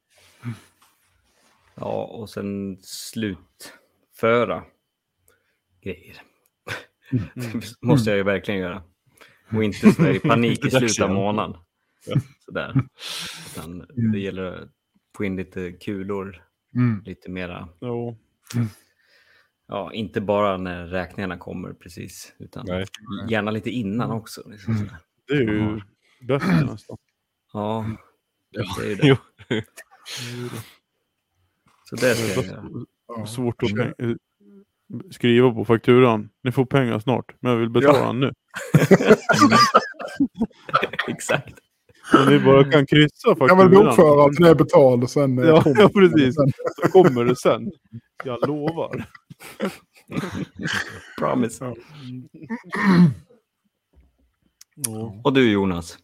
Ja, och sen slutföra grejer. Det måste jag ju verkligen göra. Och inte sådär i panik i Det är dags slutet av igen. månaden. Sådär. Utan det gäller att få in lite kulor, Mm. lite mera. Ja. Ja, inte bara när räkningarna kommer precis, utan Nej. gärna lite innan också. Liksom Mm. sådär. Det är ju bättre nästan. Ja, Ja. det är ju det. Jo. Så det ska jag göra. Ja. Svårt att peng- eh, skriva på fakturan. Ni får pengar snart, men jag vill betala Ja. den nu. Exakt. Om ni bara kan kryssa fakturan. Jag vill bokföra att den är betald och sen... eh, Ja, kommer ja, den. precis. Sen- Så kommer det sen. Jag lovar. Promise. Ja. Ja. Och du Jonas?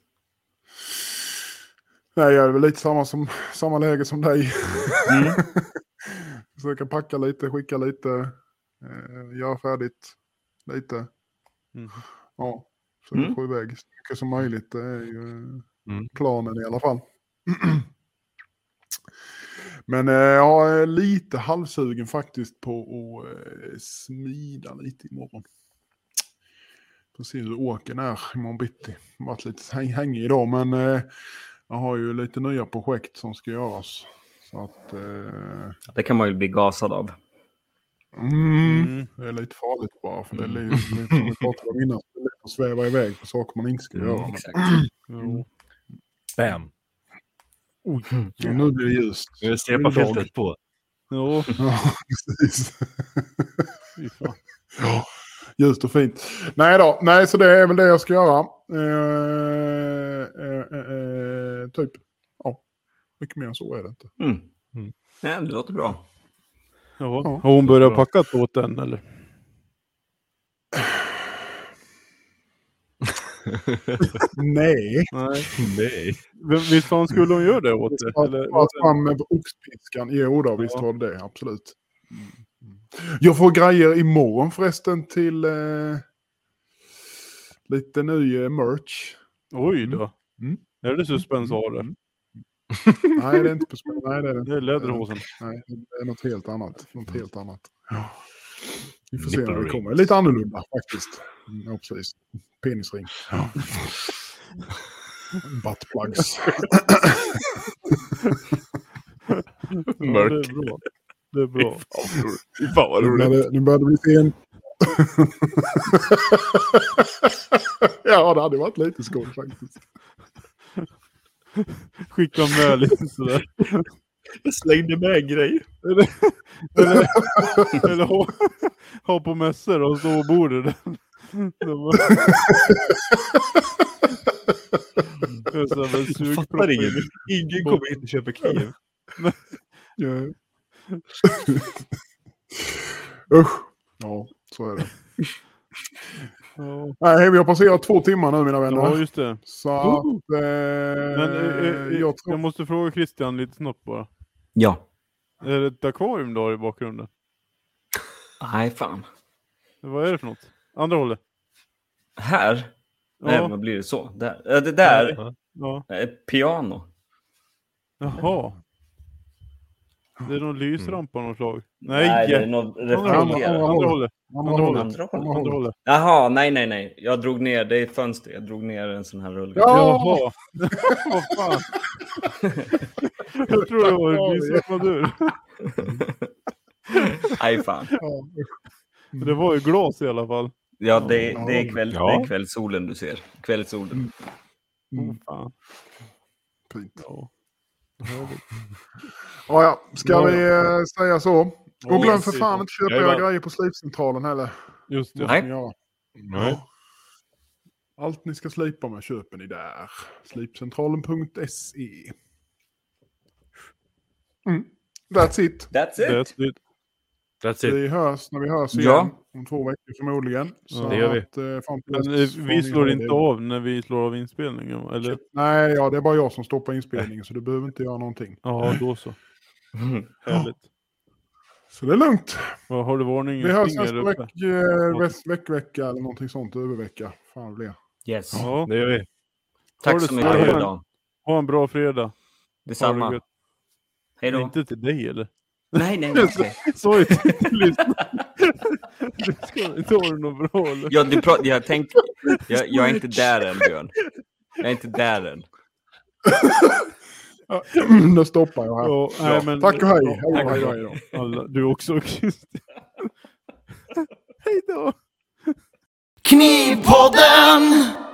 Nej, jag är väl lite samma, som, samma läge som dig. Mm. Försöka packa lite, skicka lite, eh, göra färdigt lite. Mm. Ja, försöka Mm. få iväg så mycket som möjligt. Det är ju Mm. planen i alla fall. Men eh, jag är lite halvsugen faktiskt på att eh, smida lite imorgon. Får se hur åken är imorgon bitti. Jag har varit lite häng- hängig idag, men eh, jag har ju lite nya projekt som ska göras. Så att... Eh... Det kan man ju bli gasad av. Mm. Mm. Det är lite farligt bara. För det är lite, lite som vi pratade om innan. Det är lätt att sväva iväg på saker man inte ska Mm, göra. Exakt. Jo. Bam! Och nu blir det ljust. Nu är stepafiltret på. Jo. Ja, precis. Fy fan. Ja, ljust och fint. Nej då, nej så det är väl det jag ska göra. Eh, eh, eh, eh, typ. Ja, mycket mer än så är det inte. Mm. Mm. Ja, det låter bra. Ja. Ja. Har hon börjat packa åt den eller? Nej. Nej. Nej. V- Visst fan skulle hon göra det åt det? Eller, Eller? fram med oxpiskan. Jo då, visst Ja. var det det, absolut. Jag får grejer imorgon förresten till eh, lite ny eh, merch. Oj då. Mm. Är det suspensare? Nej, det är inte på spel. Nej, det är det Det inte. är läderhosen. Nej, det är något helt annat. Något helt annat. Ja. Vi får se Nipple när det rings. kommer. Lite annorlunda faktiskt. Mm, ja, precis. Penisring. Ja. Buttplugs. Ja, det är bra. Det är bra. Fy fan vad Nu roligt. börjar det- nu börjar det bli sen. Ja, det hade varit lite skoj faktiskt. Skicka med lite sådär. Jag slängde med en grej. Eller, eller ha, ha på mässor och stå och bordet. Det var... Det är så här med Jag sugpropp fattar in i- ingen. Ingen kommer hit och köper kniv. Ja. Usch. Ja, så är det. Ja. Nej, vi har passerat två timmar nu mina vänner. Ja, just det. Så att... Eh, Men eh, eh, jag jag, tror... måste fråga Christian lite snabbt bara. Ja. Är det ett akvarium du har i bakgrunden? Nej, fan. Vad är det för något? Andra hållet? Här? Nej, Ja. vad blir det så? Där. Ja, det där. Ja. är Ett piano. Jaha. Det är någon lysrampa av något slag. Nej! Nej, det är något andra, hållet. reflekterat. andra hållet. Andra Andra hållet. hållet. Andra hållet. Andra hållet. Jaha, nej, nej, nej. Jag drog ner, det är ett fönster. Jag drog ner en sån här rullgardin. Ja! Jaha. Vad fan. Jag tror det var en lysarmadur. Nej, fan. Ja, Det var ju glas i alla fall. Ja, det, det, är kväll, Ja. det är kvällssolen du ser. Kvällssolen. Åh mm, fan. fint. Ja. Ja, ja. Ska Ja, vi eh, säga så? Och glöm yes. för fan inte köpa Jajamän. era grejer på slipcentralen heller. Just det. Nej. Ja. Nej. Allt ni ska slipa med köper ni där. slipcentralen punkt se. Mm. That's it. That's it. Det, det, That's it. Vi hörs när vi hörs igen. Ja. Om två veckor förmodligen. Så det gör vi. Att, eh, fram till men dess eh, får vi ni slår ha inte det. av när vi slår av inspelningen, eller? Nej, ja, det är bara jag som stoppar inspelningen. Så du behöver inte göra någonting. Ja, då så. Mm. Härligt. Så det är lugnt. Vad har du varningen? Vi hörs Finger nästa uppe? veck, eh, veck, veckvecka eller någonting sånt. Övervecka. Fan det blir. Yes. Ja. Det gör vi. Ha Tack det så så mycket bra. för idag. Ha en bra fredag. Ha det Detsamma. gött. Hej då. Inte till dig eller? Nej, nej, nej. okej. Sorry. Lyssna. Lyssna. Inte var det något bra eller? Ja, du pra- jag tänkte... Jag, jag är inte där än, Björn. Jag är inte där än. Ja, då stoppar jag här. Ja, nej, men, Tack och hej. Ja, Hej, Tack och hej, hej. hej då. alla, du också Christian. Hej då. Knivpodden!